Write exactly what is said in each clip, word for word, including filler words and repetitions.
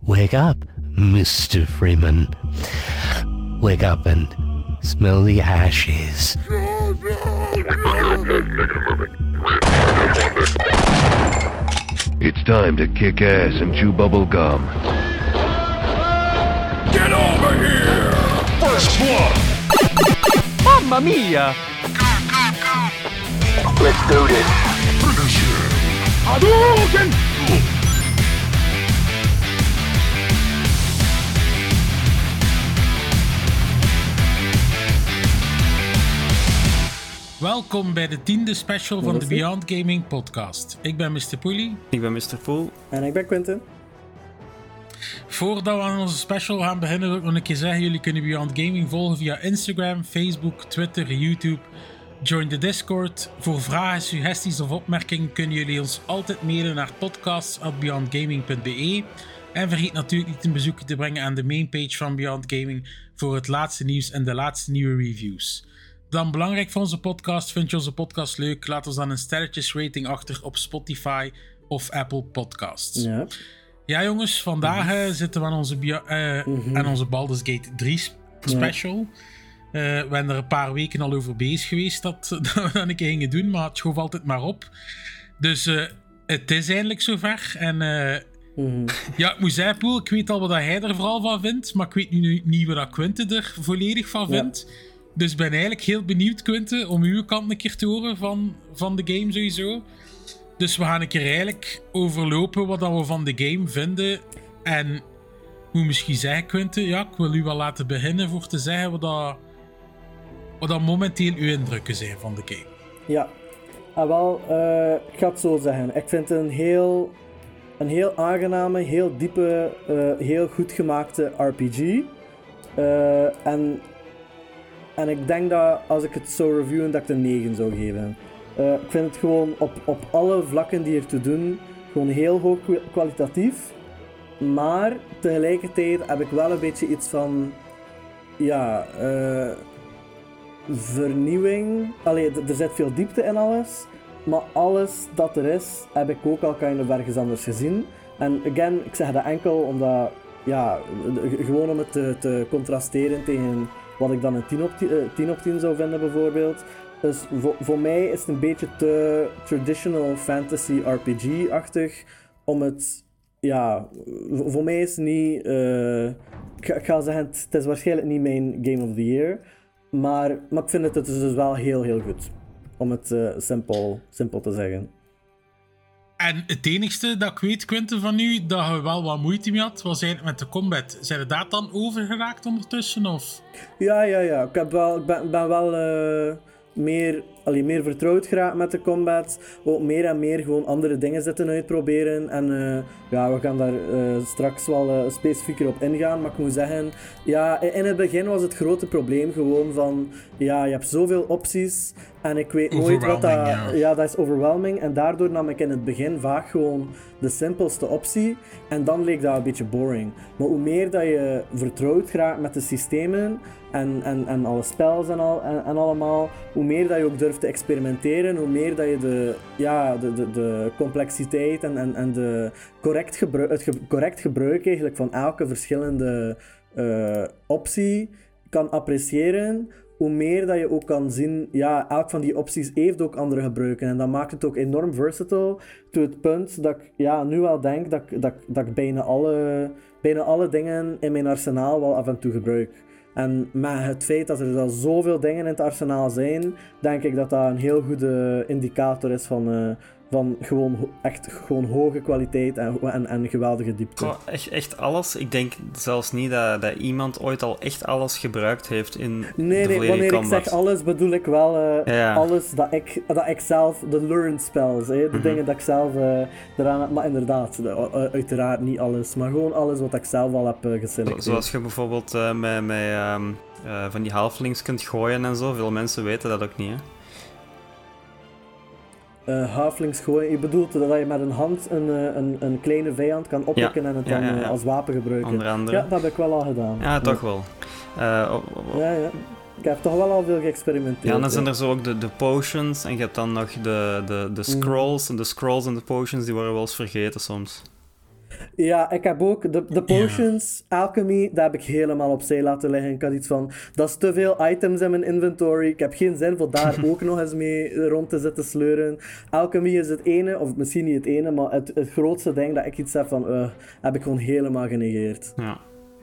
Wake up, Mister Freeman. Wake up and smell the ashes. It's time to kick ass and chew bubble gum. Get over here! First blood! Mamma mia! Let's do this. Finish him. Hadouken! Welkom bij de tiende special van de Beyond Gaming podcast. Ik ben mister Poelie. Ik ben mister Poel. En ik ben Quentin. Voordat we aan onze special gaan beginnen, wil ik nog een keer zeggen, jullie kunnen Beyond Gaming volgen via Instagram, Facebook, Twitter, YouTube. Join de Discord. Voor vragen, suggesties of opmerkingen kunnen jullie ons altijd mailen naar podcasts at beyond gaming dot b e. En vergeet natuurlijk niet een bezoekje te brengen aan de mainpage van Beyond Gaming voor het laatste nieuws en de laatste nieuwe reviews. Dan belangrijk voor onze podcast, vind je onze podcast leuk? Laat ons dan een sterretjesrating achter op Spotify of Apple Podcasts. Ja, ja jongens, vandaag uh, zitten we aan onze, bio- uh, mm-hmm. aan onze Baldur's Gate drie special. Ja. Uh, we zijn er een paar weken al over bezig geweest dat, dat we dat een keer gingen doen, maar het schoof altijd maar op. Dus uh, het is eindelijk zover. En uh, mm-hmm. ja, ik moet zeggen, Poel, ik weet al wat hij er vooral van vindt, maar ik weet nu niet wat Quinte er volledig van vindt. Ja. Dus ik ben eigenlijk heel benieuwd, Quinte, om uw kant een keer te horen van, van de game sowieso. Dus we gaan een keer eigenlijk overlopen wat we van de game vinden. En ik moet misschien zeggen, Quinte, ja, ik wil u wel laten beginnen voor te zeggen wat dat, wat dat momenteel uw indrukken zijn van de game. Ja, ah, wel, uh, ik ga het zo zeggen. Ik vind het een heel, een heel aangename, heel diepe, uh, heel goed gemaakte R P G. Uh, en... En ik denk dat als ik het zou reviewen, dat ik het een negen zou geven. Uh, ik vind het gewoon op, op alle vlakken die ertoe doen, gewoon heel hoog kwalitatief. Maar tegelijkertijd heb ik wel een beetje iets van, ja, uh, vernieuwing. Allee, d- er zit veel diepte in alles. Maar alles dat er is, heb ik ook al kind of ergens anders gezien. En again, ik zeg dat enkel omdat, ja, g- gewoon om het te, te contrasteren tegen wat ik dan een tien op tien, uh, tien op tien zou vinden bijvoorbeeld. Dus voor, voor mij is het een beetje te traditional fantasy R P G-achtig om het, ja, voor mij is het niet, uh, ik, ga, ik ga zeggen, het, het is waarschijnlijk niet mijn Game of the Year, maar, maar ik vind het, het is dus wel heel heel goed, om het uh, simpel, simpel te zeggen. En het enigste dat ik weet, Quinte, van u, dat je wel wat moeite mee had, was eigenlijk met de combat. Zijn je daar dan overgeraakt ondertussen, of? Ja, ja, ja. Ik, heb wel, ik ben, ben wel uh, meer, allee, meer vertrouwd geraakt met de combat. Ook meer en meer gewoon andere dingen zitten uitproberen. En uh, ja, we gaan daar uh, straks wel uh, specifieker op ingaan. Maar ik moet zeggen, ja, in het begin was het grote probleem gewoon van, ja, je hebt zoveel opties. En ik weet nooit wat dat... Ja. ja, dat is overwhelming. En daardoor nam ik in het begin vaak gewoon de simpelste optie. En dan leek dat een beetje boring. Maar hoe meer dat je vertrouwd geraakt met de systemen en, en, en alle spells en, al, en, en allemaal, hoe meer dat je ook durft te experimenteren, hoe meer dat je de, ja, de, de, de complexiteit en, en, en de correct gebruik, het ge, correct gebruik eigenlijk van elke verschillende uh, optie kan appreciëren, hoe meer dat je ook kan zien, ja, elk van die opties heeft ook andere gebruiken. En dat maakt het ook enorm versatile, tot het punt dat ik ja, nu wel denk dat, dat, dat ik bijna alle, bijna alle dingen in mijn arsenaal wel af en toe gebruik. En met het feit dat er al zoveel dingen in het arsenaal zijn, denk ik dat dat een heel goede indicator is van... Uh, Van gewoon echt gewoon hoge kwaliteit en, en, en geweldige diepte. Oh, echt, echt alles? Ik denk zelfs niet dat, dat iemand ooit al echt alles gebruikt heeft in nee, de nee, volledige wanneer combat. Ik zeg alles, bedoel ik wel uh, ja. alles dat ik, dat ik zelf, de learned spells, hè, de mm-hmm. dingen dat ik zelf uh, eraan heb. Maar inderdaad, de, uh, uiteraard niet alles, maar gewoon alles wat ik zelf al heb uh, geselecteerd. Zoals je bijvoorbeeld uh, met, met um, uh, van die halflings kunt gooien en zo. Veel mensen weten dat ook niet, hè? Uh, halflings gooien. Je bedoelt dat je met een hand een, een, een kleine vijand kan oppikken ja. en het ja, dan ja, ja. als wapen gebruiken. Onder andere. Ja, dat heb ik wel al gedaan. Ja, toch ja. wel. Uh, oh, oh. Ja, ja. Ik heb toch wel al veel geëxperimenteerd. Ja, dan zijn er zo ook de, de potions en je hebt dan nog de, de, de scrolls. Mm. En de scrolls en de potions die worden wel eens vergeten soms. Ja, ik heb ook de, de potions, ja. alchemy, dat heb ik helemaal opzij laten liggen. Ik had iets van, dat is te veel items in mijn inventory. Ik heb geen zin voor daar ook nog eens mee rond te zitten sleuren. Alchemy is het ene, of misschien niet het ene, maar het, het grootste ding dat ik iets heb van, uh, heb ik gewoon helemaal genegeerd. Ja.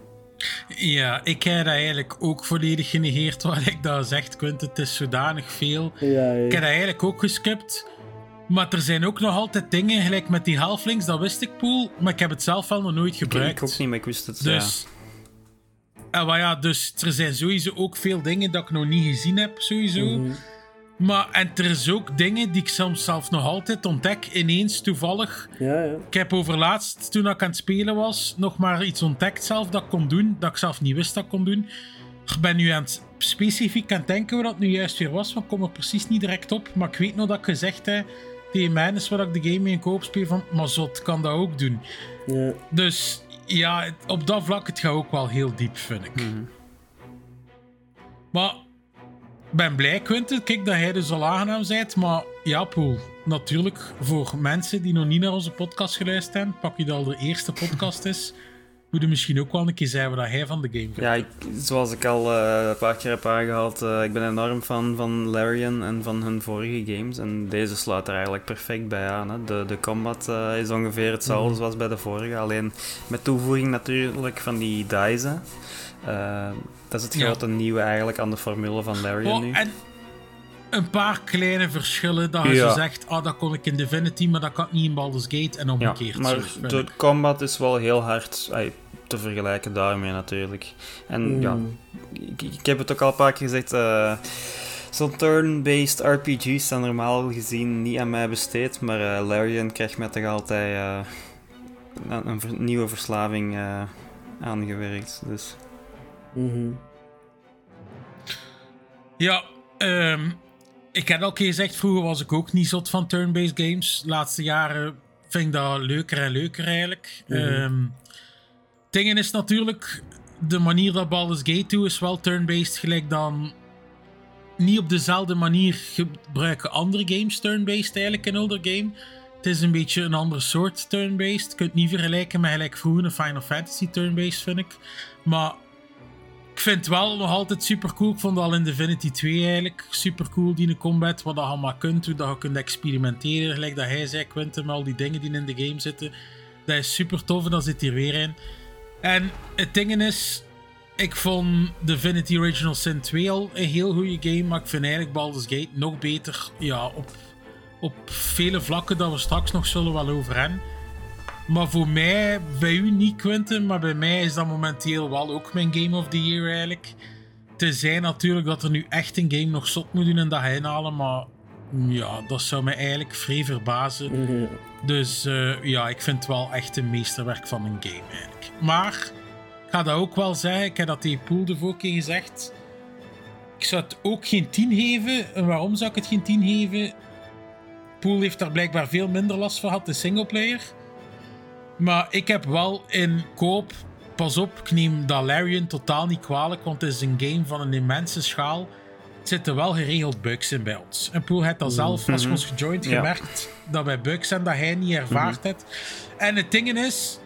Ja, ik heb dat eigenlijk ook volledig genegeerd, wat ik dat zegt, Quint. Het is zodanig veel. Ja, ja. Ik heb dat eigenlijk ook geskipt. Maar er zijn ook nog altijd dingen, gelijk met die halflings, dat wist ik, Poel. Maar ik heb het zelf wel nog nooit gebruikt. Ik ook niet, maar ik wist het, dus, ja. En, maar ja, dus er zijn sowieso ook veel dingen dat ik nog niet gezien heb, sowieso. Mm-hmm. Maar, en er is ook dingen die ik soms zelf nog altijd ontdek, ineens, toevallig. Ja, ja. Ik heb overlaatst, toen ik aan het spelen was, nog maar iets ontdekt zelf dat ik kon doen, dat ik zelf niet wist dat ik kon doen. Ik ben nu aan het, specifiek aan het denken wat dat nu juist weer was, want ik kom er precies niet direct op. Maar ik weet nog dat ik gezegd heb tegen mij, is wat ik de game mee in koop speel, van, maar zot, kan dat ook doen. Ja. Dus ja, op dat vlak, het gaat ook wel heel diep, vind ik. Mm-hmm. Maar ik ben blij, Quinten, kijk dat hij dus al aangenaam bent, maar ja, Poel, natuurlijk, voor mensen die nog niet naar onze podcast geluisterd hebben, pak je dat al de eerste podcast is, moet je misschien ook wel een keer zeggen wat hij van de game vindt. Ja, ik, zoals ik al uh, een paar keer heb aangehaald, uh, ik ben enorm fan van Larian en van hun vorige games. En deze sluit er eigenlijk perfect bij aan. Hè. De, de combat uh, is ongeveer hetzelfde mm. zoals bij de vorige, alleen met toevoeging natuurlijk van die dice. Uh, dat is het ja. grote nieuwe eigenlijk aan de formule van Larian oh, nu. En een paar kleine verschillen, dat je ja. zo zegt, ah, dat kon ik in Divinity, maar dat kan ik niet in Baldur's Gate, en omgekeerd. Ja, maar zo, de combat is wel heel hard ay, te vergelijken daarmee natuurlijk. En mm. ja, ik, ik heb het ook al een paar keer gezegd, uh, zo'n turn-based R P G's zijn normaal gezien niet aan mij besteed, maar uh, Larian krijgt mij toch altijd uh, een, een ver- nieuwe verslaving uh, aangewerkt. Dus. Mm-hmm. Ja, um, ik heb al een keer gezegd, vroeger was ik ook niet zot van turn-based games. De laatste jaren vind ik dat leuker en leuker eigenlijk. Mm-hmm. Um, dingen is natuurlijk, de manier dat Baldur's Gate doet is wel turn-based, gelijk dan niet op dezelfde manier gebruiken andere games turn-based eigenlijk in Elder Game. Het is een beetje een ander soort turn-based. Je kunt het niet vergelijken met gelijk vroeger een Final Fantasy turn-based, vind ik. Maar ik vind het wel nog altijd super cool. Ik vond het al in Divinity twee eigenlijk super cool, die combat. Wat je allemaal kunt, hoe dat je kunt experimenteren. Gelijk dat hij zei, Quinten, met al die dingen die in de game zitten. Dat is super tof en dat zit hier weer in. En het ding is, ik vond Divinity Original Sin twee al een heel goede game. Maar ik vind eigenlijk Baldur's Gate nog beter. Ja, op, op vele vlakken dat we straks nog zullen wel over hebben. Maar voor mij, bij u niet, Quinten, maar bij mij is dat momenteel wel ook mijn Game of the Year eigenlijk. Tenzij natuurlijk dat er nu echt een game nog zot moet doen en dat hij inhalen, maar ja, dat zou mij eigenlijk vrij verbazen. Mm-hmm. Dus uh, ja, ik vind het wel echt een meesterwerk van een game eigenlijk. Maar, ik ga dat ook wel zeggen, ik heb dat tegen Poel de vorige keer gezegd. Ik zou het ook geen tien geven. En waarom zou ik het geen tien geven? Poel heeft daar blijkbaar veel minder last van gehad, de singleplayer. Maar ik heb wel in koop, pas op, ik neem dat Larian totaal niet kwalijk, want het is een game van een immense schaal. Er zitten wel geregeld bugs in bij ons. En Poel heeft dat zelf, als we ons gejoind, ja. gemerkt dat wij bugs zijn dat hij niet ervaard mm-hmm. heeft. En het ding is,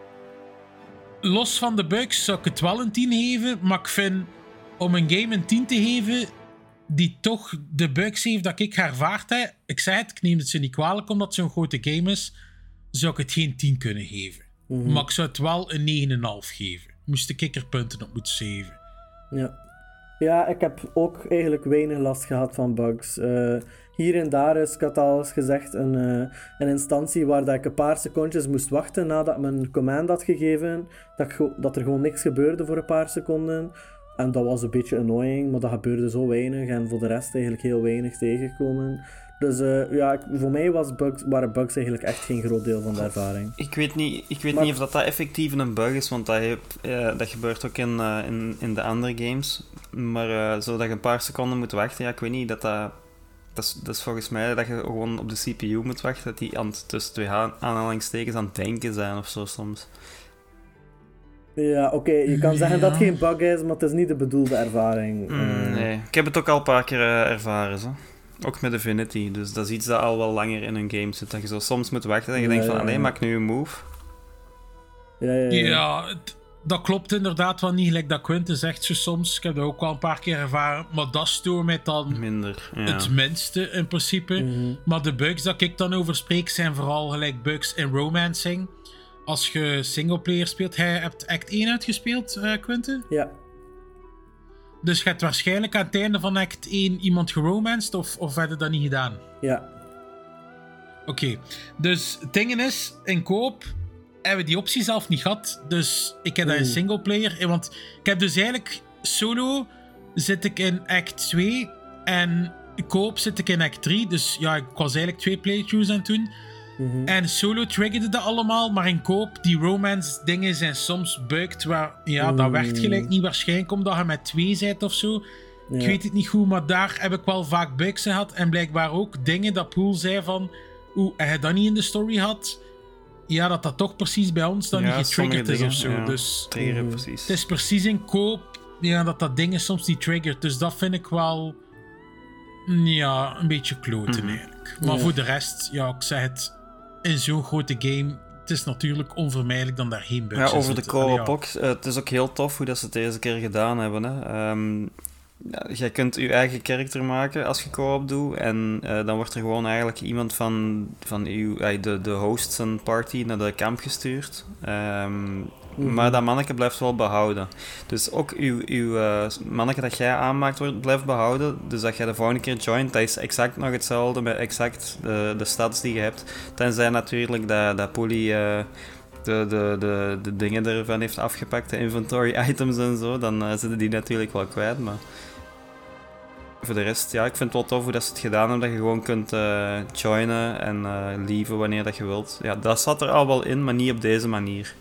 los van de bugs zou ik het wel een tien geven, maar ik vind, om een game een tien te geven die toch de bugs heeft dat ik ervaard heb, ik zei het, ik neem het ze niet kwalijk omdat het zo'n grote game is, zou ik het geen tien kunnen geven. Mm-hmm. Maar ik zou het wel een negen komma vijf geven. Moest ik er punten op moeten zeven. Ja. Ja, ik heb ook eigenlijk weinig last gehad van bugs. Uh, hier en daar is, ik had al eens gezegd, een, uh, een instantie waar dat ik een paar secondjes moest wachten nadat ik mijn command had gegeven. Dat, ik, dat er gewoon niks gebeurde voor een paar seconden. En dat was een beetje annoying, maar dat gebeurde zo weinig. En voor de rest eigenlijk heel weinig tegengekomen. Dus uh, ja, voor mij was bugs, waren bugs eigenlijk echt geen groot deel van de ervaring. Ik weet niet, ik weet maar, niet of dat, dat effectief een bug is, want dat, heb, uh, dat gebeurt ook in, uh, in, in de andere games. Maar uh, zodat je een paar seconden moet wachten, ja, ik weet niet, dat dat... Dat is, dat is volgens mij dat je gewoon op de C P U moet wachten, dat die aan, tussen twee aanhalingstekens aan het denken zijn of zo soms. Ja, oké, okay, je kan zeggen ja. dat het geen bug is, maar het is niet de bedoelde ervaring. Mm, uh... Nee, ik heb het ook al een paar keer uh, ervaren, zo. Ook met Divinity, dus dat is iets dat al wel langer in een game zit. Dat je zo soms moet wachten en je ja, denkt van, alleen ja. maak nu een move. Ja, ja, ja. Ja, het- dat klopt inderdaad wel niet, gelijk dat Quentin zegt zo soms. Ik heb dat ook wel een paar keer ervaren, maar dat stoort mij dan Minder. Ja. het minste in principe. Mhm. Maar de bugs dat ik dan over spreek zijn vooral gelijk bugs in romancing. Als je singleplayer speelt, jij hebt Act één uitgespeeld, eh Quentin? Ja. Dus je hebt waarschijnlijk aan het einde van Act één iemand geromanced, of, of heb je dat niet gedaan? Ja. Oké, dus het ding is, in koop hebben we die optie zelf niet gehad. Dus ik heb dat in Oeh. singleplayer. eh, Want ik heb dus eigenlijk solo zit ik in Act twee en koop zit ik in Act drie. Dus ja, ik was eigenlijk twee playthroughs aan het doen. Mhm. En solo triggerde dat allemaal, maar in koop, die romance dingen zijn soms bugged. Waar, ja, dat Oeh. werkt gelijk niet waarschijnlijk omdat je met twee bent of zo. Ik Ja. weet het niet goed, maar daar heb ik wel vaak bugs in gehad. En blijkbaar ook dingen dat Poel zei van... Oeh, heb je dat niet in de story had? Ja, dat dat toch precies bij ons dan Ja, niet getriggerd is sommige of zo. dingen, ja. Dus Triggeren, Mhm. precies. het is precies in koop ja, dat dat dingen soms niet triggert. Dus dat vind ik wel... Ja, een beetje kloten Mhm. eigenlijk. Maar Ja. voor de rest, ja, ik zeg het... In zo'n grote game... Het is natuurlijk onvermijdelijk dan daar geen bugs Ja, in over de zitten. Allee, co-op ja. ook. Eh, het is ook heel tof hoe dat ze het deze keer gedaan hebben. Hè. Ehm, ja, jij kunt je eigen karakter maken als je co-op doet. En eh, dan wordt er gewoon eigenlijk iemand van, van uw, eh, de, de hosts en party naar de camp gestuurd. Ehm, Mhm. Maar dat manneke blijft wel behouden. Dus ook uw, uw uh, manneke dat jij aanmaakt wordt, blijft behouden. Dus dat jij de volgende keer joint, dat is exact nog hetzelfde met exact de, de stats die je hebt. Tenzij natuurlijk dat, dat Poelie uh, de, de, de, de dingen ervan heeft afgepakt, de inventory items en zo, dan uh, zitten die natuurlijk wel kwijt. Maar voor de rest, ja, ik vind het wel tof hoe dat ze het gedaan hebben, dat je gewoon kunt uh, joinen en uh, leaven wanneer dat je wilt. Ja, dat zat er al wel in, maar niet op deze manier.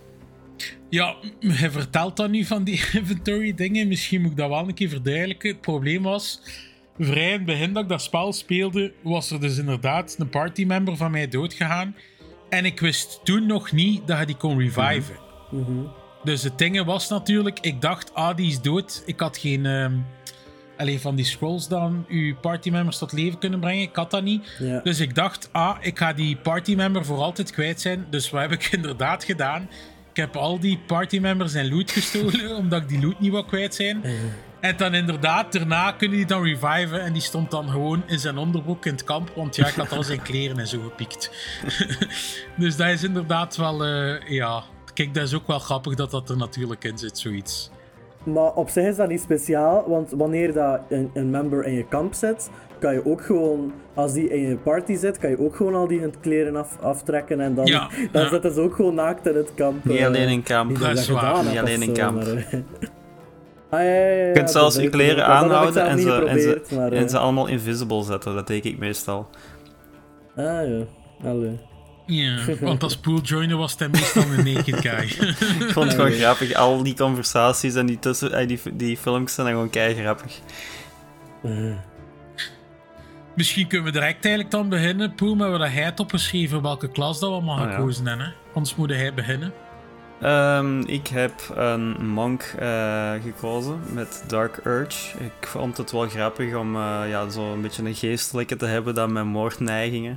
Ja, je vertelt dan nu van die inventory dingen. Misschien moet ik dat wel een keer verduidelijken. Het probleem was, vrij in het begin dat ik dat spel speelde, was er dus inderdaad een partymember van mij doodgegaan. En ik wist toen nog niet dat je die kon reviven. Mhm. Dus het ding was natuurlijk, ik dacht, ah, die is dood. Ik had geen... Um, Allee, van die scrolls dan uw partymembers tot leven kunnen brengen. Ik had dat niet. Ja. Dus ik dacht, ah, ik ga die partymember voor altijd kwijt zijn. Dus wat heb ik inderdaad gedaan? Ik heb al die partymembers en loot gestolen, omdat ik die loot niet wou kwijt zijn. Mhm. En dan inderdaad, daarna kunnen die dan reviven. En die stond dan gewoon in zijn onderbroek in het kamp. Want ja, ik had al zijn kleren en zo gepikt. Dus dat is inderdaad wel... Uh, ja, kijk, dat is ook wel grappig dat dat er natuurlijk in zit, zoiets. Maar op zich is dat niet speciaal, want wanneer dat een, een member in je kamp zit, kan je ook gewoon, als die in je party zit, kan je ook gewoon al die kleren af, aftrekken en dan, Ja, dan ja. zitten ze ook gewoon naakt in het kamp. Niet eh, alleen in kamp. niet Dat je is dat waar. gedaan Niet hebt alleen of in zo, kamp. maar, eh. Ah, ja, ja, ja, Je kunt ja, zelfs dat je weet ik kleren niet. Dat heb ik aanhouden zelf en niet ze, en, ze, geprobeerd, maar, en ze eh. allemaal invisible zetten. Dat deed ik meestal. Ah ja, allee. Ja, want als pooljoiner was hij meestal een naked guy. Ik vond het gewoon grappig. Al die conversaties en die, tussen, eh, die, die films zijn dan gewoon kei grappig. Uh. Misschien kunnen we direct eigenlijk dan beginnen, Poel, met wat hij had opgeschreven, welke klas dat we allemaal Oh, ja. gekozen hebben. Hè? Anders moet hij beginnen. Um, ik heb een monk uh, gekozen met Dark Urge. Ik vond het wel grappig om uh, ja, zo een beetje een geestelijke te hebben dan met moordneigingen.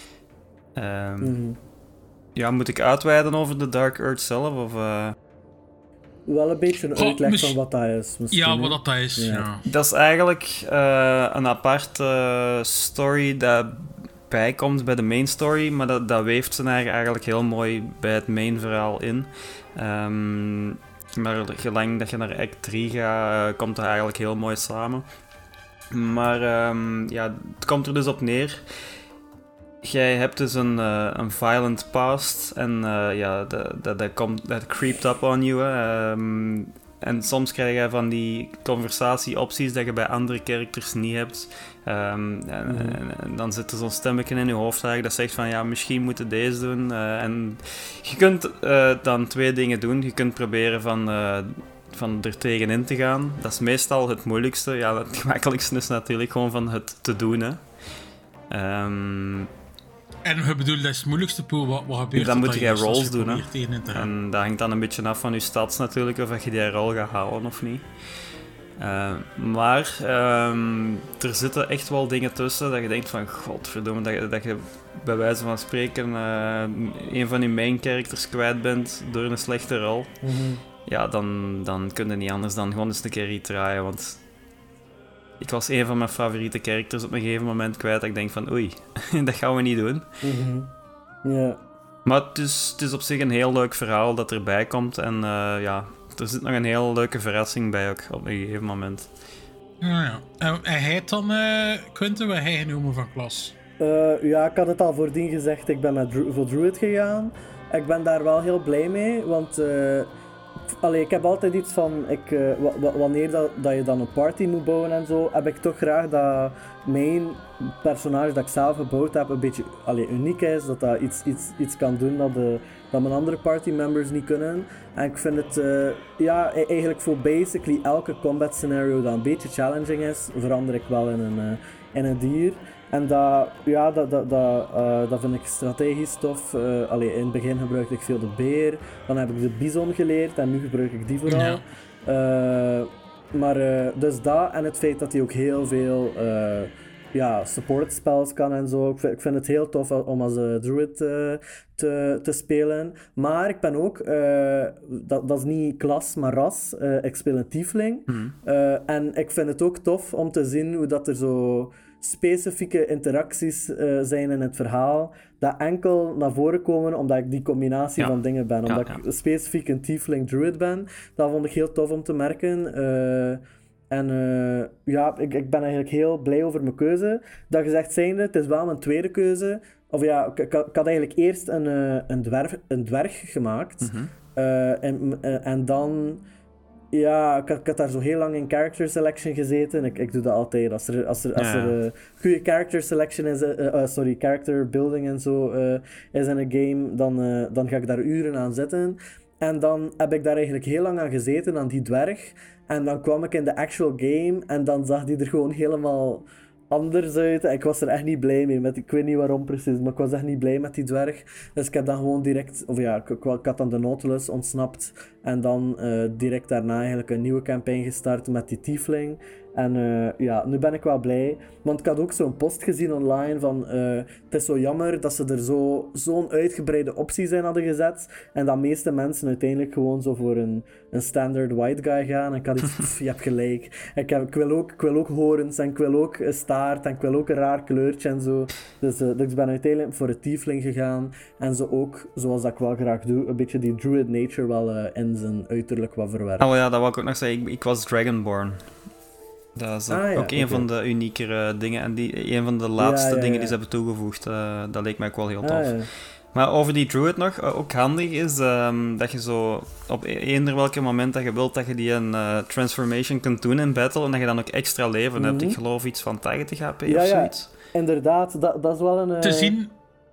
Um, Mm-hmm. Ja, moet ik uitweiden over de Dark Urge zelf? Of, uh... Wel een beetje een Goh, uitleg mis- van wat dat is. Misschien, Ja, hè? wat dat, dat is. Ja. Ja. Dat is eigenlijk uh, een aparte story dat bijkomt bij de main story, maar dat, dat weeft zijn eigen eigenlijk heel mooi bij het main verhaal in. Um, maar gelang dat je naar act drie gaat, uh, komt dat eigenlijk heel mooi samen. Maar um, ja, het komt er dus op neer. Jij hebt dus een, uh, een violent past en uh, ja, dat, dat, dat, komt, dat creept up on you. Hè. Um, en soms krijg je van die conversatieopties dat je bij andere characters niet hebt. Um, en, Mm. en, en dan zit er zo'n stemmetje in je hoofd eigenlijk dat zegt van ja, misschien moet je deze doen. Uh, en je kunt uh, dan twee dingen doen. Je kunt proberen van, uh, van er tegenin te gaan. Dat is meestal het moeilijkste. Ja, het gemakkelijkste is natuurlijk gewoon van het te doen. Hè. Um, En je bedoelt, dat is het moeilijkste, Poel. Wat, wat gebeurt Dan er moet dat jij juist als rolls je doen, hè. probeert tegenin te gaan? En dat hangt dan een beetje af van je stats natuurlijk, of je die rol gaat halen of niet. Uh, maar um, er zitten echt wel dingen tussen dat je denkt van godverdomme, dat je, dat je bij wijze van spreken uh, een van je main characters kwijt bent door een slechte rol. Mm-hmm. Ja, dan, dan kun je niet anders dan gewoon eens een keer retraaien, want ik was een van mijn favoriete characters op een gegeven moment kwijt dat ik denk van oei, dat gaan we niet doen. Mm-hmm. Yeah. Maar het is, het is op zich een heel leuk verhaal dat erbij komt en uh, ja... Er zit nog een heel leuke verrassing bij ook op een gegeven moment. Ja, ja. En hij heet dan, uh, Quinten, wat hij genomen van klas? Uh, ja, ik had het al voordien gezegd, ik ben met Dru- voor Druid gegaan. Ik ben daar wel heel blij mee, want uh, allee, ik heb altijd iets van, ik, uh, w- w- wanneer dat, dat je dan een party moet bouwen en zo, heb ik toch graag dat mijn personage dat ik zelf gebouwd heb een beetje allee, uniek is, dat dat iets, iets, iets kan doen dat, de, dat mijn andere party members niet kunnen. En ik vind het, uh, ja, eigenlijk voor basically elke combat scenario dat een beetje challenging is, verander ik wel in een, uh, in een dier. En dat, ja, dat, dat, dat, uh, dat vind ik strategisch tof. Uh, allee, in het begin gebruikte ik veel de beer, dan heb ik de bison geleerd en nu gebruik ik die vooral. Ja. Uh, maar uh, dus dat en het feit dat hij ook heel veel uh, ja, support spells kan en zo. Ik vind, ik vind het heel tof om als uh, druid uh, te, te spelen. Maar ik ben ook, uh, dat, dat is niet klas, maar ras. Uh, ik speel een tiefling. Mm. Uh, en ik vind het ook tof om te zien hoe dat er zo specifieke interacties uh, zijn in het verhaal, dat enkel naar voren komen omdat ik die combinatie ja. van dingen ben. Omdat ja, ja. ik specifiek een tiefling druid ben. Dat vond ik heel tof om te merken. Uh, en uh, ja, ik, ik ben eigenlijk heel blij over mijn keuze. Dat gezegd zijnde, het is wel mijn tweede keuze. Of ja, ik, ik, ik had eigenlijk eerst een, uh, een, dwerg, een dwerg gemaakt. Mm-hmm. Uh, en, uh, en dan... Ja, ik had, ik had daar zo heel lang in character selection gezeten. Ik, ik doe dat altijd. Als er, als er, als er uh, goede character selection is, uh, uh, sorry, character building en zo uh, is in een game, dan, uh, dan ga ik daar uren aan zitten. En dan heb ik daar eigenlijk heel lang aan gezeten, aan die dwerg. En dan kwam ik in de actual game en dan zag die er gewoon helemaal anders uit. Ik was er echt niet blij mee. Met, ik weet niet waarom precies, maar ik was echt niet blij met die dwerg. Dus ik heb dan gewoon direct... Of ja, ik, ik, ik had dan de Nautilus ontsnapt. En dan uh, direct daarna eigenlijk een nieuwe campaign gestart met die tiefling. En uh, ja, nu ben ik wel blij. Want ik had ook zo'n post gezien online van... Uh, het is zo jammer dat ze er zo, zo'n uitgebreide opties in hadden gezet. En dat meeste mensen uiteindelijk gewoon zo voor een, een standard white guy gaan. En ik had iets... Pff, je hebt gelijk. Ik, heb, ik, wil ook, ik wil ook horens en ik wil ook een staart en ik wil ook een raar kleurtje en zo. Dus, uh, dus ik ben uiteindelijk voor het tiefling gegaan. En zo ook, zoals dat ik wel graag doe, een beetje die druid nature wel uh, in zijn uiterlijk wat verwerken. Oh ja, dat wou ik ook nog zeggen. Ik, ik was Dragonborn. Dat is ook, ah, ja, ook een okay. van de uniekere dingen. En die, een van de laatste ja, ja, dingen ja. die ze hebben toegevoegd. Uh, dat leek mij ook wel heel tof. Ah, ja. Maar over die druid nog, uh, ook handig is um, dat je zo op eender welke moment dat je wilt, dat je die een uh, transformation kunt doen in battle. En dat je dan ook extra leven mm-hmm. hebt. Ik geloof iets van tachtig H P ja, of zoiets. Ja, inderdaad. Dat, dat is wel een... Uh... Te zien,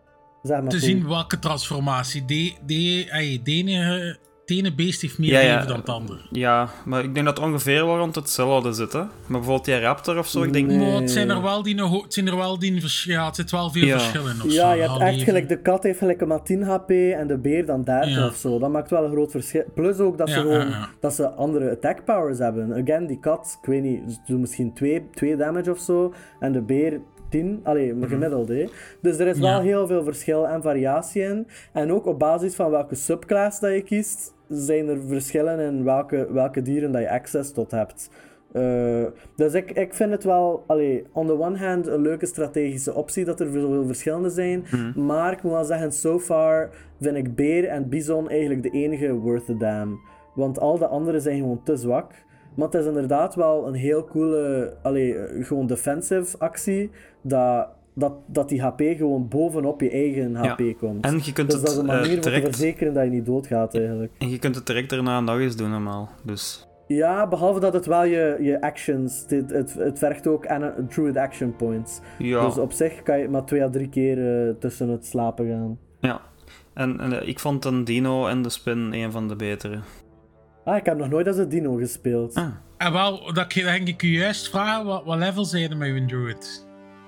zeg maar te zien welke transformatie. De, de, de, de ene... Het ene beest heeft meer ja, ja. leven dan het andere. Ja, maar ik denk dat het ongeveer wel rond hetzelfde zit, hè. Maar bijvoorbeeld die raptor of zo, ik denk... Nee. Maar het zijn er wel die... Het zijn er wel die... Ja, het zit wel veel ja. verschillen of Ja, zo, je hebt echt even. gelijk... De kat heeft gelijk maar tien H P en de beer dan dertig ja. of zo. Dat maakt wel een groot verschil. Plus ook dat ze ja, gewoon... Ja, ja. Dat ze andere attack powers hebben. Again, die kat, ik weet niet... Ze doen misschien twee damage of zo. En de beer... tien, allee, maar gemiddeld, hè. Dus er is wel ja. heel veel verschil en variatie in. En ook op basis van welke subclass dat je kiest, zijn er verschillen in welke, welke dieren dat je access tot hebt. Uh, dus ik, ik vind het wel, allee, on the one hand, een leuke strategische optie dat er zoveel verschillende zijn. Mm. Maar ik moet wel zeggen, so far vind ik beer en bison eigenlijk de enige worth the damn. Want al de andere zijn gewoon te zwak. Maar het is inderdaad wel een heel coole, allee, gewoon defensive actie, dat, dat, dat die H P gewoon bovenop je eigen H P ja. komt. En je kunt dus dat is een manier uh, direct... om te verzekeren dat je niet doodgaat eigenlijk. En je kunt het direct daarna nog eens doen normaal, dus... Ja, behalve dat het wel je, je actions, het, het, het vergt ook an- druid action points. Ja. Dus op zich kan je maar twee à drie keer uh, tussen het slapen gaan. Ja, en, en uh, ik vond een dino en de spin een van de betere. Ah, ik heb nog nooit als een dino gespeeld. Ah. En wel, dat denk ik u juist vragen, wat, wat level zijn er met uw druid?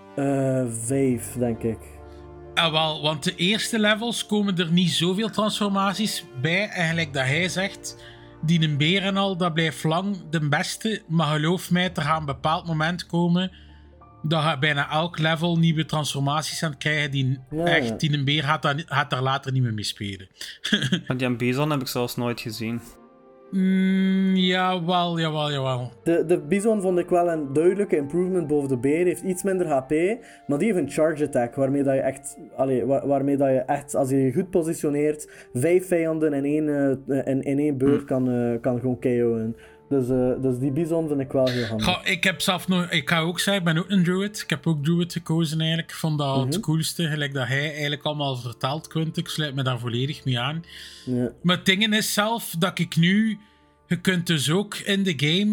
Uh, vijf, denk ik. En wel, want de eerste levels komen er niet zoveel transformaties bij. En gelijk dat hij zegt, die een beer en al, dat blijft lang de beste. Maar geloof mij, er gaat een bepaald moment komen dat je bijna elk level nieuwe transformaties aan het krijgen. Die Ja, echt, ja. die een beer gaat, dat, gaat daar later niet meer mee spelen. Maar die Bison heb ik zelfs nooit gezien. mm, jawel, jawel, jawel. De, de Bison vond ik wel een duidelijke improvement boven de beer. Heeft iets minder H P, maar die heeft een charge attack. Waarmee dat je echt, allee, waar, waarmee dat je echt, als je je goed positioneert, vijf vijanden in één, uh, in, in één beurt kan, uh, kan gewoon K O'en. Dus, uh, dus die Bison vind ik wel heel handig. Goh, ik heb zelf nog, ik ga ook zeggen, ik ben ook een druid. Ik heb ook druid gekozen eigenlijk. Ik vond dat Mhm. het coolste, gelijk dat hij eigenlijk allemaal vertelt, Quint. Ik sluit me daar volledig mee aan. Ja. Maar het ding is zelf dat ik nu, je kunt dus ook in de game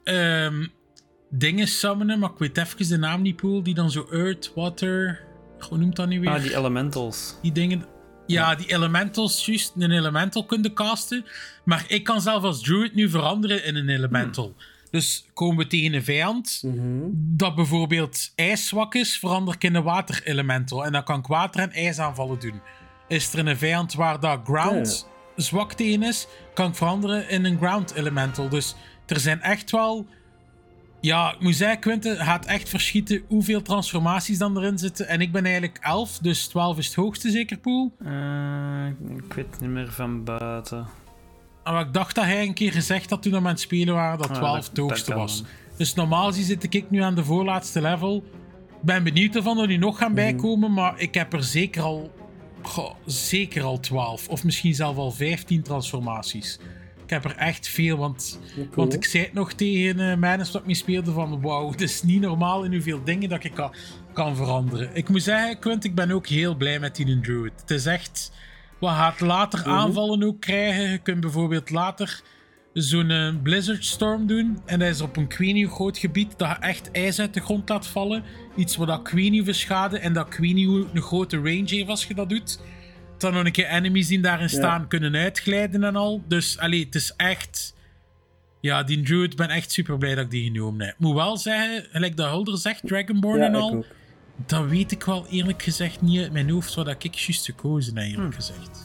um, dingen summonen, maar ik weet even de naam niet, Poel, die dan zo earth, water, hoe noemt dat nu weer? Ah, die elementals. Die dingen. Ja, die elementals, juist. Een elemental kunnen casten. Maar ik kan zelf als druid nu veranderen in een elemental. Hmm. Dus komen we tegen een vijand Mhm. dat bijvoorbeeld ijszwak is, verander ik in een water elemental. En dan kan ik water en ijsaanvallen doen. Is er een vijand waar dat ground Ja. zwak tegen is, kan ik veranderen in een ground elemental. Dus er zijn echt wel... Ja, ik moet zeggen, Quinte, gaat echt verschieten hoeveel transformaties dan erin zitten. En ik ben eigenlijk elf, dus twaalf is het hoogste zeker, Poel. Uh, ik weet niet meer van buiten. Maar ik dacht dat hij een keer gezegd had toen we aan het spelen waren dat Ah, twaalf dat- het hoogste dat kan was. dan. Dus normaal gezien zit ik nu aan de voorlaatste level. Ik ben benieuwd of er nu nog gaan bijkomen, maar ik heb er zeker al, goh, zeker al twaalf. Of misschien zelfs al vijftien transformaties. Ik heb er echt veel, want, Cool. want ik zei het nog tegen uh, Manus dat ik mee speelde van wauw, het is niet normaal in hoeveel dingen dat ik kan, kan veranderen. Ik moet zeggen, Quint, ik ben ook heel blij met die Druid. Het is echt... Wat gaat later Mhm. aanvallen ook krijgen. Je kunt bijvoorbeeld later zo'n uh, Blizzard Storm doen. En dat is op een Queenie groot gebied dat je echt ijs uit de grond laat vallen. Iets wat dat Queenie verschade en dat Queenie een grote range heeft als je dat doet. Dan nog een keer enemies die daarin staan Ja. kunnen uitglijden en al. Dus allee, het is echt... Ja, die Druid, ik ben echt super blij dat ik die genomen heb. Ik moet wel zeggen, gelijk dat Hulder zegt, Dragonborn Ja, en ik al... ook. Dat weet ik wel eerlijk gezegd niet uit mijn hoofd wat ik juist gekozen heb, eerlijk gezegd.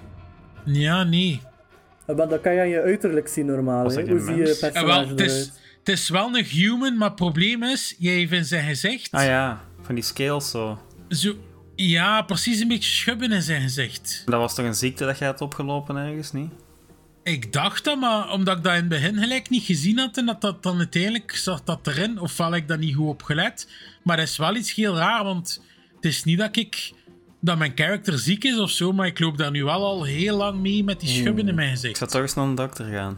Ja, nee. Maar dat kan je aan je uiterlijk zien normaal. Was Hè? ik Hoe een zie je mens? En personage wel, het is, eruit? het is wel een human, maar het probleem is, jij heeft in zijn gezicht... Ah ja, van die scales zo. Zo, ja, precies een beetje schubben in zijn gezicht. Dat was toch een ziekte dat je had opgelopen ergens, niet? Ik dacht dat, maar omdat ik dat in het begin gelijk niet gezien had en dat dat dan uiteindelijk zat dat erin, ofwel ik dat niet goed op gelet. Maar dat is wel iets heel raar, want het is niet dat ik... dat mijn character ziek is of zo, maar ik loop daar nu wel al heel lang mee met die schubben in mijn Ik gezicht. zou toch eens naar een dokter gaan.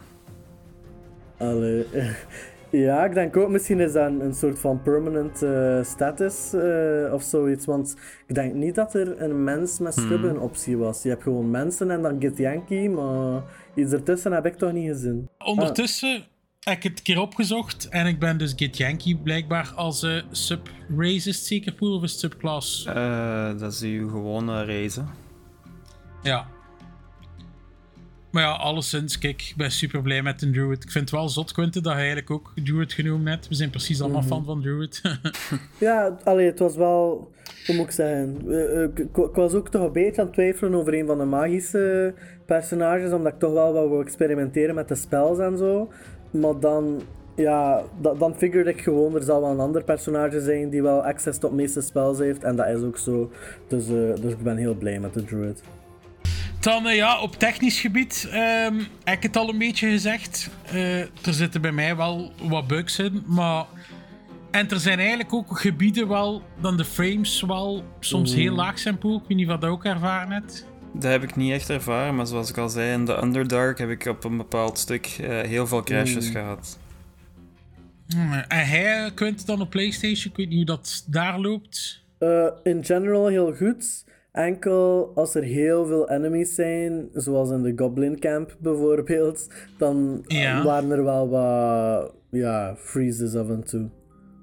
Allee. Ja, ik denk ook misschien is dat een, een soort van permanent eh, status eh, of zoiets. Want ik denk niet dat er een mens met schubben een optie was. Je hebt gewoon mensen en dan Git Yankee, maar iets ertussen heb ik toch niet gezien. Ondertussen heb ik het een keer opgezocht en ik ben dus Git Yankee blijkbaar als uh, sub-racist zeker, Poel, of is het subclass? Uh, dat is uw gewone race. Ja. Maar ja, alleszins, kijk, ik ben super blij met een Druid. Ik vind het wel zot, Quinte, dat je eigenlijk ook Druid genoemd hebt. We zijn precies allemaal Mhm. fan van Druid. Ja, allee, het was wel... Hoe moet ik zeggen? Eh, eh, Ik, ik was ook toch een beetje aan het twijfelen over een van de magische personages, omdat ik toch wel wat wil experimenteren met de spells en zo. Maar dan... Ja, da- dan figuurde ik gewoon, er zal wel een ander personage zijn die wel access tot de meeste spells heeft. En dat is ook zo. Dus, eh, dus ik ben heel blij met de Druid. Dan uh, ja, op technisch gebied um, heb ik het al een beetje gezegd. Uh, er zitten bij mij wel wat bugs in, maar... En er zijn eigenlijk ook gebieden wel, dan de frames wel soms heel laag zijn, Poel. Ik weet niet of dat ook ervaren hebt. Dat heb ik niet echt ervaren, maar zoals ik al zei, in de Underdark heb ik op een bepaald stuk uh, heel veel crashes Mm. gehad. Hmm, en hij kunt het dan op PlayStation, ik weet niet hoe dat daar loopt. Uh, in general heel goed. Enkel als er heel veel enemies zijn, zoals in de Goblin Camp bijvoorbeeld, dan Ja. waren er wel wat ja, freezes af en toe.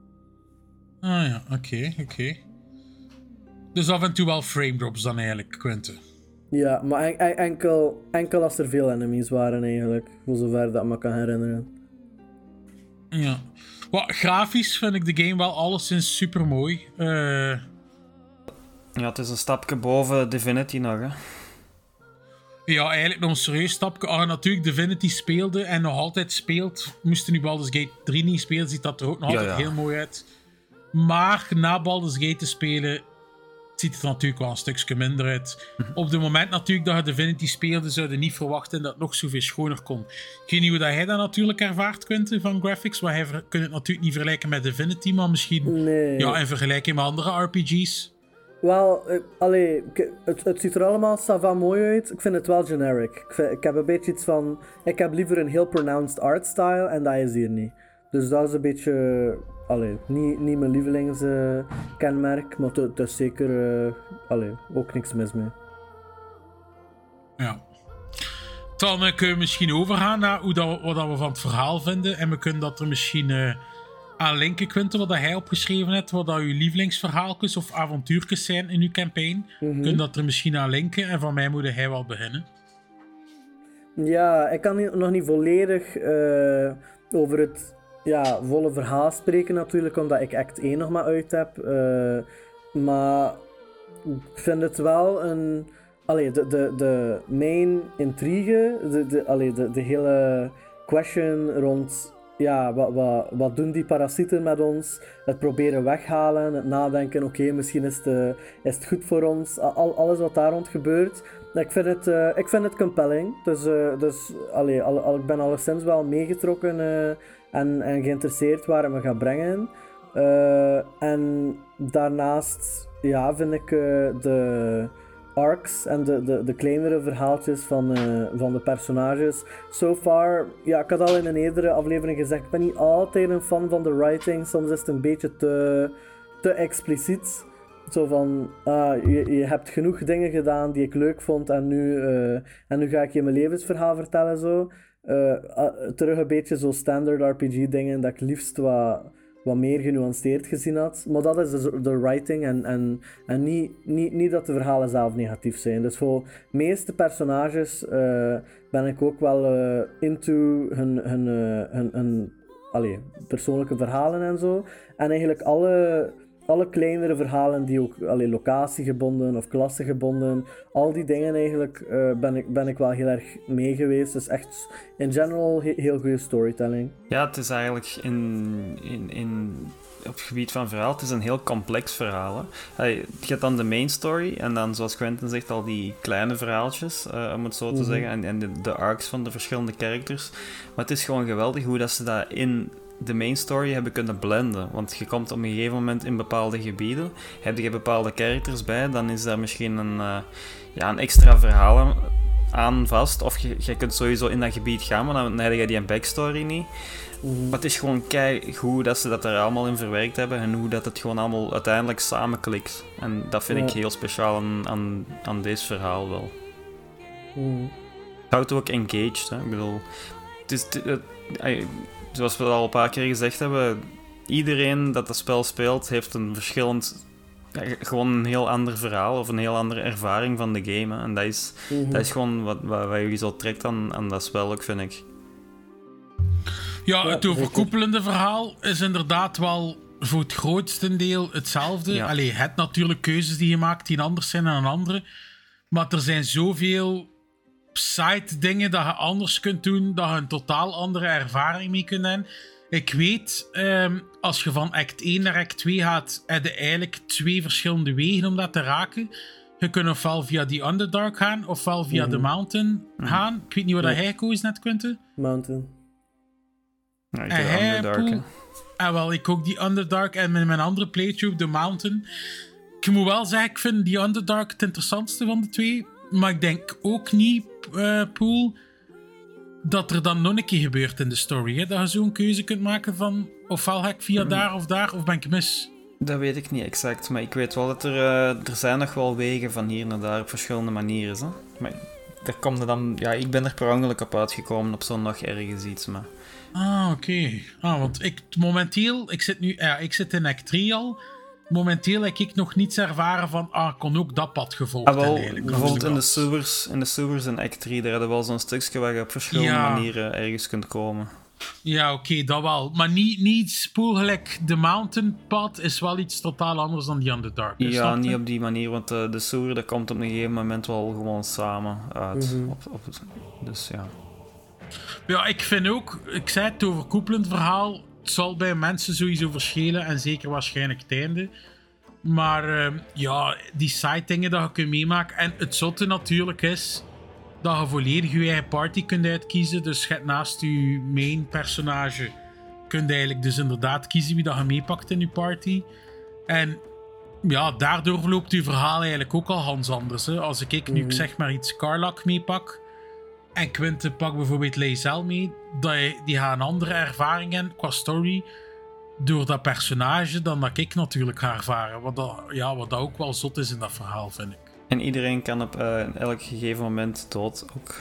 Ah ja, oké, okay, oké. Okay. Dus af en toe wel frame drops dan eigenlijk, Quinte. Ja, maar en- en- enkel, enkel als er veel enemies waren eigenlijk, voor zover dat ik me kan herinneren. Ja. Wat, grafisch vind ik de game wel alleszins super mooi. Uh... Ja, het is een stapje boven Divinity nog, hè. Ja, eigenlijk nog een serieus stapje. Als je natuurlijk Divinity speelde en nog altijd speelt, moesten nu Baldur's Gate drie niet spelen, ziet dat er ook nog Ja, altijd ja. heel mooi uit. Maar na Baldur's Gate te spelen, ziet het er natuurlijk wel een stukje minder uit. Op het moment natuurlijk dat je Divinity speelde, zou je niet verwachten dat het nog zoveel schoner kon. Ik weet niet hoe dat hij dat natuurlijk ervaart, Quentin, van graphics, maar hij ver- kunt het natuurlijk niet vergelijken met Divinity, maar misschien Nee. ja, in vergelijking met andere R P G's. Wel, eh, allee, ik- het, het ziet er allemaal sava mooi uit. Ik vind het wel generic. Ik, vind- ik heb een beetje iets van... Ik heb liever een heel pronounced artstyle en dat is hier niet. Dus dat is een beetje... Allee, niet, niet mijn lievelingskenmerk, maar het het is zeker... eh, allee, ook niks mis mee. Ja. Dan eh, kunnen we misschien overgaan naar hoe dat we, wat dat we van het verhaal vinden. En we kunnen dat er misschien eh, aan linken, Quentin, wat dat hij opgeschreven heeft. Wat dat uw lievelingsverhaaltjes of avontuurtjes zijn in uw campaign. Mhm. Kun dat er misschien aan linken. En van mij moet hij wel beginnen. Ja, ik kan niet- nog niet volledig eh, over het ja, volle verhaal spreken natuurlijk, omdat ik act één nog maar uit heb. eh, maar ik vind het wel een... Allee, de, de, de main intrigue, de, de, allee, de, de hele question rond... Ja, wat, wat, wat doen die parasieten met ons? Het proberen weghalen, het nadenken, oké, misschien is het, eh, is het goed voor ons. Al, alles wat daar rond gebeurt. Ik vind het, eh, ik vind het compelling. Dus, eh, dus allee, al, al, ik ben alleszins wel meegetrokken eh, en, en geïnteresseerd waar het me gaat brengen. Eh, en daarnaast ja, vind ik eh, de arcs en de, de, de kleinere verhaaltjes van, eh, van de personages. So far, ja, ik had al in een eerdere aflevering gezegd, ik ben niet altijd een fan van de writing. Soms is het een beetje te, te expliciet. Zo van, ah, je, je hebt genoeg dingen gedaan die ik leuk vond en nu, eh, en nu ga ik je mijn levensverhaal vertellen. Zo. Eh, ah, terug een beetje zo standard R P G dingen dat ik liefst wat, wat meer genuanceerd gezien had. Maar dat is de, de writing en, en, en niet, niet, niet dat de verhalen zelf negatief zijn. Dus voor de meeste personages eh, ben ik ook wel eh, into hun, hun, eh, hun, hun allee, persoonlijke verhalen en zo. En eigenlijk alle... Alle kleinere verhalen die ook allee, locatiegebonden of klassegebonden, al die dingen eigenlijk eh, ben, ik, ben ik wel heel erg mee geweest. Dus echt in general he- heel goede storytelling. Ja, het is eigenlijk in, in, in, op het gebied van verhaal, het is een heel complex verhaal. Hè. Allee, je hebt dan de main story en dan, zoals Quentin zegt, al die kleine verhaaltjes, uh, om het zo te Mhm. zeggen, en, en de, de arcs van de verschillende characters. Maar het is gewoon geweldig hoe dat ze dat in de main story hebben kunnen blenden. Want je komt op een gegeven moment in bepaalde gebieden, heb je bepaalde characters bij, dan is daar misschien een, uh, ja, een extra verhaal aan vast. Of je, je kunt sowieso in dat gebied gaan, maar dan heb je die een backstory niet. Maar het is gewoon keigoed dat ze dat er allemaal in verwerkt hebben en hoe dat het gewoon allemaal uiteindelijk samenklikt. En dat vind Ja. ik heel speciaal aan, aan, aan deze verhaal wel. Mhm. Het houdt ook engaged, hè. Ik bedoel, het is, het, het, ey, zoals we al een paar keer gezegd hebben, iedereen dat dat spel speelt heeft een verschillend, ja, gewoon een heel ander verhaal of een heel andere ervaring van de game. Hè. En dat is, Mhm. dat is gewoon wat, wat, wat jullie zo trekt aan, aan dat spel ook, vind ik. Ja, Ja, het zeker. overkoepelende verhaal is inderdaad wel voor het grootste deel hetzelfde. Ja. Allee, het natuurlijk keuzes die je maakt die anders zijn dan een andere. Maar er zijn zoveel side dingen dat je anders kunt doen, dat je een totaal andere ervaring mee kunt hebben. Ik weet, ehm, als je van act één naar act twee gaat, heb je eigenlijk twee verschillende wegen om dat te raken. Je kunt ofwel via die Underdark gaan, ofwel via Mhm. de Mountain gaan. Ik weet niet wat Ja. hij gekozen net, Quentin. Mountain. Ja, ik En heb hij, Underdark, Poel- hè. Ah, wel, ik ook die Underdark en met mijn andere playthrough, The Mountain. Ik moet wel zeggen, ik vind die Underdark het interessantste van de twee. Maar ik denk ook niet, uh, Poel, dat er dan nog een keer gebeurt in de story. Hè? Dat je zo'n keuze kunt maken van, ofwel ga ik via daar of daar, of ben ik mis. Dat weet ik niet exact, maar ik weet wel dat er, uh, er zijn nog wel wegen van hier naar daar op verschillende manieren. Hè? Maar daar komt er dan, ja, ik ben er per ongeluk op uitgekomen op zo'n nog ergens iets, maar... Ah, oké. Okay. Ah, want ik momenteel, ik zit nu, ja, ik zit in act drie al. Momenteel heb ik nog niets ervaren van, ah, ik kon ook dat pad gevolgd Ah, wel, hebben eigenlijk. bijvoorbeeld in de, Als- sewers, in de sewers in act drie, daar hadden we wel zo'n stukje waar je op verschillende Ja. manieren ergens kunt komen. Ja, oké, okay, dat wel. Maar niet, niet spoel gelijk de Mountain Path is wel iets totaal anders dan die Underdark. Ja, niet op die manier, want uh, de sewer dat komt op een gegeven moment wel gewoon samen uit. Mm-hmm. Op, op, dus ja. Ja, ik vind ook, ik zei het overkoepelend verhaal, het zal bij mensen sowieso verschillen en zeker waarschijnlijk het einde. Maar uh, ja, die side dingen dat je kunt meemaken. En het zotte natuurlijk is dat je volledig je eigen party kunt uitkiezen. Dus je hebt naast je main personage kun je eigenlijk dus inderdaad kiezen wie dat je meepakt in je party. En ja, daardoor verloopt je verhaal eigenlijk ook al hans anders. Hè. Als ik nu mm-hmm. zeg maar iets Karlach meepak en Quinte pak bijvoorbeeld Lae'zel mee, dat je, die gaan een andere ervaring hebben qua story door dat personage dan dat ik natuurlijk ga ervaren. Wat dat, ja, wat dat ook wel zot is in dat verhaal, vind ik. En iedereen kan op uh, elk gegeven moment dood ook.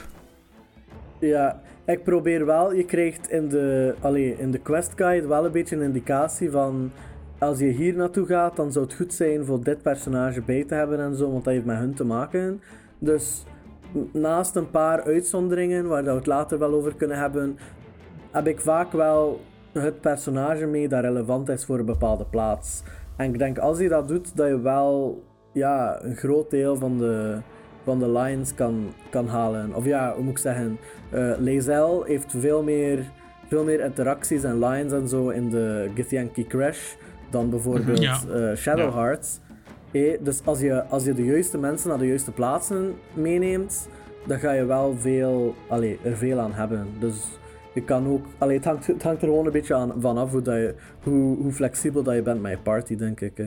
Ja, ik probeer wel, je krijgt in de, allee, in de quest guide wel een beetje een indicatie van als je hier naartoe gaat, dan zou het goed zijn voor dit personage bij te hebben en zo, want dat heeft met hun te maken. Dus naast een paar uitzonderingen, waar we het later wel over kunnen hebben, heb ik vaak wel het personage mee dat relevant is voor een bepaalde plaats. En ik denk als je dat doet, dat je wel ja, een groot deel van de, van de lines kan, kan halen. Of ja, hoe moet ik zeggen, uh, Lae'zel heeft veel meer, veel meer interacties en lines en zo in de Githyanki Crash dan bijvoorbeeld ja. uh, Shadowheart. Ja. Hey, dus als je, als je de juiste mensen naar de juiste plaatsen meeneemt, dan ga je wel veel, allee, er veel aan hebben. Dus je kan ook, allee, het, hangt, het hangt er gewoon een beetje aan, vanaf hoe, dat je, hoe, hoe flexibel dat je bent met je party, denk ik. Uh.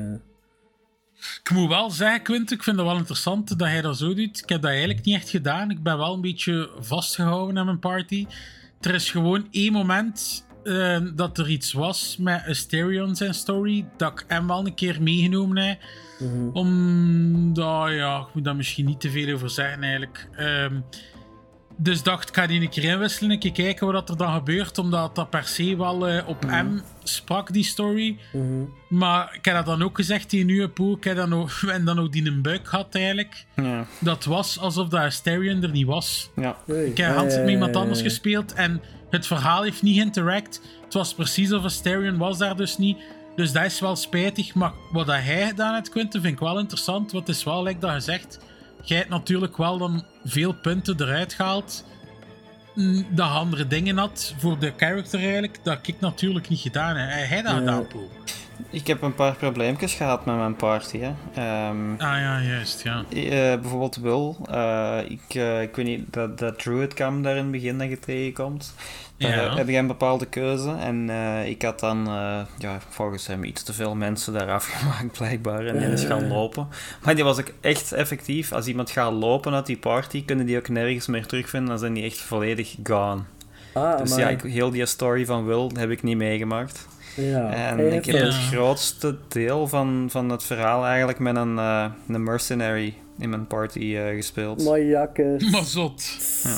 Ik moet wel zeggen, Quinte, ik vind het wel interessant dat hij dat zo doet. Ik heb dat eigenlijk niet echt gedaan. Ik ben wel een beetje vastgehouden aan mijn party. Er is gewoon één moment uh, dat er iets was met Asterion zijn story, dat ik hem wel een keer meegenomen heb. Mm-hmm. Omdat, ja, ik moet daar misschien niet te veel over zeggen eigenlijk. Um, Dus dacht, ik ga die een keer inwisselen, een keer kijken wat er dan gebeurt, omdat dat per se wel uh, op mm-hmm. hem sprak, die story. Mm-hmm. Maar ik heb dat dan ook gezegd, die nieuwe pool, ik heb dan ook, en dan ook die een buik gehad eigenlijk. Ja. Dat was alsof dat Asterion er niet was. Ja. Ik heb Hans met iemand anders gespeeld en het verhaal heeft niet geïnteract. Het was precies of Asterion was daar dus niet. Dus dat is wel spijtig, maar wat dat hij gedaan heeft, Quinte, vind ik wel interessant. Want het is wel, like dat je zegt, jij hebt natuurlijk wel dan veel punten eruit gehaald dat je andere dingen had voor de character eigenlijk, dat ik natuurlijk niet gedaan heb. Hij dat gedaan, Poel. Ik heb een paar probleempjes gehad met mijn party. Hè. Um, ah ja, juist, ja. Uh, bijvoorbeeld Will. Uh, ik, uh, ik weet niet, dat, dat Druidcam daar in het begin dat je tegenkomt. Daar ja. heb je een bepaalde keuze. En uh, ik had dan, uh, ja, volgens hem iets te veel mensen daar afgemaakt blijkbaar. En die is gaan lopen. Maar die was ook echt effectief. Als iemand gaat lopen uit die party, kunnen die ook nergens meer terugvinden. Dan zijn die echt volledig gone. Ah, dus ja, ik, heel die story van Will heb ik niet meegemaakt. Ja. En ik heb ja. het grootste deel van, van het verhaal eigenlijk met een, uh, een mercenary in mijn party uh, gespeeld. Maar jakkes. Maar zot. Ja.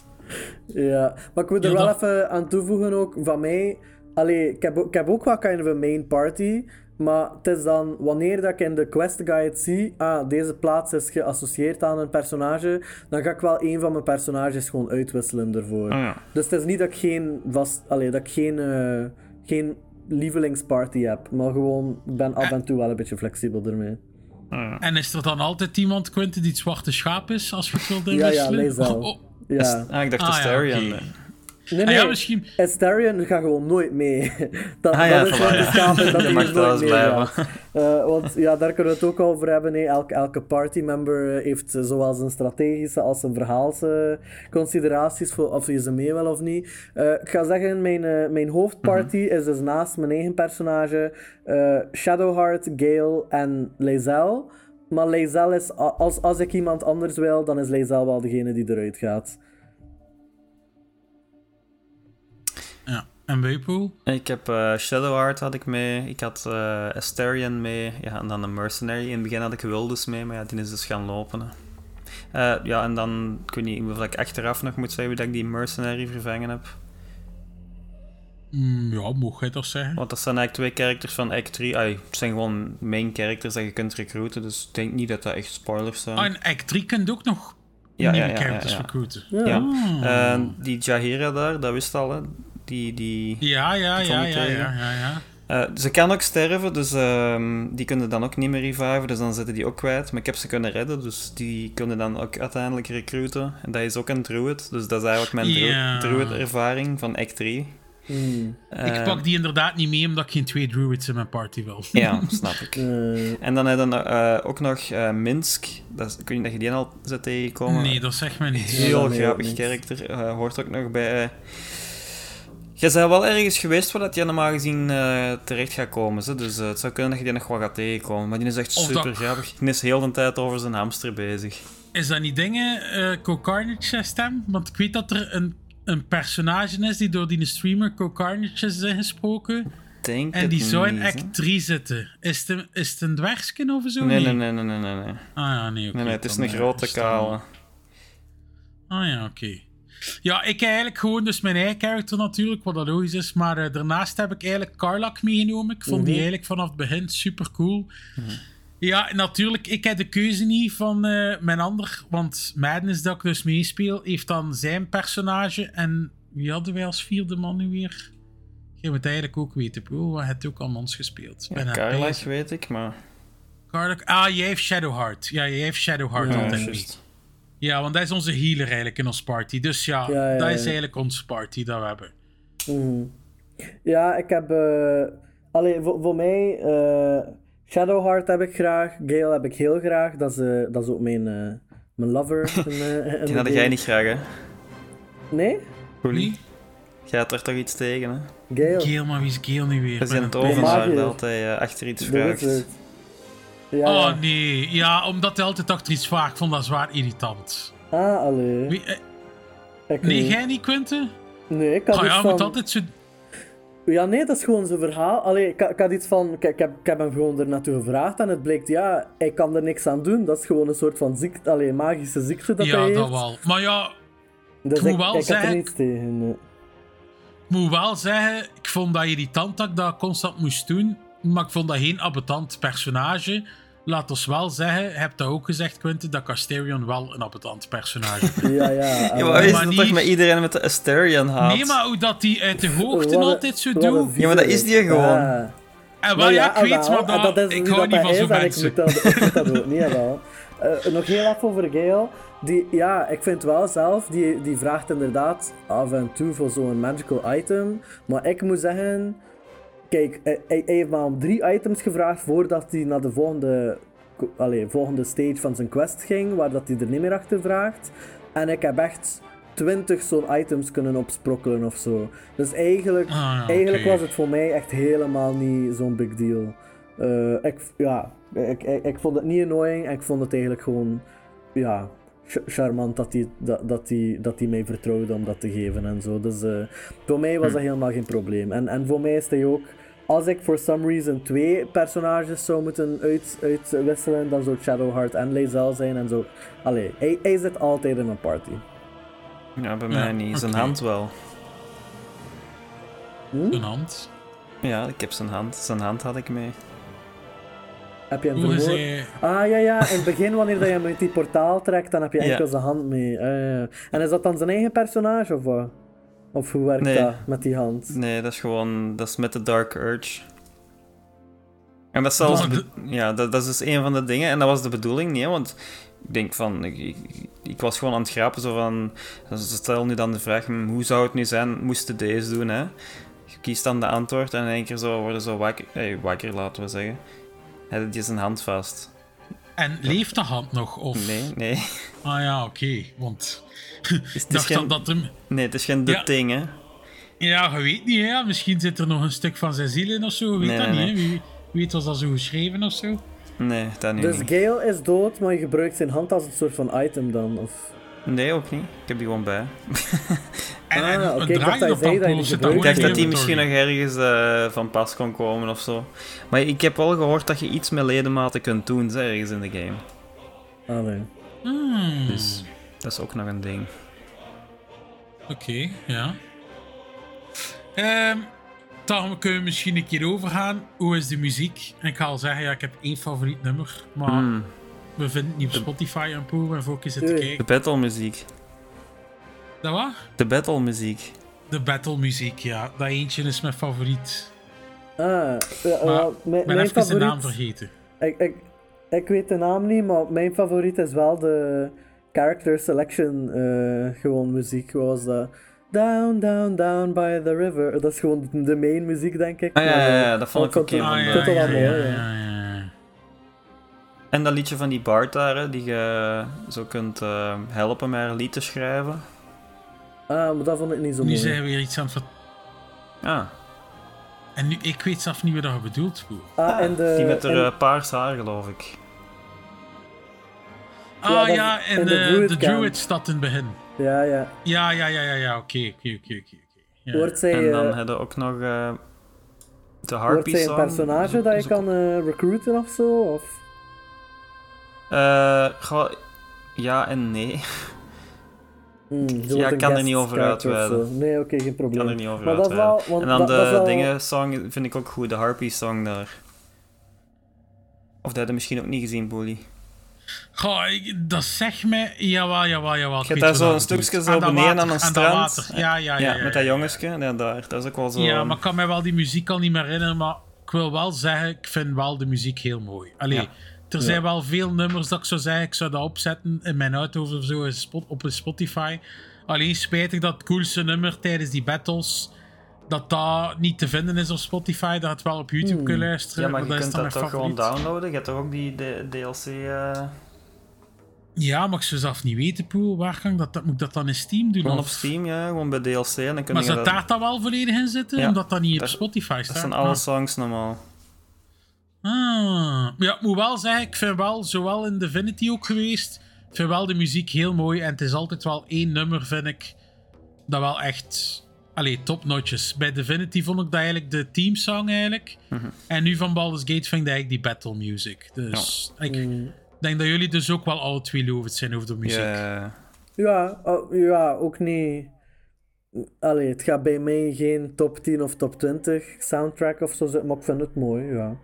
Ja, maar ik wil er ja, wel dat... even aan toevoegen ook van mij. Allee, ik heb, ik heb ook wel kind of een main party, maar het is dan wanneer dat ik in de quest guide zie, ah, deze plaats is geassocieerd aan een personage, dan ga ik wel een van mijn personages gewoon uitwisselen ervoor. Oh ja. Dus het is niet dat ik geen vast, allee, dat ik geen, uh, geen lievelingsparty heb, maar gewoon ik ben af en toe wel een beetje flexibel ermee. En is er dan altijd iemand, Quinte, die het zwarte schaap is, als je het wilt inwisselen? Ja, ja, Lae'zel. Oh, oh. Ja. Ah, ik dacht ah, Asterion. Ja, okay. Nee, nee, ah, ja, misschien... Asterion gaat gewoon nooit mee. dat, ah, ja, dat is wel de schaap en dat hij dus nooit mee gaat. Uh, want ja, daar kunnen we het ook over hebben. Hey. Elke, elke partymember heeft zowel zijn strategische als zijn verhaalsconsideraties voor of je ze mee wil of niet. Uh, ik ga zeggen, mijn, uh, mijn hoofdparty mm-hmm. is dus naast mijn eigen personage uh, Shadowheart, Gale en Lae'zel. Maar Lae'zel is, als, als ik iemand anders wil, dan is Lae'zel wel degene die eruit gaat. Ja, en Weipoel? Ik heb uh, Shadowheart had ik mee, ik had uh, Asterion mee, ja, en dan een Mercenary. In het begin had ik Wildus mee, maar ja, die is dus gaan lopen. Uh, ja, en dan, ik weet niet of ik achteraf nog moet zeggen dat ik die Mercenary vervangen heb. Mm, ja, mocht jij dat zeggen? Want dat zijn eigenlijk twee characters van Act drie. Ay, het zijn gewoon main characters dat je kunt recruiten, dus ik denk niet dat dat echt spoilers zijn. Ah, in Act drie kun je ook nog ja, nieuwe ja, ja, characters ja, ja. recruiten. Ja, ja. Uh, die Jaheira daar, dat wist al, hè. Die Die, die, Ja, ja, die ja, kom ik ja, tegen. ja, ja, ja. Uh, ze kan ook sterven, dus uh, die kunnen dan ook niet meer reviven, dus dan zitten die ook kwijt. Maar ik heb ze kunnen redden, dus die kunnen dan ook uiteindelijk recruiten. En dat is ook een druid, dus dat is eigenlijk mijn Ja. dru- druid-ervaring van act drie. Hmm. Uh, Ik pak die inderdaad niet mee, omdat ik geen twee druids in mijn party wil. Ja, snap ik. Uh, En dan hebben we uh, ook nog uh, Minsk. Dat is, ik weet niet dat je die al zit tegenkomen. Nee, dat zegt mij niet. Ja, Heel dat weet grappig ik niet. karakter. Uh, hoort ook nog bij... Uh, je bent wel ergens geweest waar dat je normaal gezien uh, terecht gaat komen. Zo. Dus uh, het zou kunnen dat je die nog wat gaat tegenkomen. Maar die is echt Of super dat- grappig. Die is heel de tijd over zijn hamster bezig. Is dat niet dingen, uh, Co-Carnage stem? Want ik weet dat er een, een personage is die door die streamer Co-Carnage is ingesproken. Denk En het die zou in niet, act drie zitten. Is het, een- is het een dwergskin of zo? Nee, nee, nee, nee, nee, nee. nee. Ah ja, nee, oké. nee, nee het is dan, een eh, grote is het kale. dan- Ah ja, oké. Ja, ik heb eigenlijk gewoon dus mijn eigen character natuurlijk, wat dat logisch is. Maar uh, daarnaast heb ik eigenlijk Karlach meegenomen. Ik vond die Mhm. eigenlijk vanaf het begin super cool. Ja, natuurlijk, ik heb de keuze niet van uh, mijn ander. Want Madness, dat ik dus meespeel, heeft dan zijn personage. En wie hadden wij als vierde man nu weer? Je moet eigenlijk ook weten, bro. Wat heb je ook aan ons gespeeld? Ja, Ben aan Karlach bezig. weet ik, maar... Karlach. Ah, jij heeft Shadowheart. Ja, jij heeft Shadowheart Ja, altijd mee. juist. Ja, want dat is onze healer eigenlijk in ons party. Dus ja, Ja, ja, dat ja. is eigenlijk onze party dat we hebben. mhm. Ja, ik heb... Uh, allee, voor, voor mij... Uh, Shadowheart heb ik graag. Gale heb ik heel graag. Dat is, uh, dat is ook mijn, uh, mijn lover. in, uh, in Die de had jij game. niet graag, hè? Nee? Wie? Jij had er toch iets tegen, hè? Gale. Gale, maar wie is Gale nu weer? We zijn het Ben- over- overnaar magier. dat altijd uh, achter iets De vraagt. wizard. Ja, Oh ja. nee, ja, omdat hij altijd achter iets vraagt. Ik vond dat zwaar irritant. Ah, allee. Wie, eh, Ik nee, niet. jij niet, Quinte? Nee, ik had Oh iets ja, van... moet altijd zo... Ja, nee, dat is gewoon zijn verhaal. Allee, ik, ik had iets van... Ik, ik, heb, ik heb hem gewoon er naartoe gevraagd en het blijkt, ja, hij kan er niks aan doen. Dat is gewoon een soort van ziekte, allee, magische ziekte dat Ja, hij heeft. dat wel. Maar ja, Dus ik moet ik, wel ik heb zeggen- er niets tegen. nee. ik moet wel zeggen, ik vond dat irritant dat ik dat constant moest doen. Maar ik vond dat geen appetant personage. Laat ons wel zeggen, je hebt dat ook gezegd, Quinte, dat Casterion wel een appetant personage is. Ja, ja. Ja, allee. maar is Maar dat niet- toch met iedereen met de Asterion haat? Nee, maar hoe dat die uit de hoogte Wat een- altijd zo wat een doet. Ja, maar dat is die gewoon. Ja. En wel, Maar ja, ik weet, jawel, maar en dat, dat is ik wie hou dat niet hij van is zo'n en ik mensen. moet dat, ik moet dat ook niet, jawel. Uh, nog heel even over Gale. Die, ja, ik vind wel zelf, die, die vraagt inderdaad af en toe voor zo'n magical item. Maar ik moet zeggen, kijk, hij, hij heeft maar om drie items gevraagd voordat hij naar de volgende, allee, volgende stage van zijn quest ging, waar dat hij er niet meer achter vraagt. En ik heb echt twintig zo'n items kunnen opsprokkelen of zo. Dus eigenlijk, Ah, ja, eigenlijk oké. was het voor mij echt helemaal niet zo'n big deal. Uh, ik, ja, ik, ik, ik vond het niet annoying en ik vond het eigenlijk gewoon, ja, ch- charmant dat hij dat, dat die, dat die mij vertrouwde om dat te geven en zo. Dus uh, voor mij was dat helemaal geen probleem. En, en voor mij is hij ook, als ik for some reason twee personages zou moeten uit, uitwisselen, dan zou het Shadowheart en Lae'zel zijn en zo. Allee, hij, hij zit altijd in mijn party. Ja, bij Ja, mij niet. Zijn oké. hand wel. Een hand. Ja, ik heb zijn hand. Zijn hand had ik mee. Heb je hem Hoe is vermoord? hij... Ah ja, ja, in het begin wanneer dat je hem uit die portaal trekt, dan heb je Ja. enkel zijn hand mee. Ah, ja, ja. En is dat dan zijn eigen personage of wat? Of hoe werkt Nee. dat met die hand? Nee, dat is gewoon... Dat is met de Dark Urge. En dat is zelfs... Maar be- Ja, dat, dat is dus een van de dingen. En dat was de bedoeling niet, hè. Want ik denk van... Ik, ik, ik was gewoon aan het grapen, zo van... Stel nu dan de vraag, hm, hoe zou het nu zijn, moesten deze doen, hè? Je kiest dan de antwoord en in één keer zo worden zo wakker... Hey, wakker, laten we zeggen. Hij had zijn hand vast. En leeft de hand nog? Of... Nee, nee. Ah ja, oké. Want Het is, ik het is dacht geen, dan dat hem... nee, het is geen de Ja. ding, hè. Ja, je weet niet, hè. Misschien zit er nog een stuk van zijn ziel in of zo. Je weet Nee, dat nee, niet, hè. Wie, wie weet was dat zo geschreven of zo? Nee, dat niet. Dus Gale is dood, maar je gebruikt zijn hand als een soort van item dan? Of... Nee, ook niet. Ik heb die gewoon bij. En, Ah, en oké, een ik dacht draai dat op je zei dat dat je pool zit die dan Ik gewoon dacht in dat de die misschien nog inventory. ergens eh, van pas kon komen of zo. Maar ik heb wel gehoord dat je iets met ledematen kunt doen, zeg, ergens in de game. Ah nee. Hmm, Dus dat is ook nog een ding. Oké, ja. Ehm, dan kunnen we misschien een keer overgaan. Hoe is de muziek? En ik ga al zeggen, ja, ik heb één favoriet nummer. Maar Hmm, we vinden het niet op Spotify en Pro en voor je zit te Oei. de kijken. battlemuziek. Dat wat? De battlemuziek. De battlemuziek, ja. Dat eentje is mijn favoriet. Ah, ja, Maar ja, ik mijn, ben mijn even de naam favoriet... vergeten. Ik, ik, ik weet de naam niet, maar mijn favoriet is wel de character selection, uh, gewoon muziek. Wat was dat? Down, down, down by the river. Dat is gewoon de main muziek, denk ik. Ah, ja, maar, ja, ja, dat vond ik ook het- een van Ah, de... ja, dat is wel ja, mooi, ja, ja. ja, ja. En dat liedje van die Bart daar, hè, die je zo kunt uh, helpen met haar lied te schrijven. Ah, maar dat vond ik niet zo Nu mooi. zijn we weer iets aan het... ver- Ah, En nu, ik weet zelf niet wat je bedoelt, Boel. Ah, en de, die met haar en- uh, paars haar, geloof ik. Ah Ja, dat- ja, en en de de, Druid de Camp. Druid staat in het begin. Ja, ja. Ja, ja, ja, ja, ja, oké, oké, oké, oké. oké. Wordt zij, En dan eh, hebben we ook nog uh, de wordt Harpy zij een song. personage Zo- dat je zo- kan eh, recruiten of zo? Of? Eh, goh, ja en nee. Hmm, ze Ja, wordt ik een kan er guest niet over character of uitweiden. zo. Nee, oké, geen Ik probleem. kan er niet over Maar dat is uitweiden. wel- want En dan dat- de dat is wel- dingen song vind ik ook goed, de Harpy song daar. Of dat heb je misschien ook niet gezien, Boelie. Goh, ik- dat zegt mij... Jawel, jawel, jawel. Je hebt daar zo een stukje zo beneden aan een strand. Ja, ja, ja. Ja, ja, met dat ja. jongensje. Ja, daar. Dat is ook wel zo... Ja, maar ik kan mij wel die muziek al niet meer herinneren, maar ik wil wel zeggen, ik vind wel de muziek heel mooi. Allee, Ja. er zijn wel veel nummers dat ik zou zeggen, ik zou dat opzetten in mijn auto of zo in spot- op een Spotify. Alleen spijtig dat het coolste nummer tijdens die battles, dat dat niet te vinden is op Spotify, dat het wel op YouTube Hmm. kunt luisteren. Ja, maar je dat is kunt dan dat mijn toch gewoon favoriet. downloaden? Je hebt toch ook die D- DLC... eh Ja, maar ik zou zelf niet weten, Poel, waar kan ik dat, dat, moet ik dat dan in Steam doen? Gewoon of- op Steam, ja. Gewoon bij D L C. En dan kun Maar je zou dat... daar dan wel volledig in zitten, Ja, omdat dat niet op dat- Spotify Dat staat? zijn alle Ah. songs normaal. Ah, ja, ik moet wel zeggen, ik vind wel, zowel in Divinity ook geweest, ik vind wel de muziek heel mooi en het is altijd wel één nummer, vind ik, dat wel echt, allee, topnotjes. Bij Divinity vond ik dat eigenlijk de teamsong eigenlijk, Mhm. en nu van Baldur's Gate vind ik dat eigenlijk die battle music. Dus ik Hmm. denk dat jullie dus ook wel alle twee lovend zijn over de muziek. Ja. Ja, oh, ja, ook niet... Allee, het gaat bij mij geen top tien of top twintig soundtrack of zo zijn, maar ik vind het mooi, ja.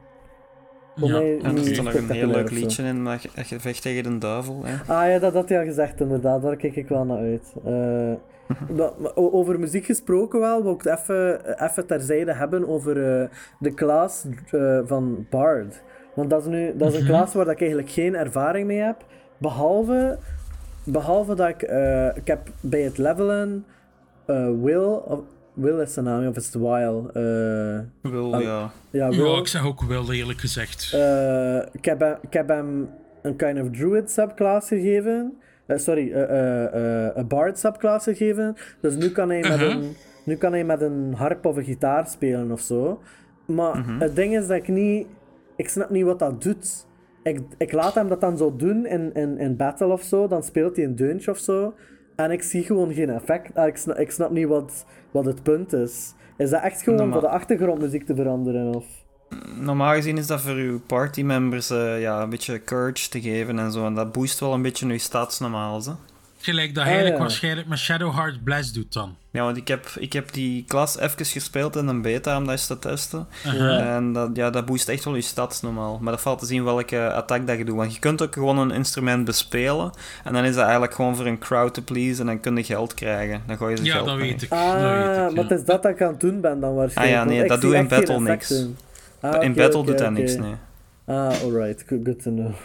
Voor Ja. mij En er niet zit er nog een heel spectaculair leuk of zo. liedje in, dat je, dat je vecht tegen de duivel. Hè. Ah ja, dat had hij al gezegd inderdaad, daar kijk ik wel naar uit. Eh, dat- maar o- over muziek gesproken wel, wil ik het even, even terzijde hebben over eh, de klas eh, van Bard. Want dat is, nu, dat is een Mhm. klas waar ik eigenlijk geen ervaring mee heb, behalve, behalve dat ik, eh, ik heb bij het levelen eh, Will, of, Will is zijn naam, of is het Weil? Eh, Wil, Ah. ja. ja, Will. Ja, ik zeg ook wel eerlijk gezegd. Eh, ik, heb hem, ik heb hem een kind of druid subclass gegeven. Eh, sorry, eh, eh, eh, een bard subclass gegeven. Dus nu kan, hij met Uh-huh. een, nu kan hij met een harp of een gitaar spelen of zo. Maar het ding is dat ik niet... Ik snap niet wat dat doet. Ik, ik laat hem dat dan zo doen in, in, in battle of zo. Dan speelt hij een deuntje of zo. En ik zie gewoon geen effect. Ah, ik, snap, ik snap niet wat, wat het punt is. Is dat echt gewoon Normaal. voor de achtergrondmuziek te veranderen? Of? Normaal gezien is dat voor uw partymembers uh, ja, een beetje courage te geven en zo. En dat boost wel een beetje uw stats normaal. Zo. Gelijk dat Ah, hij eigenlijk ja. waarschijnlijk met Shadowheart Blast doet dan. Ja, want ik heb, ik heb die klas even gespeeld in een beta om dat eens te testen. Uh-huh. En dat, ja, dat boost echt wel je stats normaal. Maar dat valt te zien welke attack dat je doet. Want je kunt ook gewoon een instrument bespelen. En dan is dat eigenlijk gewoon voor een crowd te please. En dan kun je geld krijgen. Dan gooi je ze Ja, geld dat mee. weet ik. Ah, dat weet ik, ja. maar het is dat dat ik aan het doen ben dan waarschijnlijk. Ah ja, nee, want ik dat zie doe in echt geen battle effecten. niks. Ah, In oké, battle oké, doet dat oké. niks, nee. Ah, alright. Good, good to know.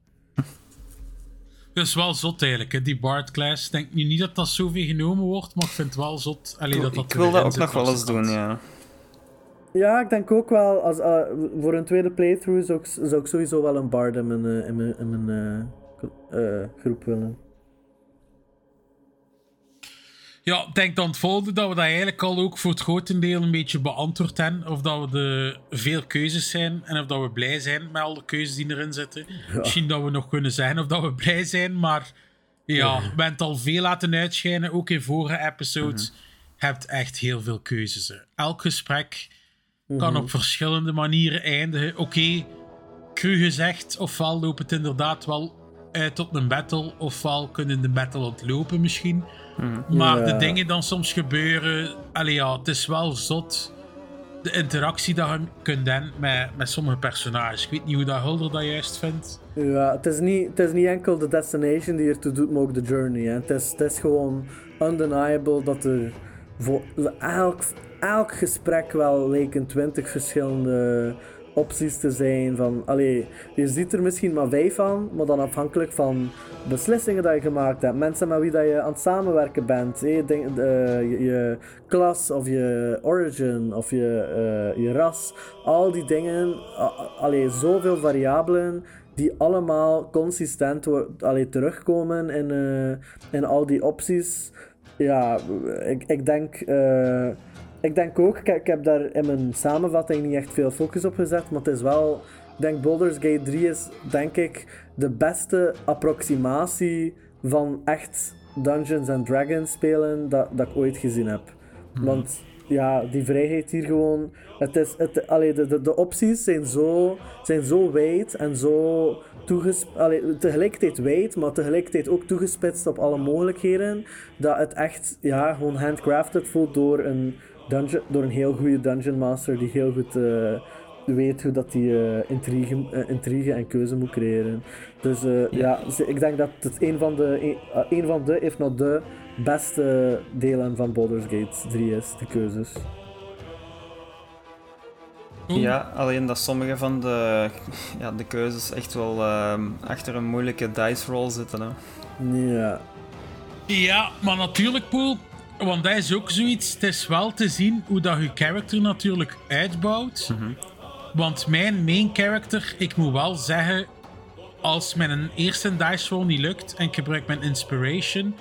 Dat is wel zot eigenlijk, hè. Die Bard class. Ik denk nu niet dat dat zoveel genomen wordt, maar ik vind het wel zot. Allee, dat dat Ik wil erin dat ook zit nog wel als eens het doen, kan. ja. Ja, ik denk ook wel, als, uh, voor een tweede playthrough zou ik, zou ik sowieso wel een bard in mijn, uh, in mijn, in mijn uh, uh, groep willen. Ja, ik denk dan het volgende dat we dat eigenlijk al ook voor het grotendeel een beetje beantwoord hebben. Of dat we de veel keuzes zijn en of dat we blij zijn met al de keuzes die erin zitten. Ja. Misschien dat we nog kunnen zeggen of dat we blij zijn, maar ja, Ja. we hebben het al veel laten uitschijnen, ook in vorige episodes. Mhm. Je hebt echt heel veel keuzes. Hè. Elk gesprek kan op verschillende manieren eindigen. Oké, okay, cru gezegd, ofwel loopt het inderdaad wel uit op een battle, ofwel kunnen de battle ontlopen misschien. Maar Ja. de dingen dan soms gebeuren, allee ja, het is wel zot. De interactie dat je kunt hebben met, met sommige personages. Ik weet niet hoe dat Hulder dat juist vindt. Ja, het is, niet, het is niet enkel de destination die ertoe doet, maar ook de journey. Hè. Het, is, het is gewoon undeniable dat er voor elk, elk gesprek wel lijken twintig verschillende opties te zijn. Van, allee, je ziet er misschien maar vijf van, maar dan afhankelijk van beslissingen die je gemaakt hebt, mensen met wie dat je aan het samenwerken bent, hey, denk, uh, je, je klas of je origin of je, uh, je ras, al die dingen, uh, allee, zoveel variabelen die allemaal consistent wo- allee, terugkomen in, uh, in al die opties. Ja, ik, ik denk... Uh, ik denk ook, ik, ik heb daar in mijn samenvatting niet echt veel focus op gezet, maar het is wel... Ik denk Baldur's Gate drie is, denk ik, de beste approximatie van echt Dungeons and Dragons spelen dat, dat ik ooit gezien heb. Hmm. Want ja, die vrijheid hier gewoon... Het is, het, allee, de, de, de opties zijn zo, zijn zo wijd en zo toegesp- allee, tegelijkertijd wijd, maar tegelijkertijd ook toegespitst op alle mogelijkheden, dat het echt ja, gewoon handcrafted voelt door een, dungeon, door een heel goede Dungeon Master die heel goed uh, weet hoe dat die uh, intrigue, uh, intrigue en keuze moet creëren. Dus uh, ja, ja ik denk dat het een van de, een, uh, een van de, if not de, beste delen van Baldur's Gate drie is, de keuzes. Ja, alleen dat sommige van de, ja, de keuzes echt wel uh, achter een moeilijke dice roll zitten. Hè. Ja. Ja, maar natuurlijk, Poel, want dat is ook zoiets. Het is wel te zien hoe dat je character natuurlijk uitbouwt. Mm-hmm. Want mijn main character, ik moet wel zeggen, als mijn eerste dice roll niet lukt en ik gebruik mijn inspiration,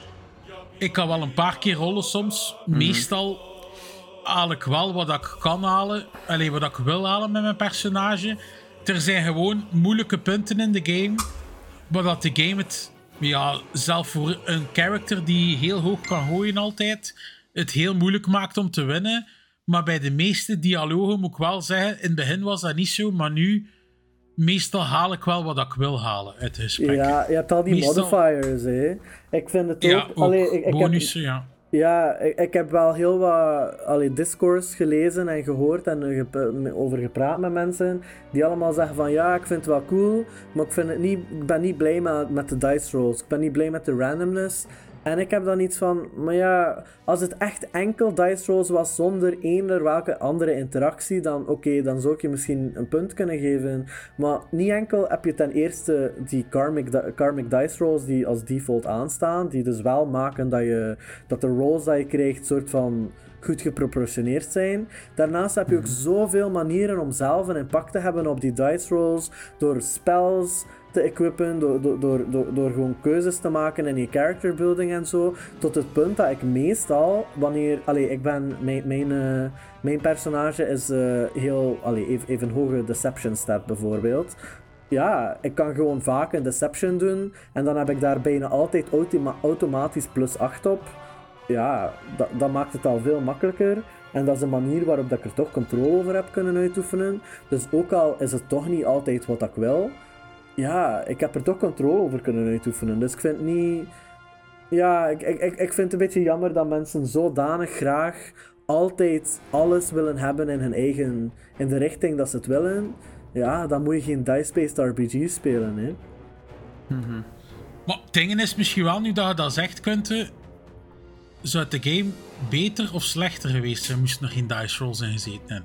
ik kan wel een paar keer rollen soms. Mm-hmm. Meestal haal ik wel wat ik kan halen, alleen wat ik wil halen met mijn personage. Er zijn gewoon moeilijke punten in de game, maar dat de game het, ja, zelf voor een character die heel hoog kan gooien altijd, het heel moeilijk maakt om te winnen. Maar bij de meeste dialogen moet ik wel zeggen, in het begin was dat niet zo, maar nu, meestal haal ik wel wat ik wil halen uit het gesprek. Ja, je hebt al die meestal... modifiers, hè. Ik vind het ook... Ja, ook allee, ik, ik bonussen, heb... ja. Ja, ik, ik heb wel heel wat allee, discourse gelezen en gehoord en gep- over gepraat met mensen die allemaal zeggen van ja, ik vind het wel cool, maar ik, vind het niet, ik ben niet blij met, met de dice rolls. Ik ben niet blij met de randomness. En ik heb dan iets van, maar ja, als het echt enkel dice rolls was zonder eender welke andere interactie, dan oké, okay, dan zou ik je misschien een punt kunnen geven. Maar niet enkel heb je ten eerste die karmic, di- karmic dice rolls die als default aanstaan, die dus wel maken dat, je, dat de rolls die je krijgt soort van goed geproportioneerd zijn. Daarnaast heb je ook zoveel manieren om zelf een impact te hebben op die dice rolls, door spells te equippen, door, door, door, door, door gewoon keuzes te maken in je character building en zo, tot het punt dat ik meestal, wanneer, allee, ik ben, mijn, mijn, uh, mijn personage is uh, heel, allee, even, even hoge deception stat bijvoorbeeld. Ja, ik kan gewoon vaak een deception doen en dan heb ik daar bijna altijd autima- automatisch plus acht op. Ja, dat, dat maakt het al veel makkelijker. En dat is een manier waarop dat ik er toch controle over heb kunnen uitoefenen. Dus ook al is het toch niet altijd wat ik wil, ja, ik heb er toch controle over kunnen uitoefenen. Dus ik vind niet... Ja, ik, ik, ik vind het een beetje jammer dat mensen zodanig graag altijd alles willen hebben in hun eigen... in de richting dat ze het willen. Ja, dan moet je geen dice-based R P G spelen, hè. Mm-hmm. Maar het ding is misschien wel, nu dat je dat zegt, Quinte, zou de game beter of slechter geweest zijn, moest er geen dice rolls in gezeten hebben?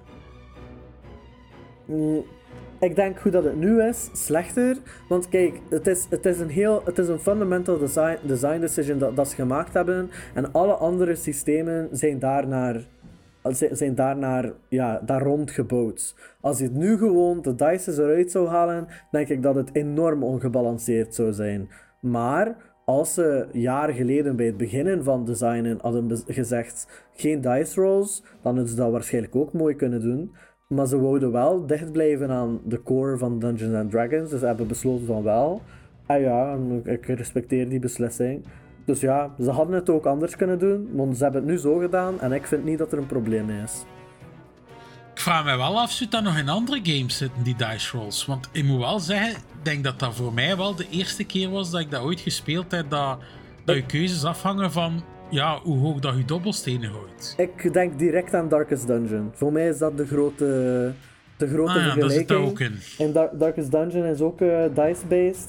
Mm. Ik denk hoe dat het nu is, slechter. Want kijk, het is, het is een heel, het is een fundamental design, design decision dat, dat ze gemaakt hebben. En alle andere systemen zijn daarnaar, zijn daarnaar, ja, daar rond gebouwd. Als je het nu gewoon de dices eruit zou halen, denk ik dat het enorm ongebalanceerd zou zijn. Maar als ze jaren geleden bij het beginnen van designen hadden be- gezegd geen dice rolls, dan hadden ze dat waarschijnlijk ook mooi kunnen doen. Maar ze wouden wel dicht blijven aan de core van Dungeons and Dragons. Dus ze hebben besloten van wel. En ja, ik respecteer die beslissing. Dus ja, ze hadden het ook anders kunnen doen. Want ze hebben het nu zo gedaan. En ik vind niet dat er een probleem mee is. Ik vraag me wel af, zit dat nog in andere games zitten, die dice rolls? Want ik moet wel zeggen, ik denk dat dat voor mij wel de eerste keer was dat ik dat ooit gespeeld heb. Dat, dat je keuzes afhangen van... ja, hoe hoog dat je dobbelstenen gooit. Ik denk direct aan Darkest Dungeon. Voor mij is dat de grote, de grote ah, ja, vergelijking. Dat zit daar ook in. En Dar- Darkest Dungeon is ook uh, dice-based.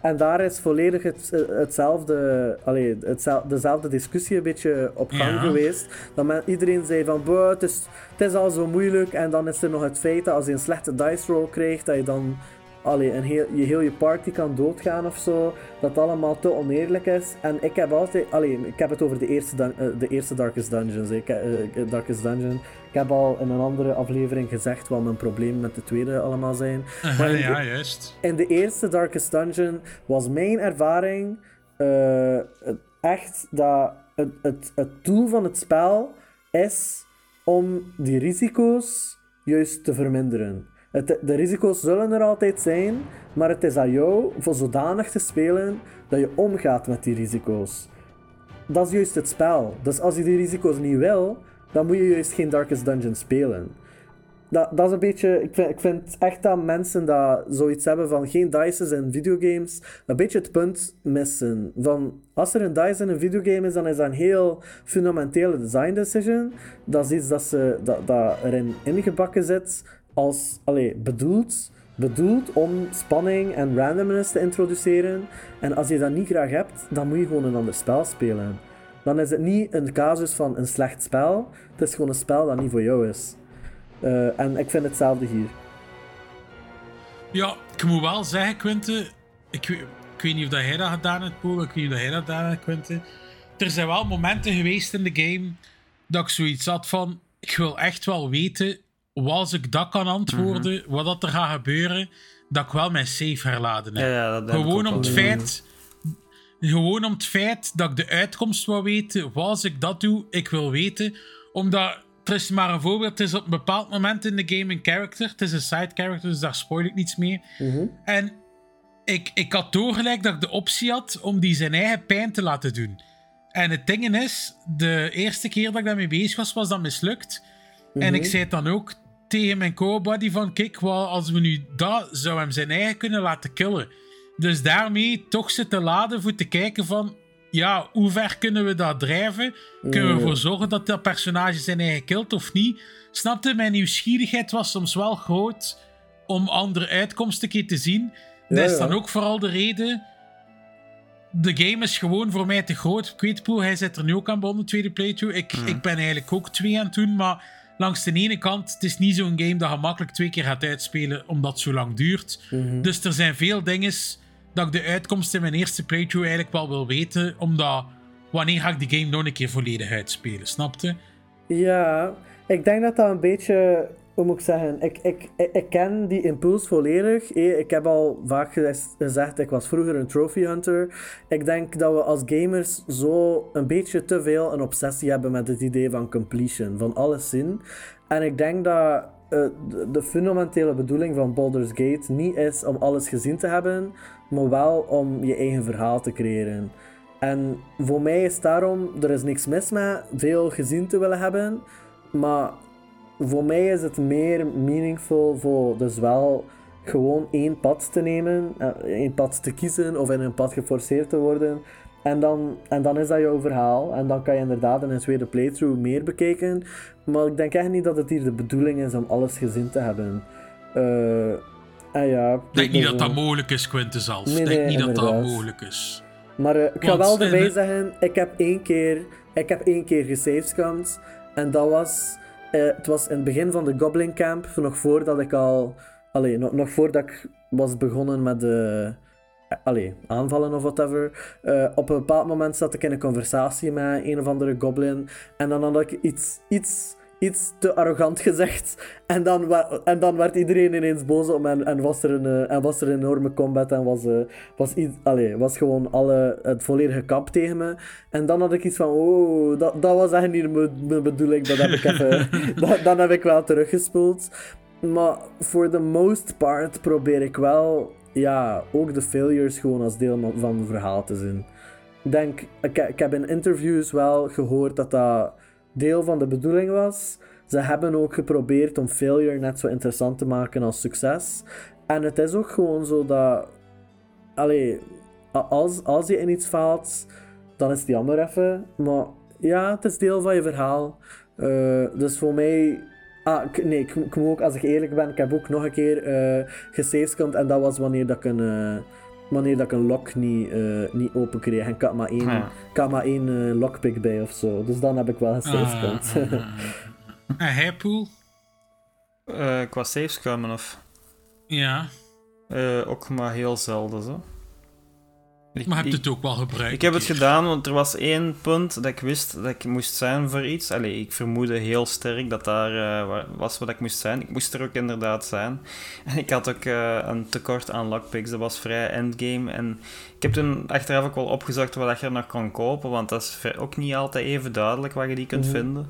En daar is volledig het, hetzelfde, allee, hetzelfde, dezelfde discussie een beetje op gang Ja. geweest. Dat men, iedereen zei van, boh, het is, het is al zo moeilijk. En dan is er nog het feit dat als je een slechte dice roll krijgt, dat je dan allee, een heel, je heel je party kan doodgaan of zo. Dat het allemaal te oneerlijk is. En ik heb altijd, allee, ik heb het over de eerste, dun, uh, de eerste Darkest Dungeons. Ik, uh, Darkest Dungeon. Ik heb al in een andere aflevering gezegd wat mijn problemen met de tweede allemaal zijn. Uh, Maar in, ja, de, juist. in de eerste Darkest Dungeon was mijn ervaring uh, echt dat het, het, het doel van het spel is om die risico's juist te verminderen. Het, de risico's zullen er altijd zijn, maar het is aan jou voor zodanig te spelen dat je omgaat met die risico's. Dat is juist het spel. Dus als je die risico's niet wil, dan moet je juist geen Darkest Dungeon spelen. Dat, dat is een beetje... Ik vind, ik vind echt dat mensen dat zoiets hebben van geen dices in videogames, een beetje het punt missen. Van, als er een dice in een videogame is, dan is dat een heel fundamentele design decision. Dat is iets dat, ze, dat, dat erin ingebakken zit als... Allee, bedoeld... bedoeld om spanning en randomness te introduceren. En als je dat niet graag hebt, dan moet je gewoon een ander spel spelen. Dan is het niet een casus van een slecht spel. Het is gewoon een spel dat niet voor jou is. Uh, en ik vind hetzelfde hier. Ja, ik moet wel zeggen, Quinte... Ik, ik weet niet of dat jij dat gedaan hebt, Paul. Ik weet niet of dat jij dat gedaan hebt, Quinte. Er zijn wel momenten geweest in de game dat ik zoiets had van... Ik wil echt wel weten... Als ik dat kan antwoorden, mm-hmm. wat dat er gaat gebeuren, dat ik wel mijn save herladen heb. Ja, ja, dat gewoon, om het feit, gewoon om het feit dat ik de uitkomst wil weten. Als ik dat doe, ik wil weten. Omdat, er is maar een voorbeeld, het is op een bepaald moment in de game een character. Het is een side character, dus daar spoil ik niets mee. Mm-hmm. En ik, ik had doorgelijk dat ik de optie had om die zijn eigen pijn te laten doen. En het ding is, de eerste keer dat ik daarmee bezig was, was dat mislukt. Mm-hmm. En ik zei het dan ook tegen mijn co-buddy van, kijk, well, als we nu dat, zou hem zijn eigen kunnen laten killen. Dus daarmee toch zitten laden voor te kijken van, ja, hoe ver kunnen we dat drijven? Kunnen we ervoor zorgen dat dat personage zijn eigen kilt of niet? Snapte? Mijn nieuwsgierigheid was soms wel groot om andere uitkomsten te zien. Dat ja, is dan ja. ook vooral de reden... De game is gewoon voor mij te groot. Ik weet, Poel, hij zit er nu ook aan bij de tweede playthrough. Ik, mm. ik ben eigenlijk ook twee aan het doen, maar... Langs de ene kant, het is niet zo'n game dat je makkelijk twee keer gaat uitspelen, omdat het zo lang duurt. Mm-hmm. Dus er zijn veel dingen dat ik de uitkomst in mijn eerste playthrough eigenlijk wel wil weten, omdat wanneer ga ik die game nog een keer volledig uitspelen, snapte? Ja, ik denk dat dat een beetje, hoe moet ik zeggen, ik, ik, ik, ik ken die impuls volledig. Ik heb al vaak gezegd, ik was vroeger een trophy hunter. Ik denk dat we als gamers zo een beetje te veel een obsessie hebben met het idee van completion, van alles zien. En ik denk dat uh, de, de fundamentele bedoeling van Baldur's Gate niet is om alles gezien te hebben, maar wel om je eigen verhaal te creëren. En voor mij is daarom, er is niks mis met veel gezien te willen hebben, maar voor mij is het meer meaningful voor dus wel gewoon één pad te nemen, één pad te kiezen of in een pad geforceerd te worden. En dan, en dan is dat jouw verhaal. En dan kan je inderdaad in een tweede playthrough meer bekijken. Maar ik denk echt niet dat het hier de bedoeling is om alles gezien te hebben. Uh, en ja, ik denk niet dat dat mogelijk is, Quinte, zelfs. Ik nee, denk niet inderdaad. dat dat mogelijk is. Maar uh, ik ga Want, wel erbij zeggen, ik heb één keer, ik heb één keer gesavescamd. En dat was... Uh, het was in het begin van de Goblin Camp, nog voordat ik al... Allee, nog, nog voordat ik was begonnen met de... Allee, aanvallen of whatever. Uh, op een bepaald moment zat ik in een conversatie met een of andere goblin. En dan had ik iets, iets, iets te arrogant gezegd. En dan, wa- en dan werd iedereen ineens boos op me. En, en, was, er een, uh, en was er een enorme combat. En was, uh, was, iets, allee, was gewoon alle, het volledige kamp tegen me. En dan had ik iets van... Oh, dat, dat was echt niet mijn, mijn bedoeling. Dat heb ik even, dat, dan heb ik wel teruggespoeld. Maar for the most part probeer ik wel... Ja, ook de failures gewoon als deel van mijn verhaal te zien. Ik denk, ik, ik heb in interviews wel gehoord dat dat deel van de bedoeling was. Ze hebben ook geprobeerd om failure net zo interessant te maken als succes. En het is ook gewoon zo dat... Allee, als, als je in iets faalt, dan is het jammer even. Maar ja, het is deel van je verhaal. Uh, dus voor mij... Ah, nee, ik, ik moet ook, als ik eerlijk ben, ik heb ook nog een keer uh, gesavescamd en dat was wanneer dat ik een, uh, wanneer dat ik een lock niet, uh, niet open kreeg. En ik had maar één, Ja. ik had maar één uh, lockpick bij of zo. Dus dan heb ik wel gesavescomd. Ah, ah, ah. En hij, Poel? Uh, qua savescommen of... Ja. Uh, ook maar heel zelden, zo. Ik, Maar heb je ik, het ook wel gebruikt? Ik heb het keer? gedaan, want er was één punt dat ik wist dat ik moest zijn voor iets. Allee, ik vermoedde heel sterk dat daar uh, was wat ik moest zijn. Ik moest er ook inderdaad zijn. En ik had ook uh, een tekort aan lockpicks. Dat was vrij endgame. En ik heb toen achteraf ook wel opgezocht wat je er nog kon kopen, want dat is ook niet altijd even duidelijk waar je die kunt mm-hmm. vinden.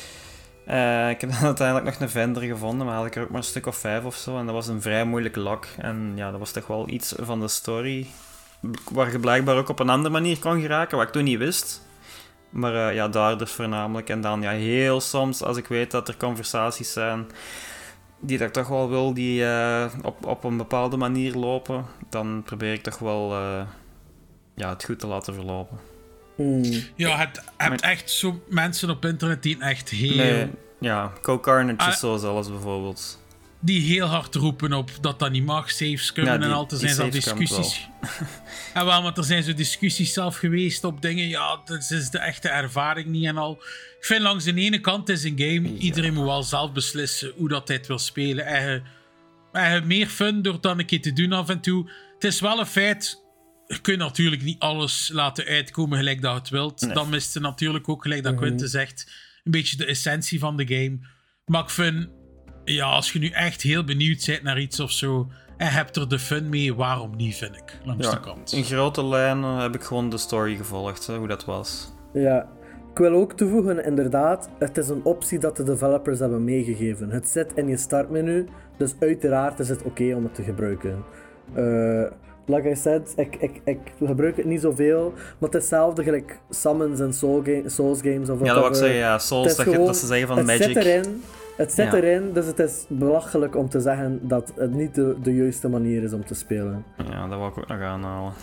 Uh, ik heb dan uiteindelijk nog een vendor gevonden, maar had ik er ook maar een stuk of vijf of zo. En dat was een vrij moeilijke lock. En ja, dat was toch wel iets van de story waar je blijkbaar ook op een andere manier kon geraken, wat ik toen niet wist. Maar uh, ja, daar dus voornamelijk. En dan ja, heel soms, als ik weet dat er conversaties zijn die dat ik toch wel wil, die uh, op, op een bepaalde manier lopen, dan probeer ik toch wel uh, ja, het goed te laten verlopen. Mm. Ja, je hebt, hebt maar... echt zo mensen op internet die echt heel... Nee, ja, Co-Carnage ah, zo zelfs bijvoorbeeld. Die heel hard roepen op dat dat niet mag, safescummen ja, en al. Er zijn zo discussies. En wel, want er zijn zo discussies zelf geweest op dingen. Ja, dat is de echte ervaring niet en al. Ik vind langs de ene kant is een game. Ja. Iedereen moet wel zelf beslissen hoe dat hij het wil spelen. En je meer fun door dan een keer te doen af en toe. Het is wel een feit. Je kunt natuurlijk niet alles laten uitkomen gelijk dat je het wilt. Nee. Dan mist je natuurlijk ook, gelijk dat Quinte zegt, een beetje de essentie van de game. Maar ik vind... Ja, als je nu echt heel benieuwd bent naar iets of zo en hebt er de fun mee, waarom niet, vind ik, langs ja, de kant. In grote lijnen heb ik gewoon de story gevolgd, hè, hoe dat was. Ja, ik wil ook toevoegen, inderdaad, het is een optie dat de developers hebben meegegeven. Het zit in je startmenu, dus uiteraard is het oké okay om het te gebruiken. Uh, like I said, ik, ik, ik gebruik het niet zoveel, maar het is hetzelfde gelijk Summons en Soul ga- Souls games. Of ja, dat wil ik zeggen, ja, Souls, dat, gewoon, dat ze zeggen van het Magic. Zit erin, het zit ja. erin, dus het is belachelijk om te zeggen dat het niet de, de juiste manier is om te spelen. Ja, dat wil ik ook nog aanhalen.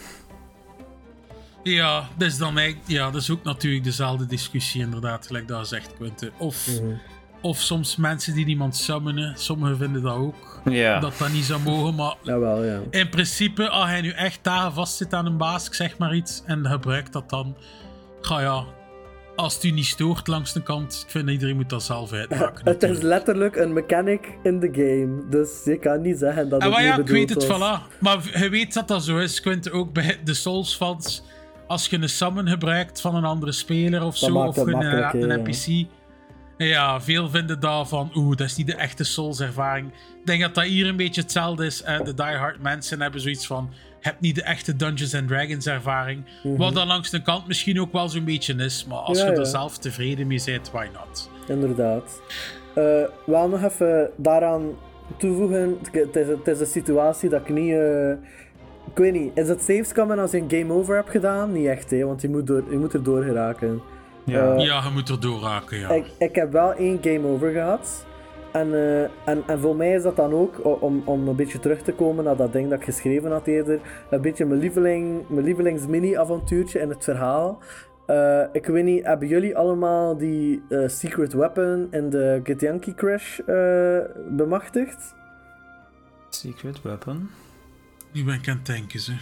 Ja, dus dan, ja, dat is ook natuurlijk dezelfde discussie inderdaad, gelijk dat zegt Quinte. Of, mm-hmm. of soms mensen die niemand summonen, sommigen vinden dat ook, ja. dat dat niet zou mogen, maar Jawel, ja. in principe, als hij nu echt daar vast zit aan een baas, ik zeg maar iets, en gebruikt dat dan, ga ja, als het u niet stoort langs de kant, ik vind dat iedereen moet dat zelf uitmaken. Het is letterlijk een mechanic in de game, dus je kan niet zeggen dat en het ja, niet ik weet het, was. voilà. Maar je weet dat dat zo is, Quinte, ook bij de Souls-fans. Als je een summon gebruikt van een andere speler of zo, of een, een, een N P C. Ja, veel vinden daarvan, oeh, dat is niet de echte Souls-ervaring. Ik denk dat dat hier een beetje hetzelfde is. Eh, de diehard mensen hebben zoiets van, heb niet de echte Dungeons and Dragons ervaring. Mm-hmm. Wat dan langs de kant misschien ook wel zo'n beetje is, maar als ja, je er ja. zelf tevreden mee bent, why not? Inderdaad. Uh, wel nog even daaraan toevoegen, het is, het is een situatie dat ik niet... Uh, ik weet niet, is het savescommen als je een game over hebt gedaan? Niet echt, hè, want je moet, door, je moet er door geraken. Ja. Uh, ja, je moet er door raken, ja. Ik, ik heb wel één game over gehad. En, uh, en, en voor mij is dat dan ook, om, om een beetje terug te komen naar dat ding dat ik geschreven had eerder, een beetje mijn, lieveling, mijn lievelings mini-avontuurtje in het verhaal. Uh, ik weet niet, hebben jullie allemaal die uh, secret weapon in de Githyanki Crash uh, bemachtigd? Secret weapon? Nu ben ik aan het denken, zeg.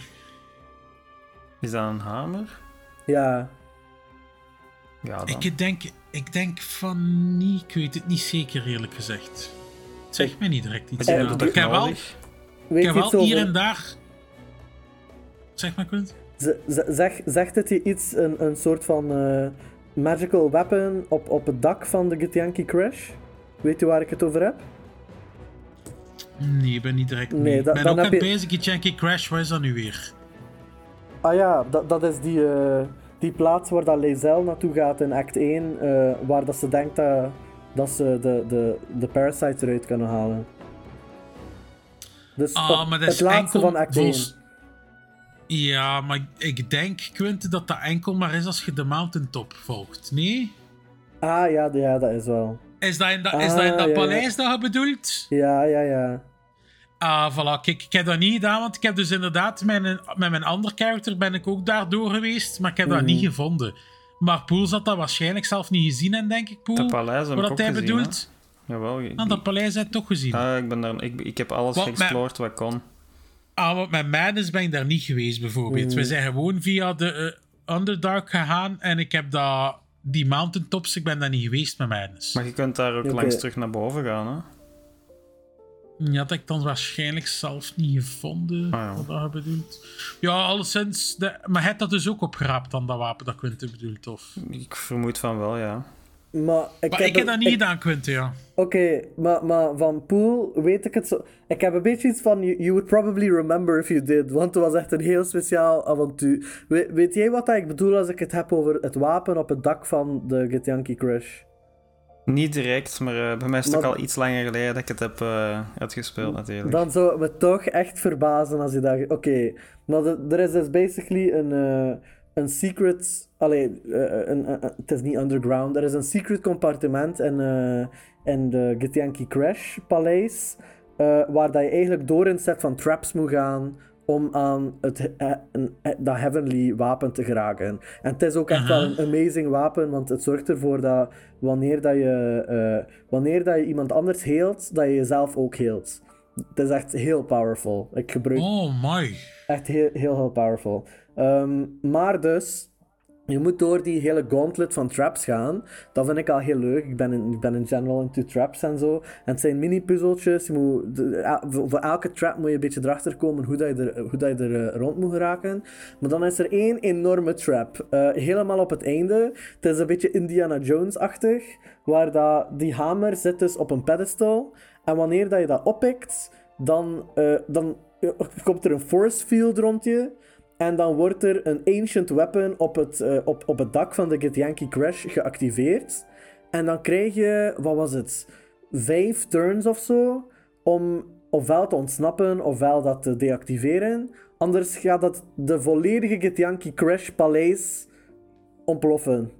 Is dat een hamer? Ja. Ja, dan. Ik denk, ik denk van niet, ik weet het niet zeker eerlijk gezegd. Het zegt ik, mij niet direct iets. Uh, ik heb wel, ik heb wel hier en daar... Zeg maar, Quint. Zeg, zegt het je iets, een, een soort van uh, magical weapon op, op het dak van de Githyanki Crash? Weet je waar ik het over heb? Nee, ik ben niet direct mee. Nee, da, ik ben ook aan je... bezig, Githyanki Crash, waar is dat nu weer? Ah ja, dat, dat is die, uh, die plaats waar dat Lae'zel naartoe gaat in act één, uh, waar dat ze denkt dat, dat ze de, de, de Parasite eruit kunnen halen. Dus ah, maar dat het laatste van act één. Ja, maar ik denk, Quinte, dat dat enkel maar is als je de mountaintop volgt, nee? Ah ja, ja dat is wel. Is dat in, da, ah, is dat, in dat ja, paleis ja. dat je bedoelt? Ja, ja, ja. Ah, voilà. Kijk, ik heb dat niet gedaan, want ik heb dus inderdaad met, een, met mijn andere character ben ik ook daardoor geweest, maar ik heb mm. dat niet gevonden. Maar Poel zat dat waarschijnlijk zelf niet gezien en denk ik, Poel. Dat paleis heb ik ook wat hij gezien, bedoelt. Jawel. Ah, dat paleis heb je toch gezien? Ah, ik, ben daar, ik, ik heb alles wat geëxplored wat kon. Ah, want met Madness ben ik daar niet geweest, bijvoorbeeld. Mm. We zijn gewoon via de uh, Underdark gegaan en ik heb dat, die mountaintops, ik ben daar niet geweest met Madness. Maar je kunt daar ook Oké. langs terug naar boven gaan, hè? Ja, dat ik dan waarschijnlijk zelf niet gevonden, Ah, ja. wat dat je bedoelt. Ja, alleszins, de, maar je hebt dat dus ook opgeraapt dan, dat wapen dat Quinte bedoelt, of? Ik vermoed van wel, ja. Maar ik Maar heb, ik heb een- dat niet gedaan, Quinte, ja. Oké, maar, maar van Poel weet ik het zo... Ik heb een beetje iets van... You, you would probably remember if you did. Want het was echt een heel speciaal avontuur. We, weet jij wat ik bedoel als ik het heb over het wapen op het dak van de Githyanki Crash? Niet direct, maar uh, bij mij is het Maar- ook al iets langer geleden dat ik het heb uh, uitgespeeld, natuurlijk. Dan zou het me toch echt verbazen als je dat... Oké, okay. maar de- er is dus basically een... Uh, een secret... Allee, uh, een, een, een, het is niet underground. Er is een secret compartiment in, uh, in de Githyanki Crash Paleis. Uh, waar dat je eigenlijk door een set van traps moet gaan om aan het, uh, een, uh, dat Heavenly wapen te geraken. En het is ook echt wel een amazing wapen, want het zorgt ervoor dat wanneer, dat je, uh, wanneer dat je iemand anders heelt, dat je jezelf ook heelt. Het is echt heel powerful. Ik gebruik... Oh, my. Echt heel, heel, heel powerful. Um, maar dus, je moet door die hele gauntlet van traps gaan. Dat vind ik al heel leuk. Ik ben in, ik ben in general into traps en zo. En het zijn mini-puzzeltjes. Je moet, de, el, voor elke trap moet je een beetje erachter komen hoe, dat je er, hoe dat je er uh, rond moet geraken. Maar dan is er één enorme trap. Uh, helemaal op het einde. Het is een beetje Indiana Jones-achtig. Waar dat, die hamer zit dus op een pedestal. En wanneer dat je dat oppikt, dan, uh, dan uh, komt er een force field rond je. En dan wordt er een ancient weapon op het, uh, op, op het dak van de Githyanki Crash geactiveerd. En dan krijg je, wat was het, vijf turns of zo, om ofwel te ontsnappen ofwel dat te deactiveren. Anders gaat dat de volledige Githyanki Crash paleis ontploffen.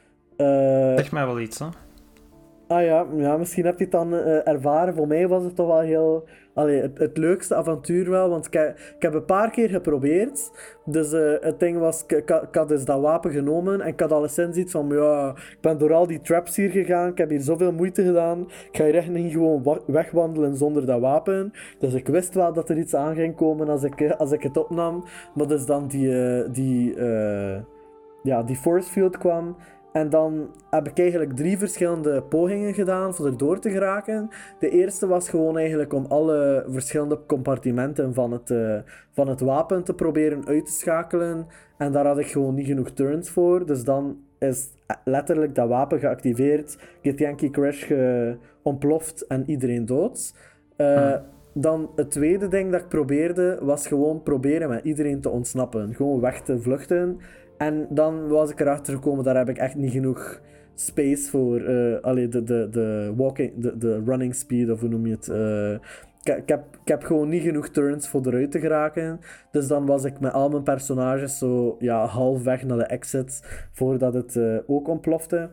Uh, Zeg mij wel iets, hè? Ah ja, ja, misschien heb je het dan uh, ervaren. Voor mij was het toch wel heel... Allee, het, het leukste avontuur wel, want ik, ik heb een paar keer geprobeerd. Dus uh, het ding was, ik, ik, ik had dus dat wapen genomen en ik had alleszins iets van, ja, ik ben door al die traps hier gegaan, ik heb hier zoveel moeite gedaan, ik ga hier echt niet gewoon wa- wegwandelen zonder dat wapen. Dus ik wist wel dat er iets aan ging komen als ik, als ik het opnam. Maar dus dan die, uh, die, uh, ja, die force field kwam. En dan heb ik eigenlijk drie verschillende pogingen gedaan voor erdoor te geraken. De eerste was gewoon eigenlijk om alle verschillende compartimenten van het, uh, van het wapen te proberen uit te schakelen. En daar had ik gewoon niet genoeg turns voor. Dus dan is letterlijk dat wapen geactiveerd, Githyanki Crash ge- ontploft en iedereen dood. Uh, hmm. Dan het tweede ding dat ik probeerde, was gewoon proberen met iedereen te ontsnappen. Gewoon weg te vluchten. En dan was ik erachter gekomen, daar heb ik echt niet genoeg space voor. Uh, allee, de, de, de, walking, de, de running speed, of hoe noem je het. Uh, ik, ik, heb, ik heb gewoon niet genoeg turns voor eruit te geraken. Dus dan was ik met al mijn personages zo ja, halfweg naar de exit, voordat het uh, ook ontplofte.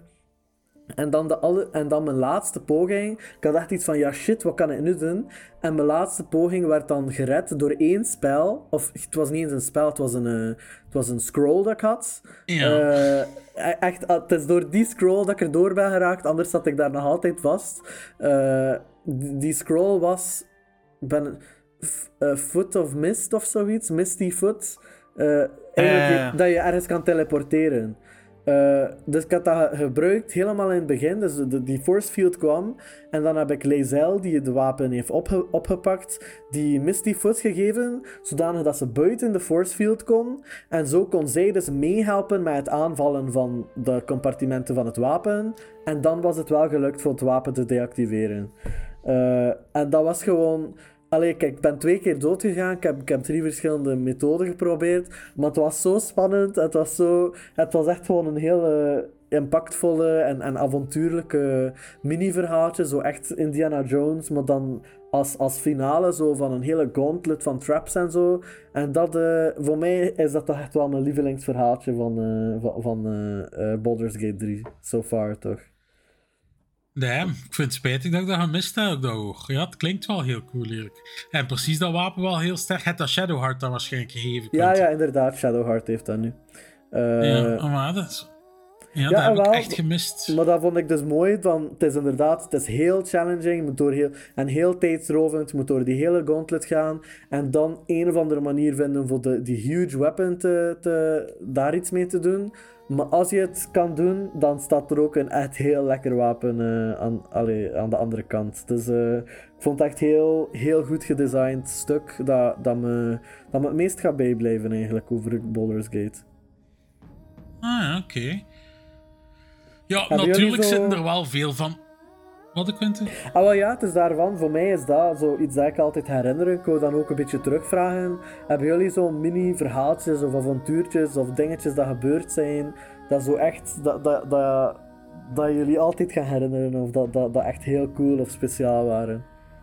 En dan, de alle, en dan mijn laatste poging. Ik had echt iets van, ja shit, wat kan ik nu doen? En mijn laatste poging werd dan gered door één spel. Of het was niet eens een spel, het was een, uh, het was een scroll dat ik had. Ja. Uh, echt, het is door die scroll dat ik erdoor ben geraakt, anders zat ik daar nog altijd vast. Uh, die, die scroll was... Ben, f, uh, Foot of Mist of zoiets, Misty Foot. Uh, eigenlijk uh. Dat je ergens kan teleporteren. Uh, dus ik had dat gebruikt helemaal in het begin. Dus de, die force field kwam. En dan heb ik Lae'zel, die het wapen heeft opge- opgepakt, die Misty Foot gegeven. Zodanig dat ze buiten de force field kon. En zo kon zij dus meehelpen met het aanvallen van de compartimenten van het wapen. En dan was het wel gelukt voor het wapen te deactiveren. Uh, en dat was gewoon... Allee, kijk, ik ben twee keer dood gegaan. Ik heb, ik heb drie verschillende methoden geprobeerd. Maar het was zo spannend. Het was, zo, het was echt gewoon een hele impactvolle en, en avontuurlijke mini-verhaaltje. Zo echt Indiana Jones, maar dan als, als finale zo van een hele gauntlet van traps en zo. En dat, uh, voor mij is dat toch echt wel mijn lievelingsverhaaltje van, uh, van, van uh, uh, Baldur's Gate drie. So far, toch? Nee, ik vind het spijtig dat ik dat gemist heb ook dat hoor. Ja, het klinkt wel heel cool eerlijk. En precies dat wapen wel heel sterk. Het dat Shadowheart dan waarschijnlijk gegeven. Ja, ja, inderdaad. Shadowheart heeft dat nu. Uh, ja, maar dat is... Ja, Ja, dat heb wel, ik echt gemist. Maar dat vond ik dus mooi, want het is inderdaad, het is heel challenging, je moet door heel, en heel tijdsrovend, je moet door die hele gauntlet gaan, en dan een of andere manier vinden voor de, die huge weapon te, te, daar iets mee te doen. Maar als je het kan doen, dan staat er ook een echt heel lekker wapen uh, aan, allee, aan de andere kant. Dus uh, ik vond het echt heel, heel goed gedesigned stuk, dat, dat, me, dat me het meest gaat bijblijven eigenlijk over Baldur's Gate. Ah, oké. Okay. Ja, Hebben natuurlijk zo... zitten er wel veel van. Wat, Quentin? Ah, wel ja, het is daarvan. Voor mij is dat zoiets dat ik altijd herinner. Ik wou dan ook een beetje terugvragen. Hebben jullie zo'n mini-verhaaltjes of avontuurtjes of dingetjes dat gebeurd zijn, dat zo echt, dat, dat, dat, dat jullie altijd gaan herinneren of dat, dat, dat echt heel cool of speciaal waren?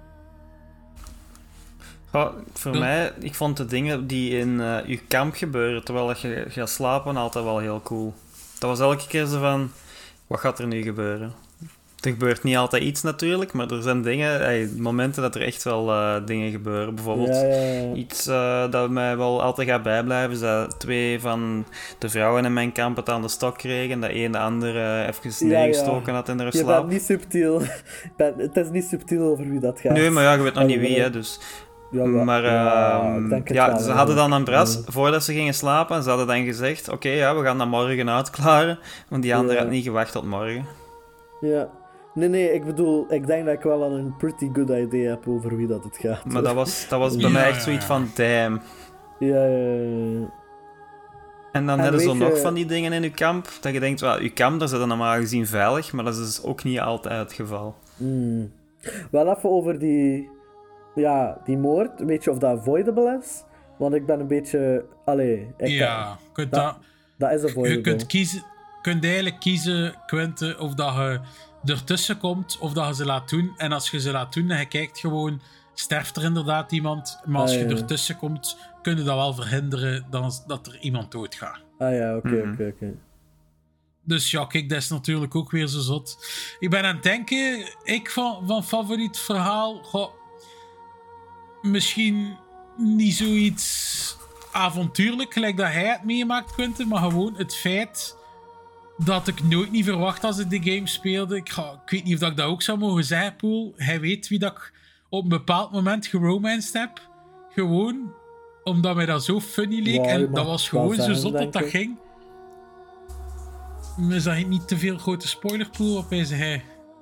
Oh, voor ja. mij, ik vond de dingen die in uh, je kamp gebeuren terwijl je gaat slapen altijd wel heel cool. Dat was elke keer zo van, wat gaat er nu gebeuren? Er gebeurt niet altijd iets natuurlijk, maar er zijn dingen, hey, momenten dat er echt wel uh, dingen gebeuren. Bijvoorbeeld Ja, ja, ja. iets uh, dat mij wel altijd gaat bijblijven, is dat twee van de vrouwen in mijn kamp het aan de stok kregen, dat een de andere even Ja, neergestoken ja. had in haar Je slaap. bent niet subtiel. Ben, het is niet subtiel over wie dat gaat. Nee, maar ja, je weet nog niet Allee, wie, hè, dus... Ja, ja, Maar uh, ja, ik denk het ja, wel, ze ja. hadden dan een bras Ja. voordat ze gingen slapen. En ze hadden dan gezegd, oké, okay, ja, we gaan dat morgen uitklaren. Want die andere Ja. had niet gewacht tot morgen. Ja. Nee, nee, ik bedoel, ik denk dat ik wel al een pretty good idea heb over wie dat het gaat. Maar dat was, dat was bij Ja, mij echt ja, zoiets ja. van, damn. Ja, ja, ja. En dan En hebben ze weet nog je- van die dingen in uw kamp, dat je denkt, well, uw kamp, daar zit dan normaal gezien veilig, maar dat is dus ook niet altijd het geval. Hmm. Wel even over die... Ja, die moord. Weet je of dat avoidable is? Want ik ben een beetje... Allee, ik Ja, je kunt dat- dat... dat is Je avoidable. kunt, kiezen, kunt eigenlijk kiezen, Quentin, of dat je ertussen komt of dat je ze laat doen. En als je ze laat doen en je kijkt gewoon, sterft er inderdaad iemand. Maar als Ah, je ja. ertussen komt, kun je dat wel verhinderen dan, dat er iemand doodgaat. Ah ja, oké, Mhm. oké, oké. Dus ja, kijk, dat is natuurlijk ook weer zo zot. Ik ben aan het denken, ik van, van favoriet verhaal, goh, misschien niet zoiets avontuurlijk, gelijk dat hij het meemaakt, Quentin, maar gewoon het feit dat ik nooit niet verwacht als ik de game speelde. Ik, ga, ik weet niet of dat ik dat ook zou mogen zeggen, Poel. Hij weet wie dat ik op een bepaald moment geromanced heb. Gewoon omdat mij dat zo funny leek. Ja, je en mag dat was het wel gewoon zo zeggen, zot dat denk dat ik. ging. Is dat niet te veel grote spoilerpool op deze hij?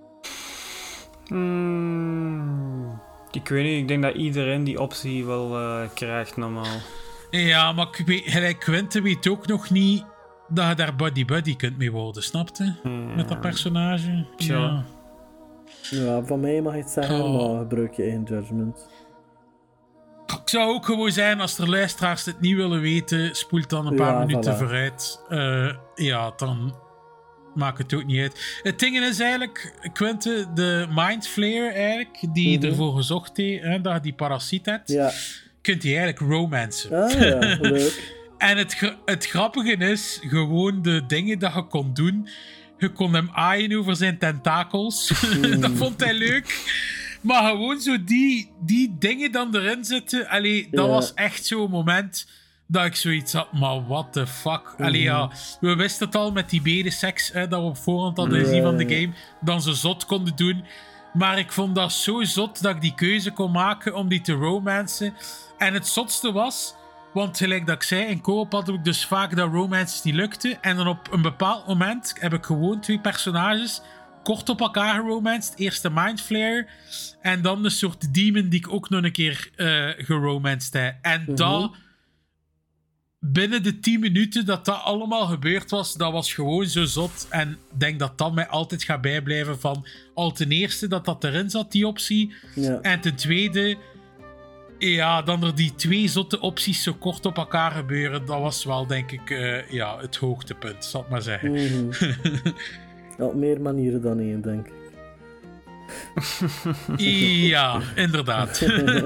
Hmm. Ik weet niet, ik denk dat iedereen die optie wel uh, krijgt normaal. Ja, maar ik weet, gelijk Quentin weet ook nog niet dat je daar buddy-buddy kunt mee worden, snapte? Hmm. Met dat personage. Tja. Ja. Ja, van mij mag je het zeggen, Oh. maar gebruik je eigen judgment. Ik zou ook gewoon zijn, als er luisteraars het niet willen weten, spoelt dan een paar Ja, minuten voilà. vooruit. Uh, ja, dan maakt het ook niet uit. Het ding is eigenlijk, Quentin, de Mind Flayer eigenlijk, die Mhm. ervoor gezocht heeft, hè, dat je die parasiet hebt, Ja. kunt hij eigenlijk romancen. Ah ja, leuk. En het, gra- het grappige is, gewoon de dingen dat je kon doen. Je kon hem aaien over zijn tentakels. Dat vond hij leuk. Maar gewoon zo die, die dingen dan erin zitten. Allee, dat Ja. was echt zo'n moment dat ik zoiets had. Maar what the fuck? Allee, ja, we wisten het al met die bedenseks, hè, dat we op voorhand hadden Ja. gezien van de game. Dan ze zot konden doen. Maar ik vond dat zo zot dat ik die keuze kon maken om die te romancen. En het zotste was... Want gelijk dat ik zei, in co-op had ik dus vaak dat romances niet lukte. En dan op een bepaald moment heb ik gewoon twee personages kort op elkaar geromanced. Eerst de Mind Flayer en dan de soort demon die ik ook nog een keer uh, geromanced heb. En Mhm. dat, binnen de tien minuten dat dat allemaal gebeurd was, dat was gewoon zo zot. En ik denk dat dat mij altijd gaat bijblijven van al ten eerste dat dat erin zat, die optie. Ja. En ten tweede... Ja, dan er die twee zotte opties zo kort op elkaar gebeuren, dat was wel, denk ik, uh, ja, het hoogtepunt, zal ik maar zeggen. Mhm. Ja, op meer manieren dan één, denk ik. Ja, inderdaad.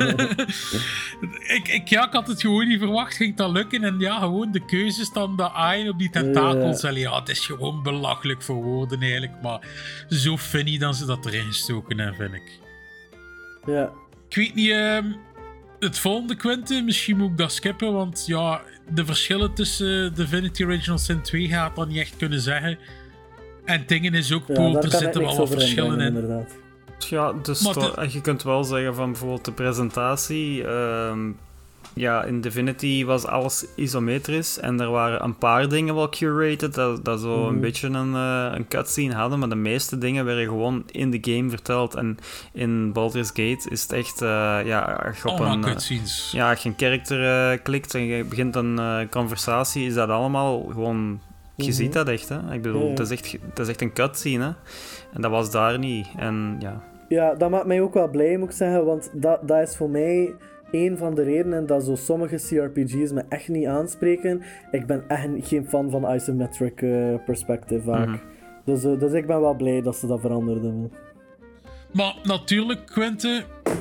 ik, ik, ja, ik had het gewoon niet verwacht, ging dat lukken. En ja, gewoon de keuzes dan, de aaien op die tentakels. Ja. ja, het is gewoon belachelijk voor woorden eigenlijk, maar zo funny dan ze dat erin gestoken hebben, vind ik. Ja. Ik weet niet... Uh, Het volgende, Quentin, misschien moet ik dat skippen, want ja, de verschillen tussen Divinity Original Sin twee gaat dan niet echt kunnen zeggen. En dingen is ook, Ja, Poel, daar er kan ik zitten niks wel wat over verschillen inbrengen, in. inderdaad. Ja, de sto- Maar je kunt wel zeggen van bijvoorbeeld de presentatie. ehm, ja, in Divinity was alles isometrisch en er waren een paar dingen wel curated dat, dat zo Mhm. een beetje een, eh, een cutscene hadden, maar de meeste dingen werden gewoon in de game verteld. En in Baldur's Gate is het echt, eh, ja, als je op Allemaal een, eh, cutscenes. ja, als je een character eh, klikt en je begint een eh, conversatie, is dat allemaal gewoon... Je Mhm. ziet dat echt, hè. Ik bedoel, Ja, ja. dat, is echt, dat is echt een cutscene, hè. En dat was daar niet. En ja... Ja, dat maakt mij ook wel blij, moet ik zeggen, want dat, dat is voor mij een van de redenen dat zo sommige C R P G's me echt niet aanspreken. Ik ben echt geen fan van isometric eh, perspective vaak. Mhm. Dus, eh, dus ik ben wel blij dat ze dat veranderden. Maar natuurlijk, Quinte,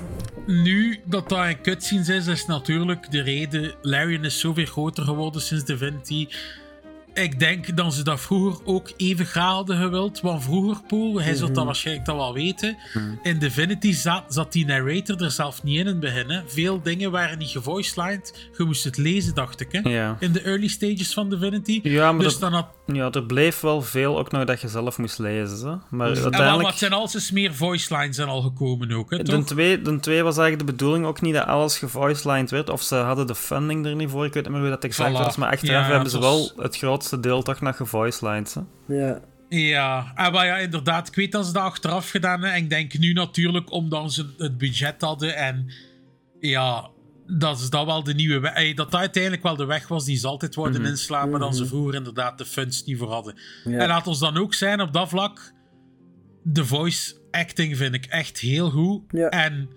nu dat dat een cutscenes is, is natuurlijk de reden. Larian is zoveel groter geworden sinds Divinity. Ik denk dat ze dat vroeger ook even graag hadden gewild. Want vroeger, Poel, hij zult dat waarschijnlijk dat wel weten. In Divinity zat, zat die narrator er zelf niet in in het begin. Hè. Veel dingen waren niet gevoicelined. Je moest het lezen, dacht ik. Hè. Ja. In de early stages van Divinity. Ja, maar dus dat- dan had... Ja, er bleef wel veel ook nog dat je zelf moest lezen. Hè? Maar En wel, maar uiteindelijk... het zijn al eens meer voice lines zijn al gekomen ook, hè, De toch? twee, de twee was eigenlijk de bedoeling ook niet dat alles gevoicelined werd. Of ze hadden de funding er niet voor. Ik weet niet meer hoe dat exact Voilà. was. Maar achteraf Ja, hebben ze het was- wel het grootste deel toch nog gevoicelined. Hè? Ja. Ja, en maar ja, inderdaad. Ik weet dat ze dat achteraf gedaan hebben. En ik denk nu natuurlijk omdat ze het budget hadden. En ja, dat is dat wel de nieuwe weg. ey, Dat dat uiteindelijk wel de weg was die ze altijd worden Mhm. inslaan. Maar dan ze vroeger inderdaad de funds niet voor hadden. Ja. En laat ons dan ook zijn op dat vlak. De voice acting vind ik echt heel goed. Ja. En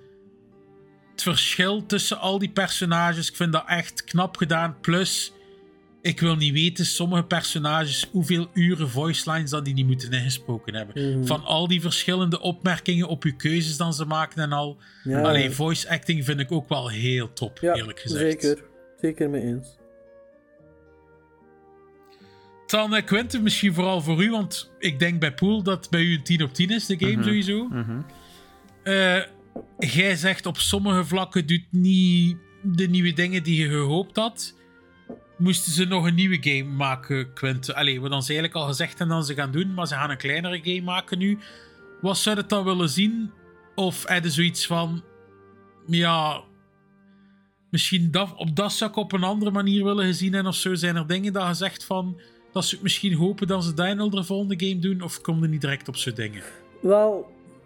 het verschil tussen al die personages, ik vind dat echt knap gedaan. Plus, ik wil niet weten, sommige personages, hoeveel uren voice lines dat die niet moeten ingesproken hebben. Mhm. Van al die verschillende opmerkingen op je keuzes dan ze maken en al. Ja. Allee, voice acting vind ik ook wel heel top, Ja, eerlijk gezegd. zeker. Zeker mee eens. Dan uh, Quentin, misschien vooral voor u, want ik denk bij Poel dat bij u een tien op tien is, de game Mhm. sowieso. Mhm. Eh, jij zegt op sommige vlakken doet niet de nieuwe dingen die je gehoopt had. Moesten ze nog een nieuwe game maken, Quentin? Allee, wat dan ze eigenlijk al gezegd hebben dat ze gaan doen, maar ze gaan een kleinere game maken nu. Wat zou je dan willen zien? Of heb je zoiets van... Ja... Misschien dat, op dat zou ik op een andere manier willen gezien hebben of zo. Zijn er dingen dat je zegt van... Dat ze misschien hopen dat ze Daniel de volgende game doen? Of kom je niet direct op zo'n dingen? Wel,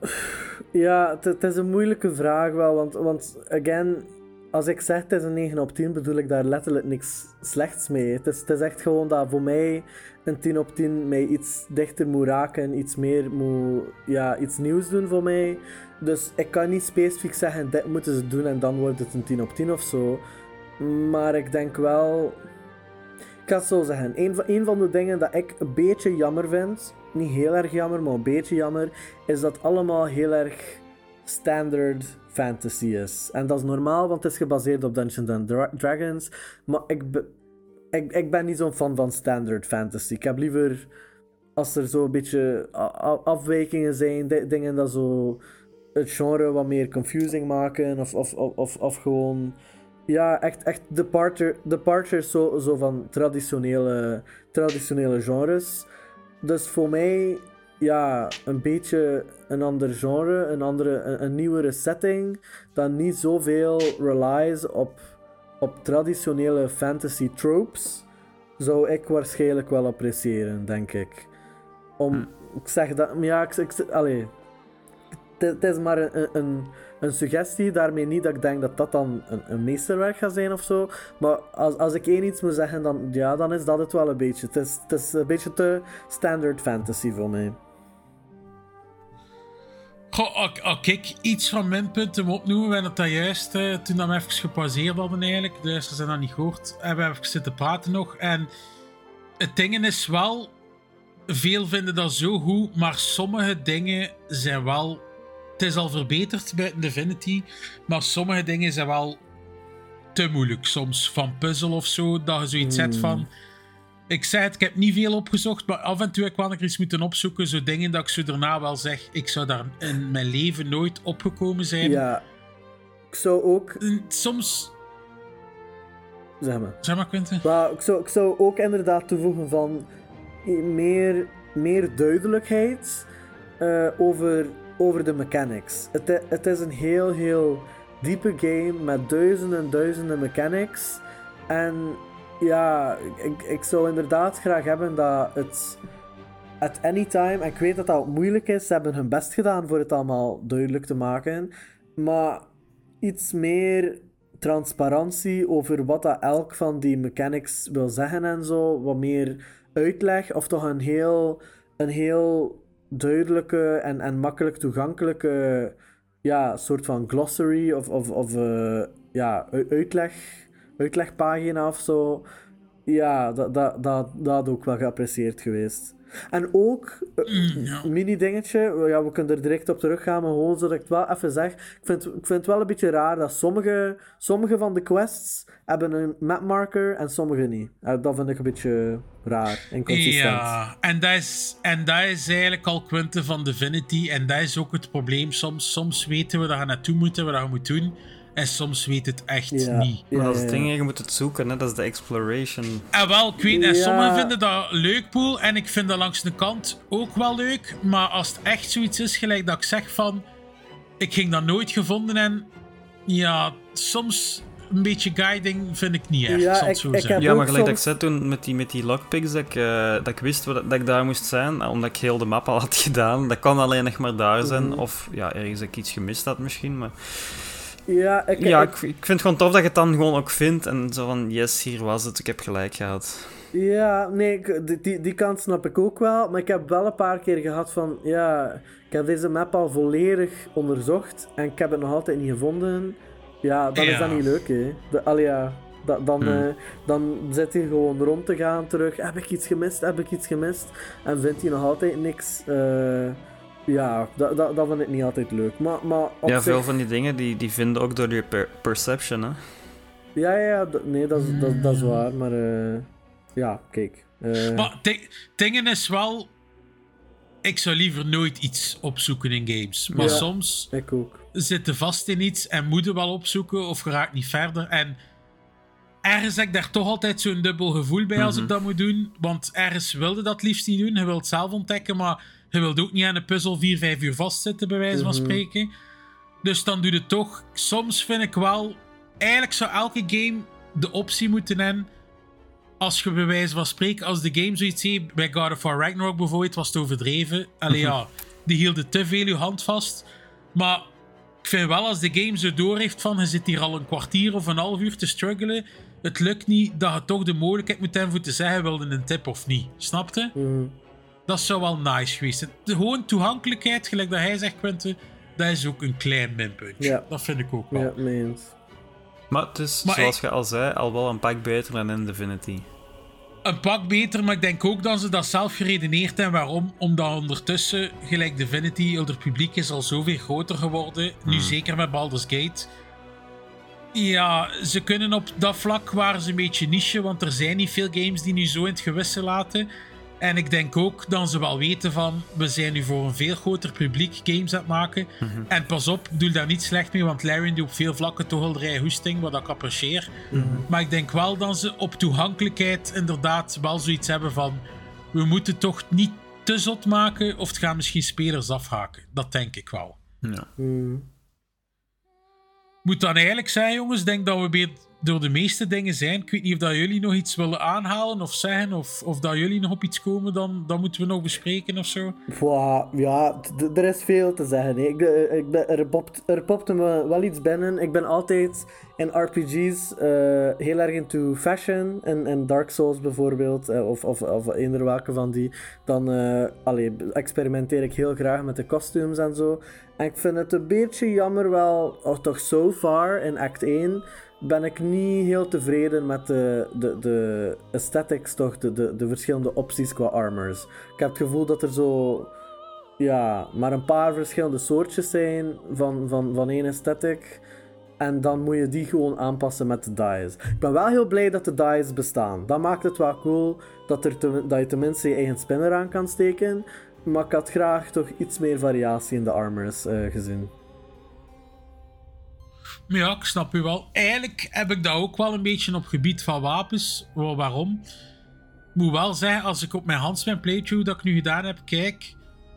ja, het- het is een moeilijke vraag wel, want, want again, als ik zeg het is een negen op tien, bedoel ik daar letterlijk niks slechts mee. Het is, het is echt gewoon dat voor mij een tien op tien mij iets dichter moet raken, iets meer moet, ja, iets nieuws doen voor mij. Dus ik kan niet specifiek zeggen, dit moeten ze doen en dan wordt het een tien op tien of zo. Maar ik denk wel... Ik ga het zo zeggen. Een van, een van de dingen dat ik een beetje jammer vind, niet heel erg jammer, maar een beetje jammer, is dat allemaal heel erg standard fantasy is. En dat is normaal, want het is gebaseerd op Dungeons and Dra- Dragons. Maar ik, be- ik, ik ben niet zo'n fan van standard fantasy. Ik heb liever, als er zo een beetje a- a- afwijkingen zijn, di- dingen dat zo het genre wat meer confusing maken, of, of, of, of, of gewoon... Ja, echt, echt departure, departure zo, zo van traditionele, traditionele genres. Dus voor mij, ja, een beetje een ander genre, een, andere, een, een nieuwere setting, dat niet zoveel relies op, op traditionele fantasy tropes, zou ik waarschijnlijk wel appreciëren, denk ik. Om, ik zeg dat, maar ja, ik, ik, allee, het het is maar een, een, een suggestie, daarmee niet dat ik denk dat dat dan een, een meesterwerk gaat zijn of zo. Maar als, als ik één iets moet zeggen, dan, ja, dan is dat het wel een beetje. Het is, het is een beetje te standard fantasy voor mij. Goh, als als ik iets van minpunten moet opnoemen, we hebben dat juist eh, toen dat we even gepauzeerd hadden eigenlijk. De luisteraars hebben dat niet gehoord. Hebben we even zitten praten nog. En het ding is wel, veel vinden dat zo goed, maar sommige dingen zijn wel... Het is al verbeterd buiten Divinity, maar sommige dingen zijn wel te moeilijk soms. Van puzzel of zo, dat je zoiets zet van... Ik zei het, ik heb niet veel opgezocht, maar af en toe heb ik wel een keer iets moeten opzoeken. Zo dingen dat ik zo daarna wel zeg, ik zou daar in mijn leven nooit opgekomen zijn. Ja, ik zou ook... En soms... Zeg maar. Zeg maar, Quentin. Maar ik zou, ik zou ook inderdaad toevoegen van meer meer duidelijkheid uh, over, over de mechanics. Het, het is een heel, heel diepe game met duizenden en duizenden mechanics. En ja, ik, ik zou inderdaad graag hebben dat het at any time, en ik weet dat dat moeilijk is, ze hebben hun best gedaan voor het allemaal duidelijk te maken, maar iets meer transparantie over wat dat elk van die mechanics wil zeggen en zo, wat meer uitleg, of toch een heel, een heel duidelijke en, en makkelijk toegankelijke ja, soort van glossary of, of, of uh, ja, uitleg, uitlegpagina of zo. Ja, dat, dat, dat, dat had ook wel geapprecieerd geweest. En ook, Mm, ja. mini-dingetje, ja, we kunnen er direct op teruggaan, maar gewoon zodat ik het wel even zeg. Ik vind, ik vind het wel een beetje raar dat sommige, sommige van de quests hebben een mapmarker en sommige niet. Uh, dat vind ik een beetje raar, inconsistent. Ja, en dat, is, en dat is eigenlijk al Quinte van Divinity. En dat is ook het probleem. Soms, soms weten we dat je naartoe moet en wat je moet doen. En soms weet het echt Ja, niet. ja, Maar dat is ja, het ja. ding, je moet het zoeken, hè? Dat is de exploration. En wel, ik weet, en Ja. sommigen vinden dat leuk, Poel. En ik vind dat langs de kant ook wel leuk. Maar als het echt zoiets is, gelijk dat ik zeg van... Ik ging dat nooit gevonden en... Ja, soms een beetje guiding vind ik niet echt, Ja, zal het ik- zo ik zeggen. heb- Ja, maar ook gelijk dat ik soms- zei toen met die, met die lockpicks, dat ik, uh, dat ik wist wat, dat ik daar moest zijn, omdat ik heel de map al had gedaan. Dat kan alleen nog maar daar zijn. Mhm. Of ja, ergens dat ik iets gemist had misschien. Maar Ja, ik, ja, ik- ik, ik vind het gewoon tof dat je het dan gewoon ook vindt. En zo van, yes, hier was het, ik heb gelijk gehad. Ja, nee, ik- die, die, die kant snap ik ook wel. Maar ik heb wel een paar keer gehad van... Ja, ik heb deze map al volledig onderzocht. En ik heb het nog altijd niet gevonden. Ja, dan is Ja. dat niet leuk, hè. De, allee, ja, da- dan, Hmm. eh, dan zit hij gewoon rond te gaan terug. Heb ik iets gemist? Heb ik iets gemist? En vindt hij nog altijd niks. Eh, ja, dat, dat, dat vind ik niet altijd leuk. Maar, maar op Ja, zich... veel van die dingen, die, die vinden ook door je per- perception, hè. Ja, ja, ja, d- nee, dat is, dat, dat is waar. Maar eh, ja, kijk. eh, Maar di- dingen is wel... Ik zou liever nooit iets opzoeken in games. Maar Ja. soms ik ook. zit je vast in iets en moet je wel opzoeken of je raakt niet verder. En ergens heb ik daar toch altijd zo'n dubbel gevoel bij als Mhm. ik dat moet doen. Want ergens wilde dat liefst niet doen. Je wilt het zelf ontdekken, maar je wilt ook niet aan een puzzel vier, vijf uur vastzitten, bij wijze van Mhm. spreken. Dus dan doe je het toch. Soms vind ik wel... Eigenlijk zou elke game de optie moeten hebben... Als je bij wijze van spreken, als de game zoiets heeft... Bij God of War Ragnarok bijvoorbeeld was het overdreven. Allee ja, die hielden te veel je hand vast. Maar ik vind wel, als de game zo door heeft van... Je zit hier al een kwartier of een half uur te struggelen... Het lukt niet dat je toch de mogelijkheid moet hebben voor te zeggen... Wilde een tip of niet. Snapte? Mhm. Dat zou wel nice geweest zijn. De, gewoon toegankelijkheid, gelijk dat hij zegt, Quinte... Dat is ook een klein minpuntje. Ja. Dat vind ik ook wel. Ja, mee eens. Maar het is, Maar zoals ik- je al zei, al wel een pak beter dan in Divinity. Een pak beter, maar ik denk ook dat ze dat zelf geredeneerd hebben. Waarom? Omdat ondertussen, gelijk Divinity, het publiek is al zoveel groter geworden. Nu zeker met Baldur's Gate. Ja, ze kunnen op dat vlak waren ze een beetje niche, want er zijn niet veel games die nu zo in het gewisse laten. En ik denk ook dat ze wel weten van, we zijn nu voor een veel groter publiek games aan het maken. En pas op, doe daar niet slecht mee, want Larian doet op veel vlakken toch al de rij hoesting, wat ik apprecieer. Maar ik denk wel dat ze op toegankelijkheid inderdaad wel zoiets hebben van, we moeten toch niet te zot maken, of het gaan misschien spelers afhaken. Dat denk ik wel. Ja. Mhm. Moet dan eigenlijk zijn, jongens, ik denk dat we weer door de meeste dingen zijn. Ik weet niet of dat jullie nog iets willen aanhalen of zeggen, of, of dat jullie nog op iets komen, dan, dan moeten we nog bespreken of zo. Wow, ja, d- er is veel te zeggen. hè. Ik, ben- ik ben, er, popt, er popte me wel iets binnen. Ik ben altijd in R P G's eh, heel erg into fashion. En, en Dark Souls bijvoorbeeld, eh, of, of, of eender welke van die. Dan eh, allee, experimenteer ik heel graag met de costumes en zo. En ik vind het een beetje jammer wel, oh, toch so far in act één... ben ik niet heel tevreden met de, de, de aesthetics, toch? De, de, de verschillende opties qua armors. Ik heb het gevoel dat er zo... Ja, maar een paar verschillende soortjes zijn van, van, van één aesthetic. En dan moet je die gewoon aanpassen met de dice. Ik ben wel heel blij dat de dice bestaan. Dat maakt het wel cool dat, er te- dat je tenminste je eigen spinner aan kan steken. Maar ik had graag toch iets meer variatie in de armors eh, gezien. Maar ja, ik snap u wel. Eigenlijk heb ik dat ook wel een beetje op gebied van wapens. Wel, waarom? moet wel zeggen, als ik op mijn Huntsman playthrough dat ik nu gedaan heb, kijk...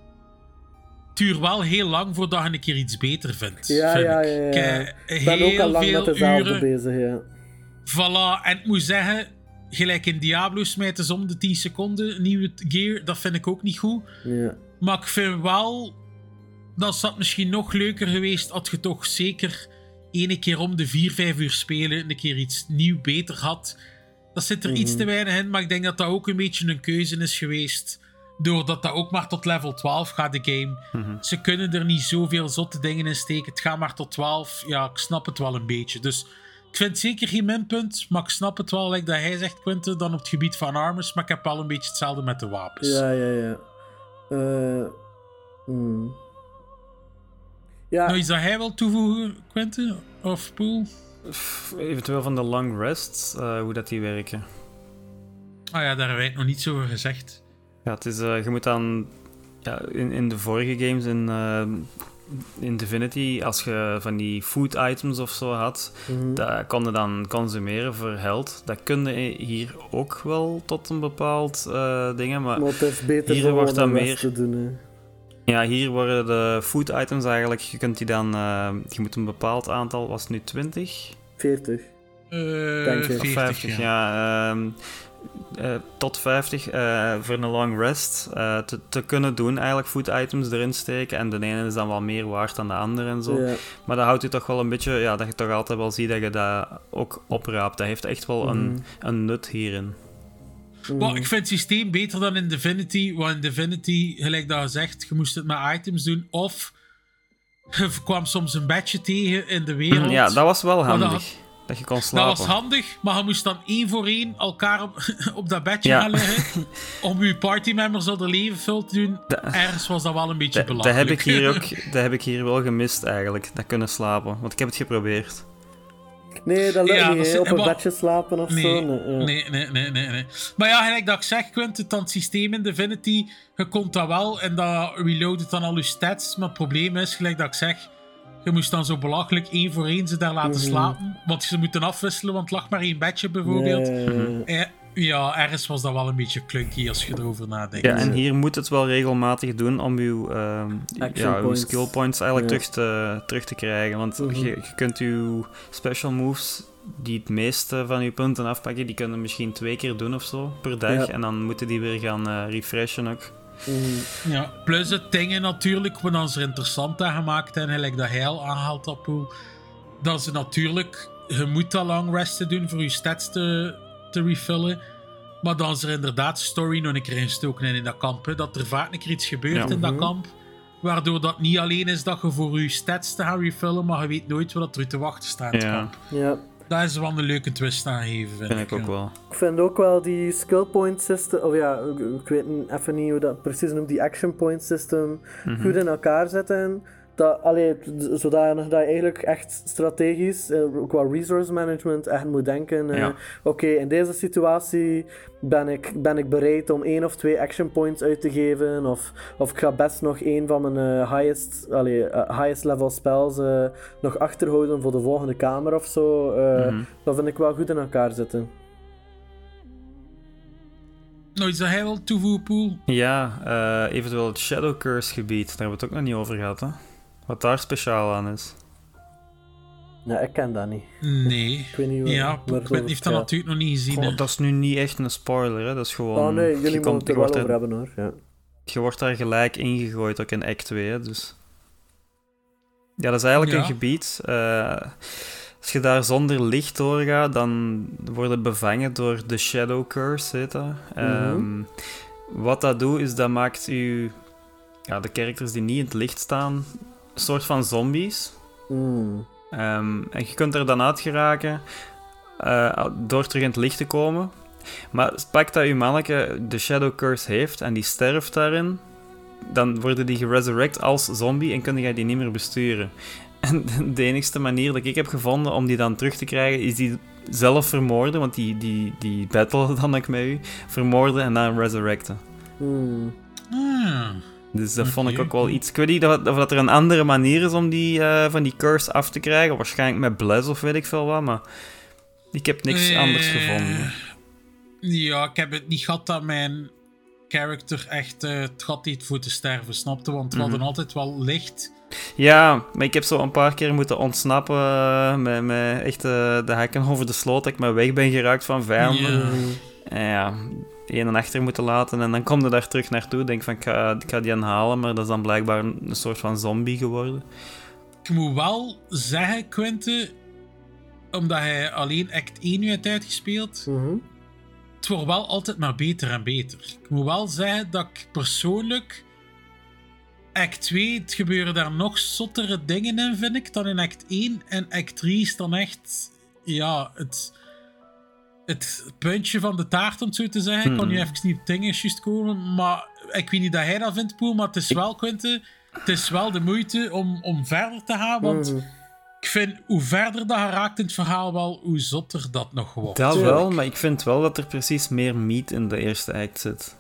Het duurt wel heel lang voordat je een keer iets beter vindt. Ja, vind ja, ik. ja. ja. Ik heb Ik ben ook al lang heel met veel dezelfde uren. bezig, ja. Voilà, en ik moet zeggen, gelijk in Diablo smijten ze om de tien seconden nieuwe gear, dat vind ik ook niet goed. ja. Maar ik vind wel, dat had misschien nog leuker geweest, had je toch zeker ene keer om de vier, vijf uur spelen een keer iets nieuw beter had. Dat zit er mm-hmm. iets te weinig in, maar ik denk dat dat ook een beetje een keuze is geweest. Doordat dat ook maar tot level twaalf gaat, de game. Mm-hmm. Ze kunnen er niet zoveel zotte dingen in steken. Het gaat maar tot twaalf. Ja, ik snap het wel een beetje. Dus ik vind zeker geen minpunt, maar ik snap het wel, like dat hij zegt, Quinten, dan op het gebied van armors. Maar ik heb wel een beetje hetzelfde met de wapens. Ja, ja, ja. Uh, hmm. ja. Nou, iets dat hij wil toevoegen, Quinten? Of Poel? Eventueel van de long rests, uh, hoe dat die werken. Ah ja, daar hebben wij het nog niets over gezegd. Ja, het is, uh, je moet dan... Ja, in, in de vorige games, in, uh, in Divinity, als je van die food items of zo had, mm-hmm. dat kon je dan consumeren voor held. Dat kun je hier ook wel tot een bepaald uh, ding, maar, maar het is beter hier wordt dat meer... te doen, hè. Ja, hier worden de food items eigenlijk, je kunt die dan... Uh, je moet een bepaald aantal, was het nu twintig? veertig. Uh, Denk ik. Of vijftig, ja. ja um, Uh, tot vijftig uh, voor een long rest uh, te, te kunnen doen, eigenlijk food items erin steken. En de ene is dan wel meer waard dan de andere en zo. Ja. Maar dat houdt je toch wel een beetje, ja, dat je toch altijd wel ziet dat je dat ook opraapt. Dat heeft echt wel mm. een, een nut hierin. Mm. Well, ik vind het systeem beter dan in Divinity. Want in Divinity, gelijk dat je zegt, je moest het met items doen. Of je kwam soms een badge tegen in de wereld. Ja, dat was wel handig. Dat je kon slapen. Dat was handig, maar je moest dan één voor één elkaar op, op dat bedje ja. gaan liggen. Om je partymembers al de leven vul te doen. Da, Ergens was dat wel een beetje da, belachelijk. Dat heb, ik hier ook, dat heb ik hier wel gemist eigenlijk. Dat kunnen slapen. Want ik heb het geprobeerd. Nee, dat lukt ja, niet. Dat op een bedje slapen of nee, zo. Nee, ja. nee, nee, nee, nee, nee. Maar ja, gelijk dat ik zeg, Quint, het, het systeem in Divinity, je komt dat wel en dat reloadt dan al je stats. Maar het probleem is, gelijk dat ik zeg... Je moest dan zo belachelijk één voor één ze daar laten mm-hmm. slapen. Want ze moeten afwisselen, want het lag maar één bedje bijvoorbeeld. Nee. Eh, ja, ergens was dat wel een beetje clunky als je erover nadenkt. Ja, en hier moet het wel regelmatig doen om je, uh, ja, uw skill points eigenlijk ja. terug, te, terug te krijgen. Want mm-hmm. je, je kunt je special moves, die het meeste van je punten afpakken, die kunnen misschien twee keer doen of zo per dag. Ja. En dan moeten die weer gaan uh, refreshen ook. Mm. Ja, plus het dingen natuurlijk, wat ze er interessant aan gemaakt hebben, gelijk dat hij al aanhaalt op hoe, dat ze natuurlijk, je moet dat long resten doen voor je stats te, te refillen, maar dan is er inderdaad story nog een keer ingestoken in dat kamp, hè, dat er vaak een keer iets gebeurt ja. in dat kamp, waardoor dat niet alleen is dat je voor je stats te gaan refillen, maar je weet nooit wat er te wachten staat in het ja. kamp. Ja. Daar is wel een leuke twist aan gegeven, vind, vind ik. ik ook ja. wel. Ik vind ook wel die skill point system, of ja, ik weet even niet hoe dat precies noemt, die action point system mm-hmm. goed in elkaar zetten. Dat, allee, zodanig dat je eigenlijk echt strategisch, uh, qua resource management, echt moet denken. Uh, ja. Oké, okay, in deze situatie ben ik, ben ik bereid om één of twee action points uit te geven. Of, of ik ga best nog één van mijn uh, highest, allee, uh, highest level spells uh, nog achterhouden voor de volgende kamer of zo. Uh, mm-hmm. Dat vind ik wel goed in elkaar zitten. Nou, iets dat hij wil toevoegen, Poel? Ja, uh, eventueel het Shadow Curse gebied. Daar hebben we het ook nog niet over gehad, hè? Wat daar speciaal aan is. Ja, ik ken dat niet. Nee. Ik weet niet waar, ja, Quint heeft dat ja. natuurlijk nog niet gezien. Goh, dat is nu niet echt een spoiler, hè. Dat is gewoon... Oh nee, jullie mogen het er wel over hebben, hoor. Ja. Je wordt daar gelijk ingegooid, ook in act twee, hè, dus... Ja, dat is eigenlijk ja. een gebied... Uh, als je daar zonder licht doorgaat, dan worden bevangen door de Shadow Curse, heet dat. Mm-hmm. Um, wat dat doet, is dat maakt u... Ja, de characters die niet in het licht staan, een soort van zombies. Mm. Um, en je kunt er dan uit geraken uh, door terug in het licht te komen. Maar pak dat je manneke de Shadow Curse heeft en die sterft daarin, dan worden die geresurrect als zombie en kun je die niet meer besturen. En de enigste manier dat ik heb gevonden om die dan terug te krijgen, is die zelf vermoorden, want die, die, die battle dan ik met u, vermoorden en dan resurrecten. Mm. Ah. Dus dat okay, vond ik ook wel iets... Ik weet niet of, of dat er een andere manier is om die, uh, van die curse af te krijgen. Waarschijnlijk met bless of weet ik veel wat, maar ik heb niks uh, anders gevonden. Ja, ik heb het niet gehad dat mijn character echt uh, het gat heeft voor te sterven, snapte? Want we mm-hmm. hadden altijd wel licht. Ja, maar ik heb zo een paar keer moeten ontsnappen uh, met, met echt uh, de hekken over de sloot, dat ik maar weg ben geraakt van vijanden. Ja. En ja, een en achter moeten laten en dan kom je daar terug naartoe. Denk van, ik ga, ik ga die aanhalen, maar dat is dan blijkbaar een soort van zombie geworden. Ik moet wel zeggen, Quinte, omdat hij alleen act één nu heeft uitgespeeld, mm-hmm. het wordt wel altijd maar beter en beter. Ik moet wel zeggen dat ik persoonlijk act twee, het gebeuren daar nog zottere dingen in, vind ik, dan in act één. En act drie is dan echt, ja, het, het puntje van de taart, om het zo te zeggen. Ik kan nu even niet op dingen juist komen, maar ik weet niet dat hij dat vindt, Poel, maar het is wel, Quinte, het is wel de moeite om, om verder te gaan, want mm. ik vind, hoe verder dat je raakt in het verhaal wel, hoe zotter dat nog wordt. Dat wel, maar ik vind wel dat er precies meer meat in de eerste act zit.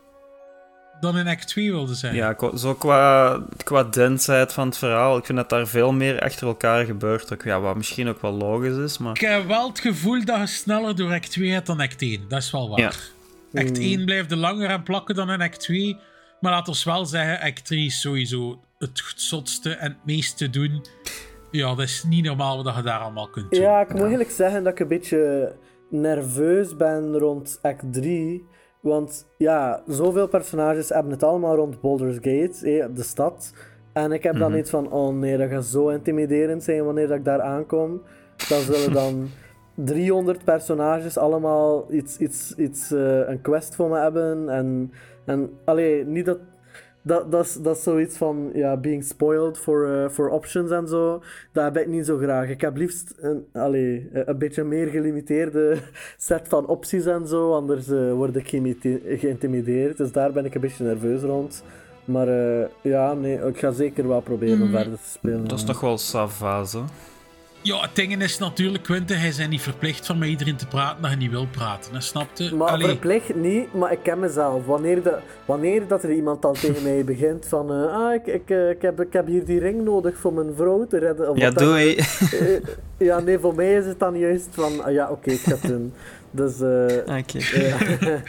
Dan in act twee wilde zijn. Ja, zo qua, qua densheid van het verhaal. Ik vind dat daar veel meer achter elkaar gebeurt. Ook, ja, wat misschien ook wel logisch is, maar... Ik heb wel het gevoel dat je sneller door act twee hebt dan act één. Dat is wel waar. Ja. Act mm. één blijft er langer aan plakken dan in act twee. Maar laten we wel zeggen, act drie is sowieso het zotste en het meeste doen. Ja, dat is niet normaal wat je daar allemaal kunt doen. Ja, ik moet ja. eigenlijk zeggen dat ik een beetje nerveus ben rond act drie... Want ja, zoveel personages hebben het allemaal rond Baldur's Gate, eh, de stad. En ik heb dan mm-hmm. iets van, oh nee, dat gaat zo intimiderend zijn wanneer dat ik daar aankom. Dan zullen dan driehonderd personages allemaal iets, iets, iets, uh, een quest voor me hebben. En, en allee, niet dat... Dat, dat, is, dat is zoiets van, ja, being spoiled for, uh, for options en zo. Dat heb ik niet zo graag. Ik heb liefst een, allee, een beetje meer gelimiteerde set van opties en zo. Anders uh, word ik geïmite- geïntimideerd. Dus daar ben ik een beetje nerveus rond. Maar uh, ja, nee, ik ga zeker wel proberen mm. om verder te spelen. Dat is toch wel savage, hè? Ja, het ding is natuurlijk, Quinte, hij is niet verplicht van met iedereen te praten dat je niet wil praten, hè, snapte? Maar Allee. verplicht niet, maar ik ken mezelf. Wanneer, de, wanneer dat er iemand al tegen mij begint van uh, ah, ik, ik, uh, ik, heb, ik heb hier die ring nodig voor mijn vrouw te redden. Of ja, doei. Uh, ja, nee, voor mij is het dan juist van, uh, ja, oké, okay, ik ga het doen. Dus, uh, oké. Okay. Uh,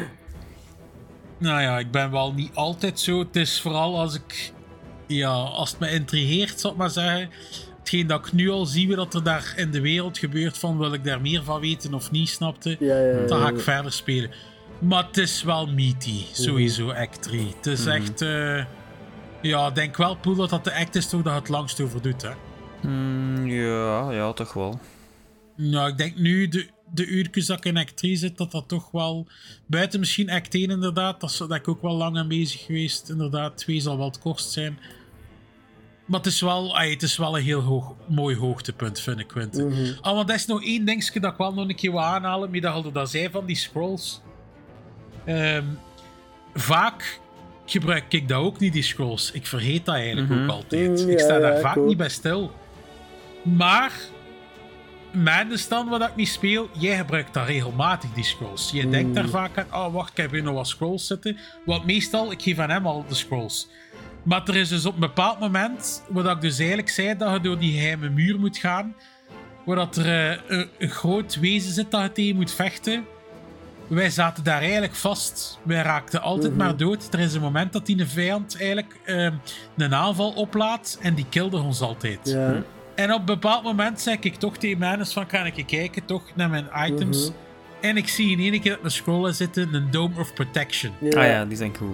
nou ja, ik ben wel niet altijd zo. Het is vooral als ik, ja, als het me intrigeert, zal ik maar zeggen. Hetgeen dat ik nu al zie wat er daar in de wereld gebeurt, van wil ik daar meer van weten of niet, snapte? Ja, ja, ja, dan ga ik ja. verder spelen. Maar het is wel meaty, sowieso, mm-hmm. act drie. Het is mm-hmm. echt... Uh, ja, ik denk wel, Poel, dat dat de act is toch dat het langst over doet, hè? Mm, ja, ja, toch wel. Nou, ik denk nu, de, de uurtjes dat ik in act drie zit, dat dat toch wel... Buiten misschien act één, inderdaad, dat, dat ik ook wel lang aan bezig geweest. Inderdaad, twee zal wel het kortst zijn. Maar het is wel, ay, het is wel een heel hoog, mooi hoogtepunt, vind ik, Quinte. Mm-hmm. Ah, want dat is nog één dingetje dat ik wel nog een keer wil aanhalen, met dat je dat zei van die scrolls. Um, vaak gebruik ik dat ook niet, die scrolls. Ik vergeet dat eigenlijk mm-hmm. ook altijd. Mm, ik sta ja, daar ja, vaak cool. niet bij stil. Maar, mijnens dan, wat ik niet speel, jij gebruikt dat regelmatig, die scrolls. Je mm. denkt daar vaak aan, oh wacht, ik heb hier nog wat scrolls zitten. Want meestal, ik geef aan hem al de scrolls. Maar er is dus op een bepaald moment, waar ik dus eigenlijk zei dat je door die geheime muur moet gaan, waar dat er uh, een, een groot wezen zit dat je tegen moet vechten. Wij zaten daar eigenlijk vast. Wij raakten altijd mm-hmm. maar dood. Er is een moment dat die een vijand eigenlijk uh, een aanval oplaadt en die kilde ons altijd. Ja. En op een bepaald moment zei ik toch tegen mij van, kan ik kijken toch naar mijn items. Mm-hmm. En ik zie in één keer op mijn scrollen zitten een Dome of Protection. Ja. Ah ja, die zijn cool.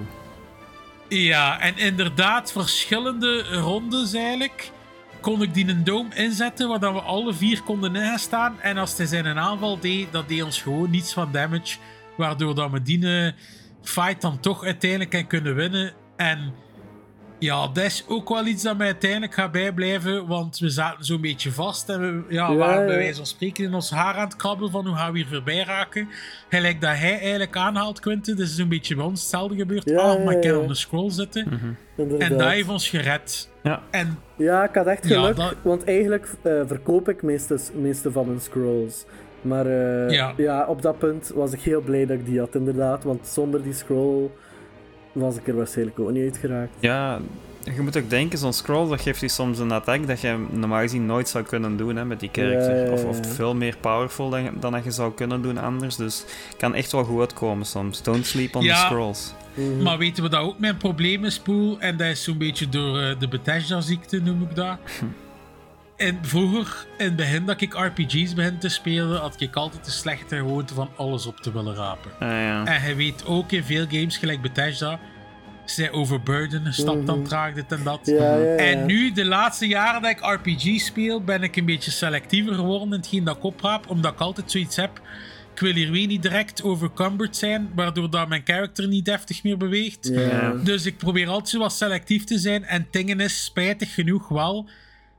Ja, en inderdaad, verschillende rondes eigenlijk kon ik die een dome inzetten, waar we alle vier konden in staan. En als hij zijn een aanval deed, dat deed ons gewoon niets van damage, waardoor dat we die fight dan toch uiteindelijk kunnen winnen. En ja, dat is ook wel iets dat mij uiteindelijk gaat bijblijven, want we zaten zo'n beetje vast en we ja, ja, waren bij wijze van spreken in ons haar aan het krabbelen van hoe gaan we hier voorbij raken. Gelijk dat hij eigenlijk aanhaalt, Quinte, dat is een beetje bij ons hetzelfde gebeurd. Ja, ah, maar ik kan ja, ja. op de scroll zitten. Mm-hmm. En dat heeft ons gered. Ja, en, ja ik had echt geluk, ja, dat... want eigenlijk uh, verkoop ik meeste, meeste van mijn scrolls. Maar uh, ja. ja, op dat punt was ik heel blij dat ik die had, inderdaad, want zonder die scroll was ik er waarschijnlijk ook niet uitgeraakt. Ja, Je moet ook denken, zo'n scroll, dat geeft je soms een attack dat je normaal gezien nooit zou kunnen doen hè, met die character. Ja, ja, ja. Of, of veel meer powerful dan, dan dat je zou kunnen doen anders. Dus het kan echt wel goed uitkomen soms. Don't sleep on Ja. the scrolls. Mhm. Maar weten we dat ook mijn probleem is, Poel? En dat is zo'n beetje door uh, de Bethesda-ziekte, noem ik dat. En vroeger, in het begin dat ik R P G's begin te spelen, had ik altijd de slechte gewoonte van alles op te willen rapen. Ah, ja. En je weet ook in veel games, gelijk Bethesda, zij overburden, stap dan Mhm. traag, dit en dat. Ja, ja, ja. En nu, de laatste jaren dat ik R P G speel, ben ik een beetje selectiever geworden in hetgeen dat ik opraap, omdat ik altijd zoiets heb. Ik wil hier weer niet direct overcumbered zijn, waardoor dat mijn character niet deftig meer beweegt. Ja. Ja. Dus ik probeer altijd zo wat selectief te zijn. En dingen is spijtig genoeg wel.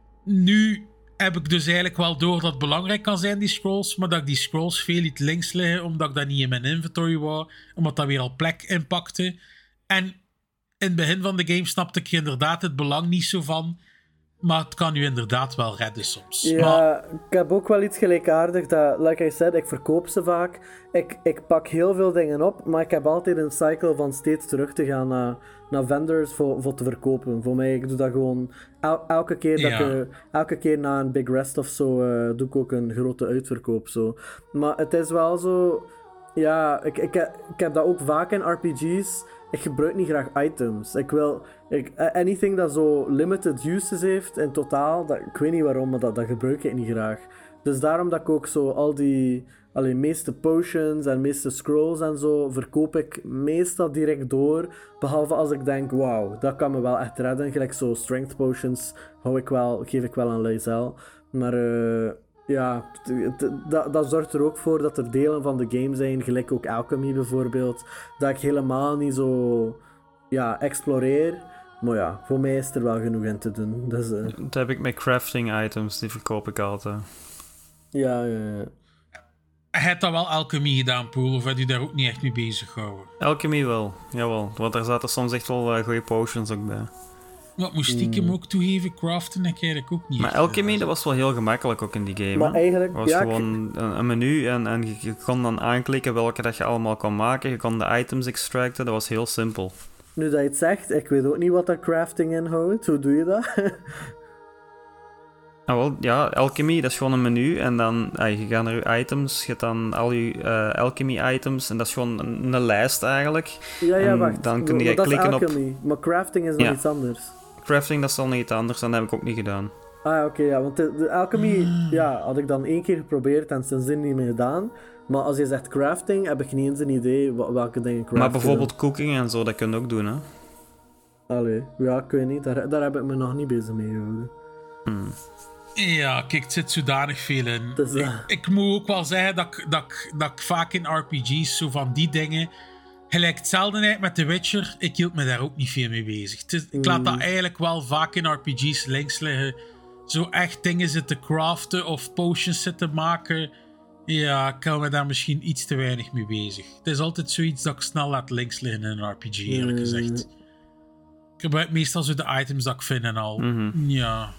Nu heb ik dus eigenlijk wel door dat het belangrijk kan zijn, die scrolls. Maar dat ik die scrolls veel liet links liggen, omdat ik dat niet in mijn inventory wou. Omdat dat weer al plek inpakte. En in het begin van de game snapte ik inderdaad het belang niet zo van. Maar het kan u inderdaad wel redden soms. Maar, Ja, ik heb ook wel iets gelijkaardigs. Dat, like I said, ik verkoop ze vaak. Ik, ik pak heel veel dingen op, maar ik heb altijd een cycle van steeds terug te gaan naar, naar vendors voor, voor te verkopen. Voor mij, ik doe dat gewoon el- elke keer dat Ja. ik, eh, elke keer na een big rest of zo, eh, doe ik ook een grote uitverkoop. Zo. Maar het is wel zo, ja, ik, ik, ik heb dat ook vaak in R P G's. Ik gebruik niet graag items. Ik wil... Ik, anything dat zo limited uses heeft in totaal, dat, ik weet niet waarom, maar dat, dat gebruik ik niet graag. Dus daarom dat ik ook zo al die... Allee, meeste potions en meeste scrolls en zo verkoop ik meestal direct door. Behalve als ik denk, wauw, dat kan me wel echt redden. Gelijk zo strength potions hou ik wel, geef ik wel aan Lae'zel. Maar uh, ja, t- t- dat, dat zorgt er ook voor dat er delen van de game zijn, gelijk ook Alchemy bijvoorbeeld, dat ik helemaal niet zo ja, exploreer. Maar ja, voor mij is er wel genoeg in te doen. Dus, uh, Dat heb ik met crafting items, die verkoop ik altijd. ja, ja, ja. hij heeft dat wel alchemy gedaan, Poel, of had u daar ook niet echt mee bezig gehouden? Alchemy wel, jawel. Want daar zaten soms echt wel uh, goede potions ook bij. Wat moest stiekem Mm. ook toegeven, craften heb ik eigenlijk ook niet. Maar echt, alchemy, eh, dat was wel heel gemakkelijk ook in die game. Maar hè? eigenlijk, Het was ja, ik- gewoon een, een menu en, en je, je kon dan aanklikken welke dat je allemaal kon maken. Je kon de items extracten, dat was heel simpel. nu dat je het zegt, ik weet ook niet wat dat crafting inhoudt. Hoe doe je dat? Ah, wel, ja, alchemy, dat is gewoon een menu en dan ah, je gaat naar je items, je hebt dan al je uh, alchemy items en dat is gewoon een, een lijst eigenlijk. ja, ja, En wacht. dan kun je Maar dat is klikken op- alchemy, maar crafting is nog Ja. iets anders. Crafting, dat is dan niet anders, en dat heb ik ook niet gedaan. Ah, ja, oké, ja, want de, de alchemy, ja, had ik dan één keer geprobeerd en sindsdien niet meer gedaan. Maar als je zegt crafting, heb ik niet eens een idee wa- welke dingen craften. Maar bijvoorbeeld cooking en zo, dat kun je ook doen, hè. Allee, ja, ik weet niet, daar, daar heb ik me nog niet bezig mee gehouden. Hmm. Ja, kijk, het zit zodanig veel in. Dus, ik, uh, ik moet ook wel zeggen dat ik, dat, ik, dat ik vaak in R P G's zo van die dingen... Gelijk hetzelfde eigenlijk met The Witcher, ik hield me daar ook niet veel mee bezig. Het is- ik laat dat Mm. eigenlijk wel vaak in R P G's links liggen. Zo echt dingen zitten craften of potions zitten maken. Ja, ik hou me daar misschien iets te weinig mee bezig. Het is altijd zoiets dat ik snel laat links liggen in een R P G, eerlijk Mm. gezegd. Ik gebruik meestal zo de items dat ik vind en al. Mhm. Ja.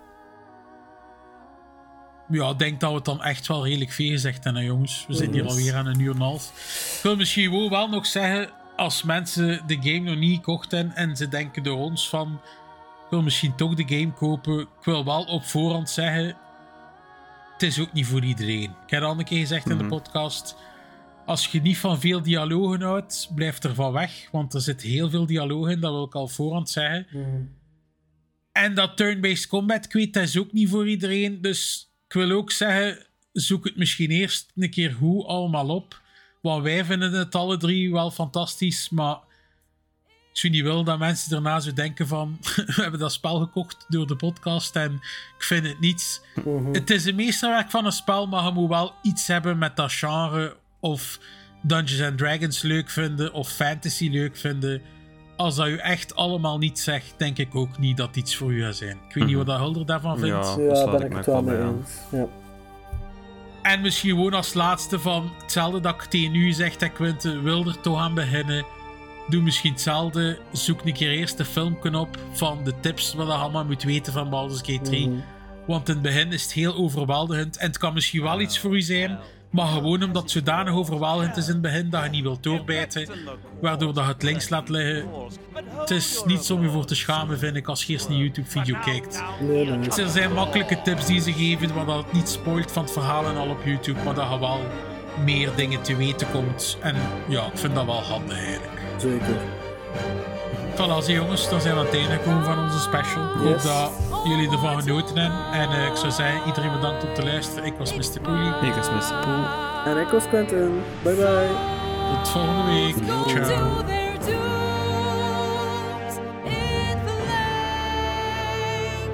Ja, ik denk dat we het dan echt wel redelijk veel gezegd hebben, hè, jongens. We zitten hier Yes. alweer aan een uur en een half. Ik wil misschien wel, wel nog zeggen, als mensen de game nog niet gekocht hebben en ze denken door ons van, ik wil misschien toch de game kopen. Ik wil wel op voorhand zeggen, het is ook niet voor iedereen. Ik heb het al een keer gezegd in Mhm. de podcast. Als je niet van veel dialogen houdt, blijf er van weg. Want er zit heel veel dialoog in, dat wil ik al op voorhand zeggen. En dat turn-based combat, ik weet, dat is ook niet voor iedereen. Dus ik wil ook zeggen, zoek het misschien eerst een keer goed allemaal op. Want wij vinden het alle drie wel fantastisch, maar ik zou niet willen dat mensen daarna zo denken van we hebben dat spel gekocht door de podcast en ik vind het niets. Mhm. Het is een meesterwerk van een spel, maar je moet wel iets hebben met dat genre of Dungeons and Dragons leuk vinden of fantasy leuk vinden. Als dat u echt allemaal niet zegt, denk ik ook niet dat het iets voor u gaat zijn. Ik weet niet wat dat Hulder daarvan vindt. Ja. daar Ja, sluit ben ik ik me het ook wel wel mee bij aan. eens. Ja. En misschien gewoon als laatste van hetzelfde dat ik tegen u zeg, dat Quinte wil er toch aan beginnen. Doe misschien hetzelfde. Zoek een keer eerst de filmpje op van de tips wat je allemaal moet weten van Baldur's Gate drie. Mhm. Want in het begin is het heel overweldigend en het kan misschien wel iets voor u zijn. Maar gewoon omdat het zodanig overweldigend is in het begin dat je niet wilt doorbijten, waardoor dat je het links laat liggen. Het is niets om je voor te schamen, vind ik, als je eerst een YouTube-video kijkt. Nee, nee. Er zijn makkelijke tips die ze geven, waar dat het niet spoilt van het verhaal en al op YouTube, maar dat je wel meer dingen te weten komt. En ja, ik vind dat wel handig eigenlijk. Zeker. Voilà, zie jongens, dan zijn we aan het einde gekomen van onze special. Ik hoop Yes. dat jullie ervan genoten hebben. En uh, ik zou zeggen, iedereen bedankt om te luisteren. Ik was mister Poelie. Ik was mister Poel. En ik was Quentin. Bye bye. Tot volgende week. Ciao. To their dooms in the lane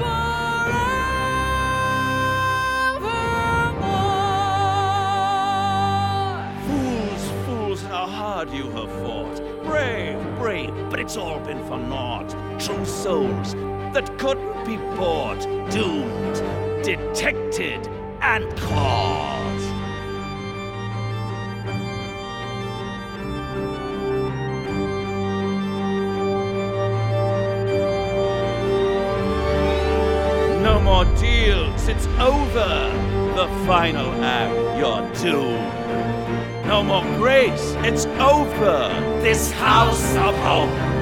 forevermore. Fools, fools, how hard you have fought. Brave, brave, but it's all been for naught. True souls that couldn't be bought. Doomed, detected, and caught. No more deals, it's over. The final act, you're doomed. No more grace, it's over. This house of hope